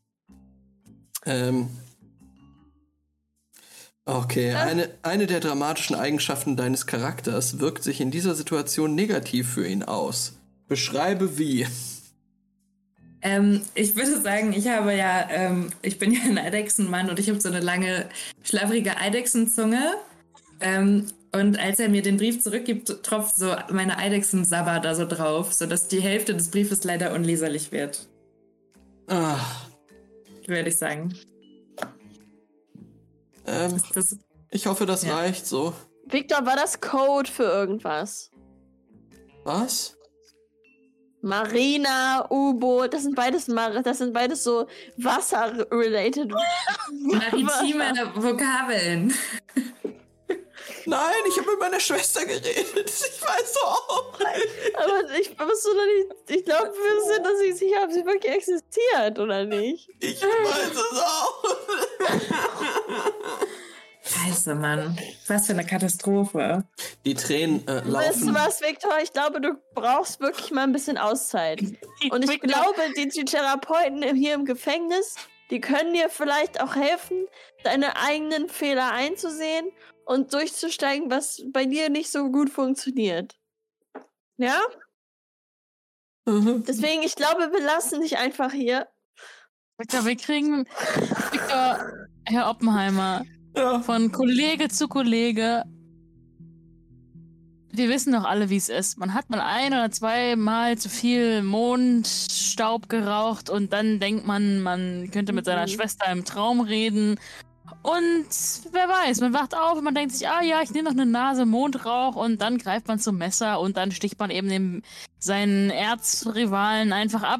Okay, eine der dramatischen Eigenschaften deines Charakters wirkt sich in dieser Situation negativ für ihn aus. Beschreibe wie. Ich würde sagen, ich bin ja ein Eidechsenmann und ich habe so eine lange, schlabrige Eidechsenzunge. Und als er mir den Brief zurückgibt, tropft so meine Eidechsen-Sabber da so drauf, sodass die Hälfte des Briefes leider unleserlich wird. Ach. Würde ich sagen. Ich hoffe, das reicht so. Victor, war das Code für irgendwas? Was? Marina, U-Boot, das sind beides so Wasser-related. Maritime Vokabeln. Nein, ich habe mit meiner Schwester geredet. Ich weiß doch auch. Aber ich glaube, wir sind uns nicht sicher, ob sie wirklich existiert oder nicht. Ich weiß es auch. Scheiße, Mann. Was für eine Katastrophe. Die Tränen laufen. Weißt du was, Victor? Ich glaube, du brauchst wirklich mal ein bisschen Auszeit. Und ich glaube, die Therapeuten hier im Gefängnis, die können dir vielleicht auch helfen, deine eigenen Fehler einzusehen und durchzusteigen, was bei dir nicht so gut funktioniert. Ja? Deswegen, ich glaube, wir lassen dich einfach hier. Victor, Herr Oppenheimer, von Kollege zu Kollege. Wir wissen doch alle, wie es ist. Man hat mal 1 oder 2 Mal zu viel Mondstaub geraucht und dann denkt man, man könnte mit seiner Schwester im Traum reden Und wer weiß, man wacht auf und man denkt sich, ich nehme noch eine Nase Mondrauch und dann greift man zum Messer und dann sticht man eben seinen Erzrivalen einfach ab.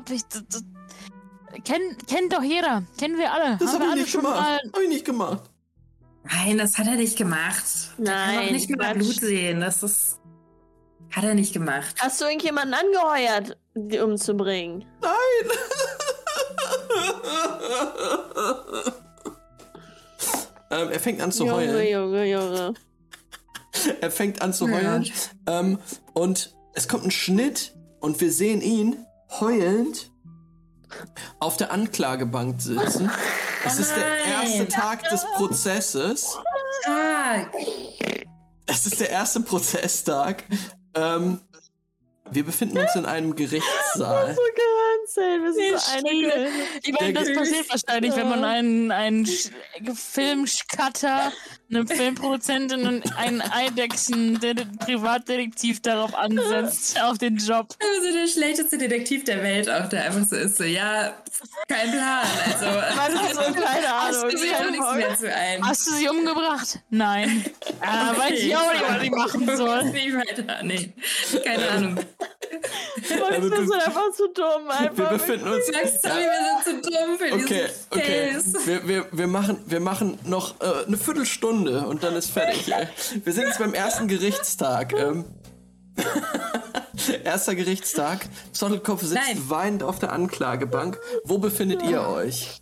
Kennt doch jeder. Kennen wir alle. Das Haben habe wir ich alle nicht schon gemacht. mal. Habe ich nicht gemacht. Nein, das hat er nicht gemacht. Der kann Nein, auch nicht mehr Quatsch. Blut sehen. Hat er nicht gemacht. Hast du irgendjemanden angeheuert, die umzubringen? Er fängt an zu heulen. Junge. Er fängt an zu heulen. Und es kommt ein Schnitt und wir sehen ihn heulend auf der Anklagebank sitzen. Es ist der erste Tag des Prozesses. Es ist der erste Prozesstag. Wir befinden uns in einem Gerichtssaal. So geranzelt, wir sind so eine. Ich meine, das passiert wahrscheinlich, wenn man einen Filmcutter, eine Filmproduzentin und einen Privatdetektiv darauf ansetzt, auf den Job. Also der schlechteste Detektiv der Welt auch, der einfach so ist, kein Plan. Also, So, keine Ahnung. mir fällt nichts mehr zu ein. Hast du sie umgebracht? Nein. Weiß ich auch nicht, was ich machen soll. Nicht weiter, nee. Keine Ahnung. Wir sind einfach zu dumm. Wir befinden uns... Sorry, wir sind zu dumm für Okay. Case. Wir machen noch eine Viertelstunde und dann ist fertig. Wir sind jetzt beim ersten Gerichtstag. Erster Gerichtstag. Zottelkopf sitzt weinend auf der Anklagebank. Wo befindet ihr euch?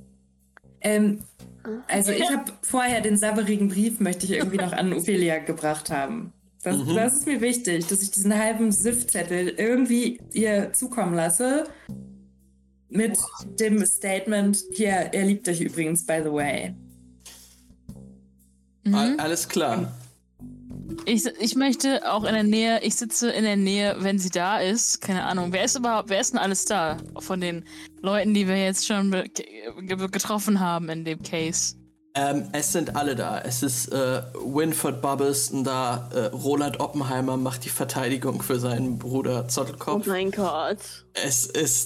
Also ich habe vorher den sabberigen Brief, möchte ich irgendwie noch an Ophelia gebracht haben. Das ist mir wichtig, dass ich diesen halben SIF-Zettel irgendwie ihr zukommen lasse. Mit dem Statement, hier, er liebt euch übrigens, by the way. Alles klar. Ich möchte auch in der Nähe, ich sitze in der Nähe, wenn sie da ist. Keine Ahnung, wer ist denn alles da? Von den Leuten, die wir jetzt schon getroffen haben in dem Case. Es sind alle da. Es ist Winford Bubbleson da. Roland Oppenheimer macht die Verteidigung für seinen Bruder Zottelkopf. Oh mein Gott. Es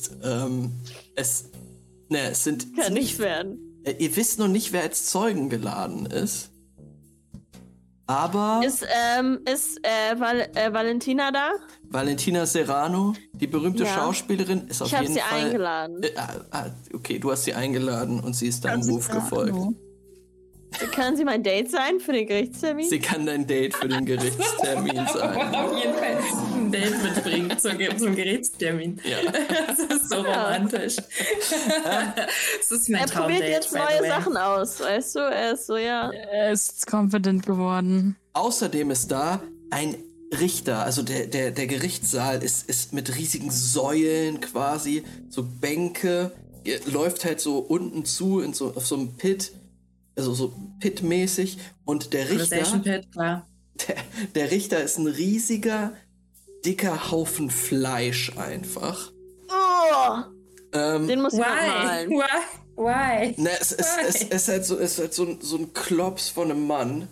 sind... Kann nicht werden. Ihr wisst noch nicht, wer als Zeugen geladen ist. Aber... Ist Valentina da? Valentina Serrano, die berühmte Schauspielerin, ist auf jeden Fall... Ich habe sie eingeladen. Okay, du hast sie eingeladen und sie ist deinem Ruf gefolgt. Kann sie mein Date sein für den Gerichtstermin? Sie kann dein Date für den Gerichtstermin sein. Auf jeden Fall ein Date mitbringen zum Gerichtstermin. Ja. Das ist so romantisch. Das ist mein Er Traumdate. probiert jetzt neue Sachen aus, weißt du? Er ist so, Er ist confident geworden. Außerdem ist da ein Richter, also der Gerichtssaal ist mit riesigen Säulen quasi, so Bänke, läuft halt so unten zu auf so einem Pit, also so Pit-mäßig, und der Richter, Pit, klar. der Richter ist ein riesiger, dicker Haufen Fleisch einfach. Oh, den muss ich noch malen. Why? Ne, es ist halt so ein Klops von einem Mann,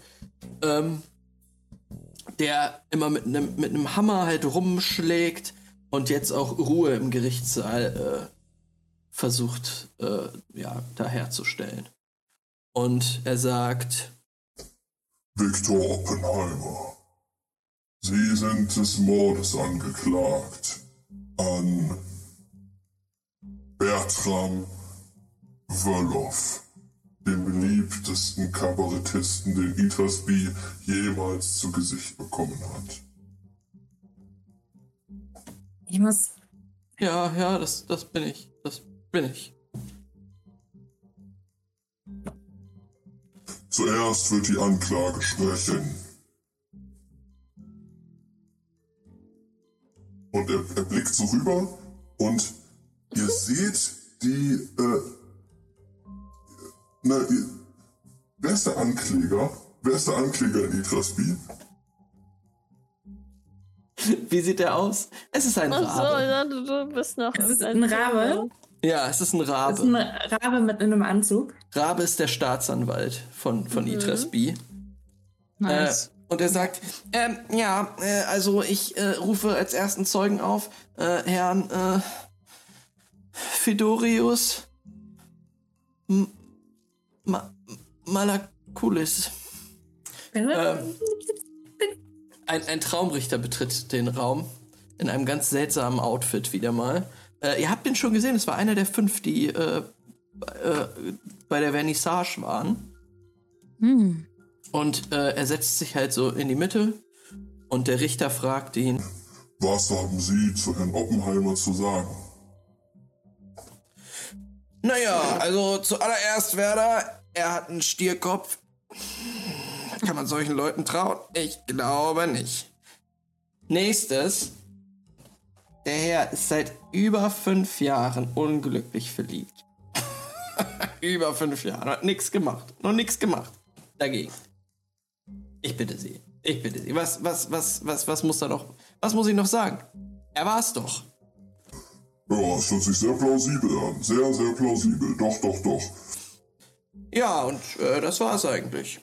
der immer mit einem Hammer halt rumschlägt und jetzt auch Ruhe im Gerichtssaal versucht, da herzustellen. Und er sagt: Viktor Oppenheimer, Sie sind des Mordes angeklagt an Bertram Wölow, dem beliebtesten Kabarettisten, den Itrasby jemals zu Gesicht bekommen hat. Ich muss... Ja, das bin ich. Das bin ich. Zuerst wird die Anklage sprechen. Und er blickt so rüber und ihr seht die, wer ist der Ankläger? Wer ist der Ankläger in Itrasby? Wie sieht der aus? Es ist ein Rabe. Ach so, du bist noch... Es ist ein Rabe? Ja, es ist ein Rabe. Es ist ein Rabe mit einem Anzug. Rabe ist der Staatsanwalt von Itrasby. Nice. Und er sagt, also ich rufe als ersten Zeugen auf, Herrn Fedorius Malakulis. Ein Traumrichter betritt den Raum in einem ganz seltsamen Outfit wieder mal. Ihr habt ihn schon gesehen, es war einer der 5, die bei der Vernissage waren. Und er setzt sich halt so in die Mitte und der Richter fragt ihn: Was haben Sie zu Herrn Oppenheimer zu sagen? Naja, also zuallererst, Werder, er hat einen Stierkopf. Kann man solchen Leuten trauen? Ich glaube nicht. Nächstes. Der Herr ist seit über 5 Jahren unglücklich verliebt. Über 5 Jahre. Hat nichts gemacht. Noch nichts gemacht. Dagegen. Ich bitte Sie. Was muss da noch? Was muss ich noch sagen? Er war's doch. Ja, es hört sich sehr plausibel an. Sehr, sehr plausibel. Doch. Ja, und das war's eigentlich.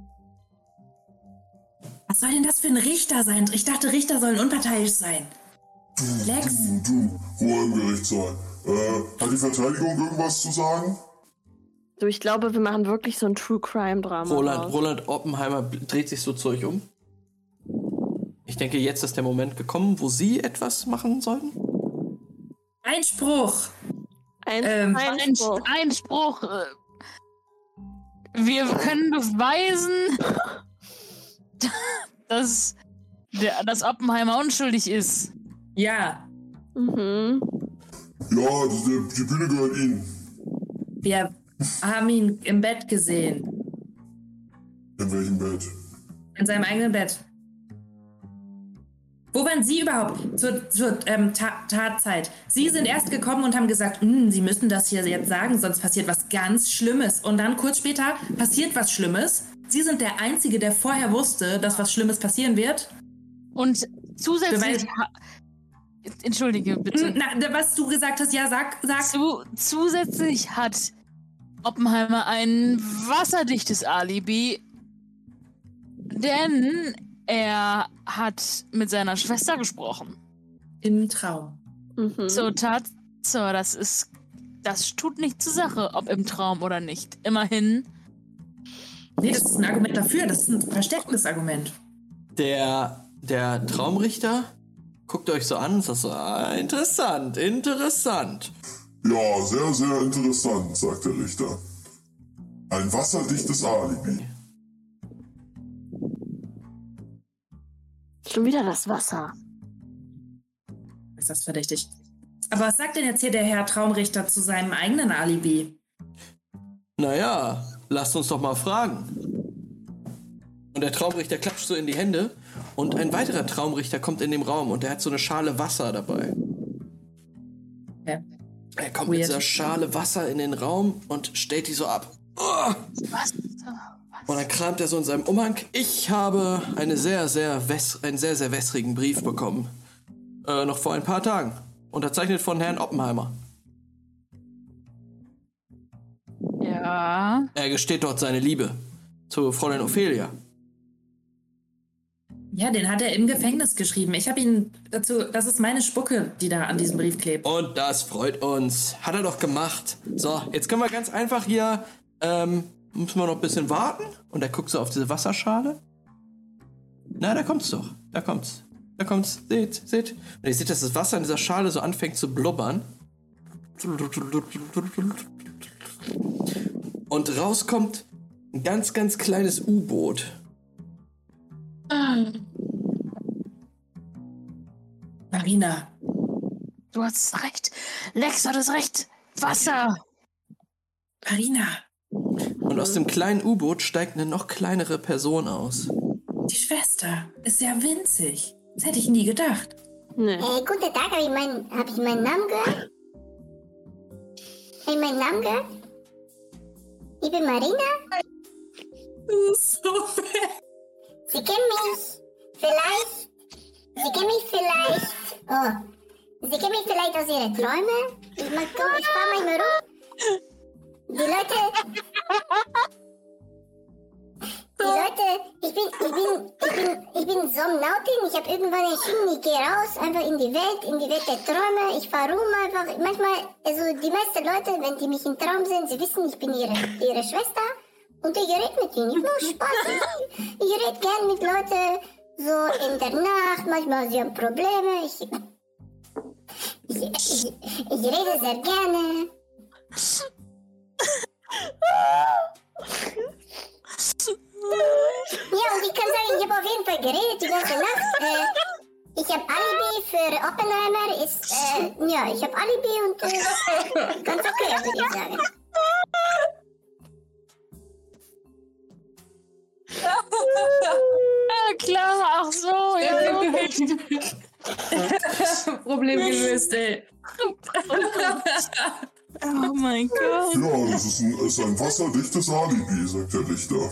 Was soll denn das für ein Richter sein? Ich dachte, Richter sollen unparteiisch sein. Lex? Du, Ruhe im Gerichtssaal. Hat die Verteidigung irgendwas zu sagen? Du, ich glaube, wir machen wirklich so ein True-Crime-Drama. Roland Oppenheimer dreht sich so zu euch um. Ich denke, jetzt ist der Moment gekommen, wo Sie etwas machen sollten. Einspruch! Einspruch. Einspruch. Wir können beweisen, dass Oppenheimer unschuldig ist. Ja. Ja, die Bühne gehört Ihnen. Wir haben ihn im Bett gesehen. In welchem Bett? In seinem eigenen Bett. Wo waren Sie überhaupt zur Tatzeit? Sie sind erst gekommen und haben gesagt, Sie müssen das hier jetzt sagen, sonst passiert was ganz Schlimmes. Und dann kurz später passiert was Schlimmes. Sie sind der Einzige, der vorher wusste, dass was Schlimmes passieren wird. Und zusätzlich... Entschuldige, bitte. Was du gesagt hast, ja, sag. Zusätzlich hat Oppenheimer ein wasserdichtes Alibi, denn er hat mit seiner Schwester gesprochen. Im Traum. Das tut nicht zur Sache, ob im Traum oder nicht. Immerhin. Nee, das ist ein Argument dafür. Das ist ein versteckendes Argument. Der Traumrichter guckt euch so an und sagt so, interessant. Ja, sehr, sehr interessant, sagt der Richter. Ein wasserdichtes Alibi. Schon wieder das Wasser. Ist das verdächtig? Aber was sagt denn jetzt hier der Herr Traumrichter zu seinem eigenen Alibi? Naja, lasst uns doch mal fragen. Und der Traumrichter klatscht so in die Hände und ein weiterer Traumrichter kommt in den Raum und der hat so eine Schale Wasser dabei. Ja. Er kommt mit dieser Schale Wasser in den Raum und stellt die so ab. Oh! Was? Und dann kramt er so in seinem Umhang. Ich habe einen sehr, sehr wässrigen Brief bekommen. Noch vor ein paar Tagen. Unterzeichnet von Herrn Oppenheimer. Ja. Er gesteht dort seine Liebe zu Fräulein Ophelia. Ja, den hat er im Gefängnis geschrieben. Ich habe ihn dazu, das ist meine Spucke, die da an diesem Brief klebt. Und das freut uns. Hat er doch gemacht. So, jetzt können wir ganz einfach hier, müssen wir noch ein bisschen warten. Und er guckt so auf diese Wasserschale. Na, da kommt's doch. Da kommt's. Seht. Und ihr seht, dass das Wasser in dieser Schale so anfängt zu blubbern. Und rauskommt ein ganz, ganz kleines U-Boot. Marina. Du hast recht. Lex hat es recht. Wasser. Marina. Und aus dem kleinen U-Boot steigt eine noch kleinere Person aus. Die Schwester ist ja winzig. Das hätte ich nie gedacht. Nee. Guten Tag, habe ich meinen Namen gehört? Habe ich meinen Namen gehört? Ich bin Marina. So fair. Sie kennen mich vielleicht aus Ihren Träumen. Ich fahre manchmal rum. Die Leute, ich bin Somnautin. Ich habe irgendwann entschieden, ich gehe raus, einfach in die Welt der Träume. Ich fahre rum einfach. Manchmal, also die meisten Leute, wenn die mich im Traum sehen, sie wissen, ich bin ihre Schwester. Und ich rede mit ihnen. Ich mache Spaß. Ich rede gern mit Leuten so in der Nacht. Manchmal sie haben Probleme. Ich rede sehr gerne. Ja, und ich kann sagen, ich habe auf jeden Fall geredet die ganze Nacht. Ich habe Alibi für Oppenheimer. Ja, ich habe Alibi und ganz okay, würde ich sagen. Ja, klar, ach so, ja. Problem gelöst, ey. Oh mein Gott. Ja, das ist ein wasserdichtes Alibi, sagt der Richter.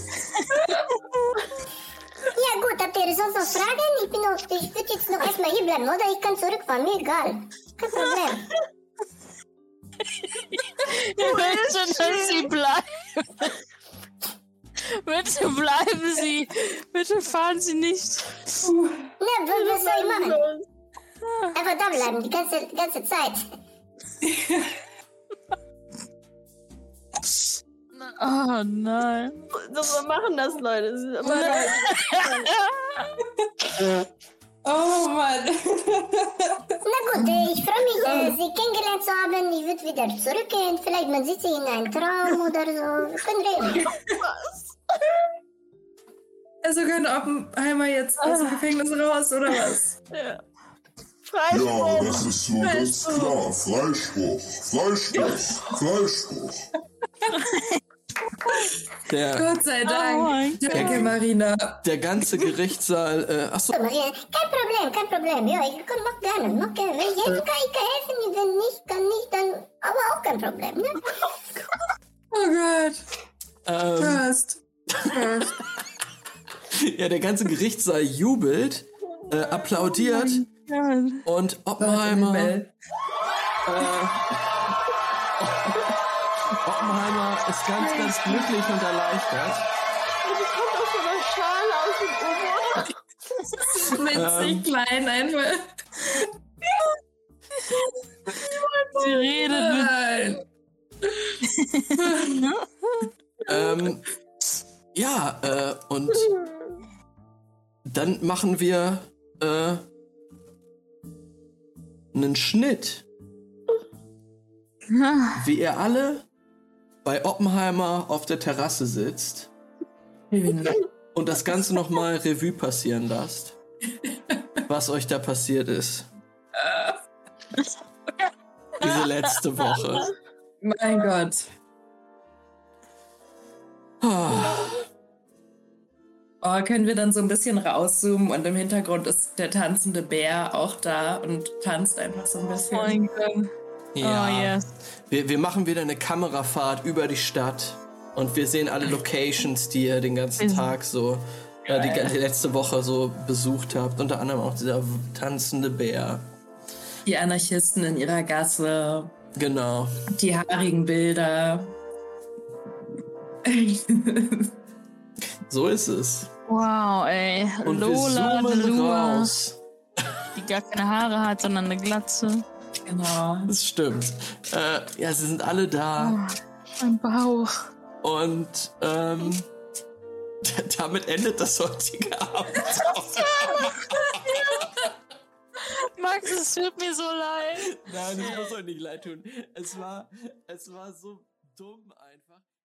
Ja gut, habt ihr sonst noch Fragen? Ich würde jetzt noch erstmal hier bleiben, oder? Ich kann zurückfahren, mir egal. Kein Problem. Ich möchte, dass Sie bleiben. Bitte bleiben Sie. Bitte fahren Sie nicht. Na, was soll ich machen? Einfach da bleiben, die ganze Zeit. Oh nein. So machen das Leute. Das ist immer Oh Mann. Na gut, ich freue mich, Sie kennengelernt zu haben. Ich würde wieder zurückgehen. Vielleicht man sieht sich in einem Traum oder so. Wir können reden. Also können Oppenheimer jetzt aus dem Gefängnis raus, oder was? Ja. Ja, das ist so ganz klar. Freispruch. Gott sei Dank. Oh mein Danke, Marina. Der ganze Gerichtssaal, achso, Maria, kein Problem. Ja, ich mach gerne. Wenn ich helfen kann, ich kann helfen. Wenn nicht, kann nicht, dann aber auch kein Problem, ne? Oh Gott. First. ja, der ganze Gerichtssaal jubelt, applaudiert und Oppenheimer ist ganz glücklich und erleichtert. Und ich komme aus so einer Schale aus dem U-Boot. Winzig klein einfach. Sie redet Nein. Ja, und dann machen wir einen Schnitt. Wie ihr alle bei Oppenheimer auf der Terrasse sitzt und das Ganze nochmal Revue passieren lasst, was euch da passiert ist. Diese letzte Woche. Mein Gott. Oh, können wir dann so ein bisschen rauszoomen und im Hintergrund ist der tanzende Bär auch da und tanzt einfach so ein bisschen. Oh mein Gott. Ja, Oh, yes. wir machen wieder eine Kamerafahrt über die Stadt und wir sehen alle Locations, die ihr den ganzen Tag so, die letzte Woche so besucht habt. Unter anderem auch dieser tanzende Bär. Die Anarchisten in ihrer Gasse, Genau. die haarigen Bilder. So ist es. Wow, ey. Und Lola, wir zoomen Lua, raus. die gar keine Haare hat, sondern eine Glatze. Genau. Das stimmt. Ja, sie sind alle da. Mein Bauch. Und damit endet das heutige Abend. Max, es tut mir so leid. Nein, das muss euch nicht leid tun. Es war so dumm einfach.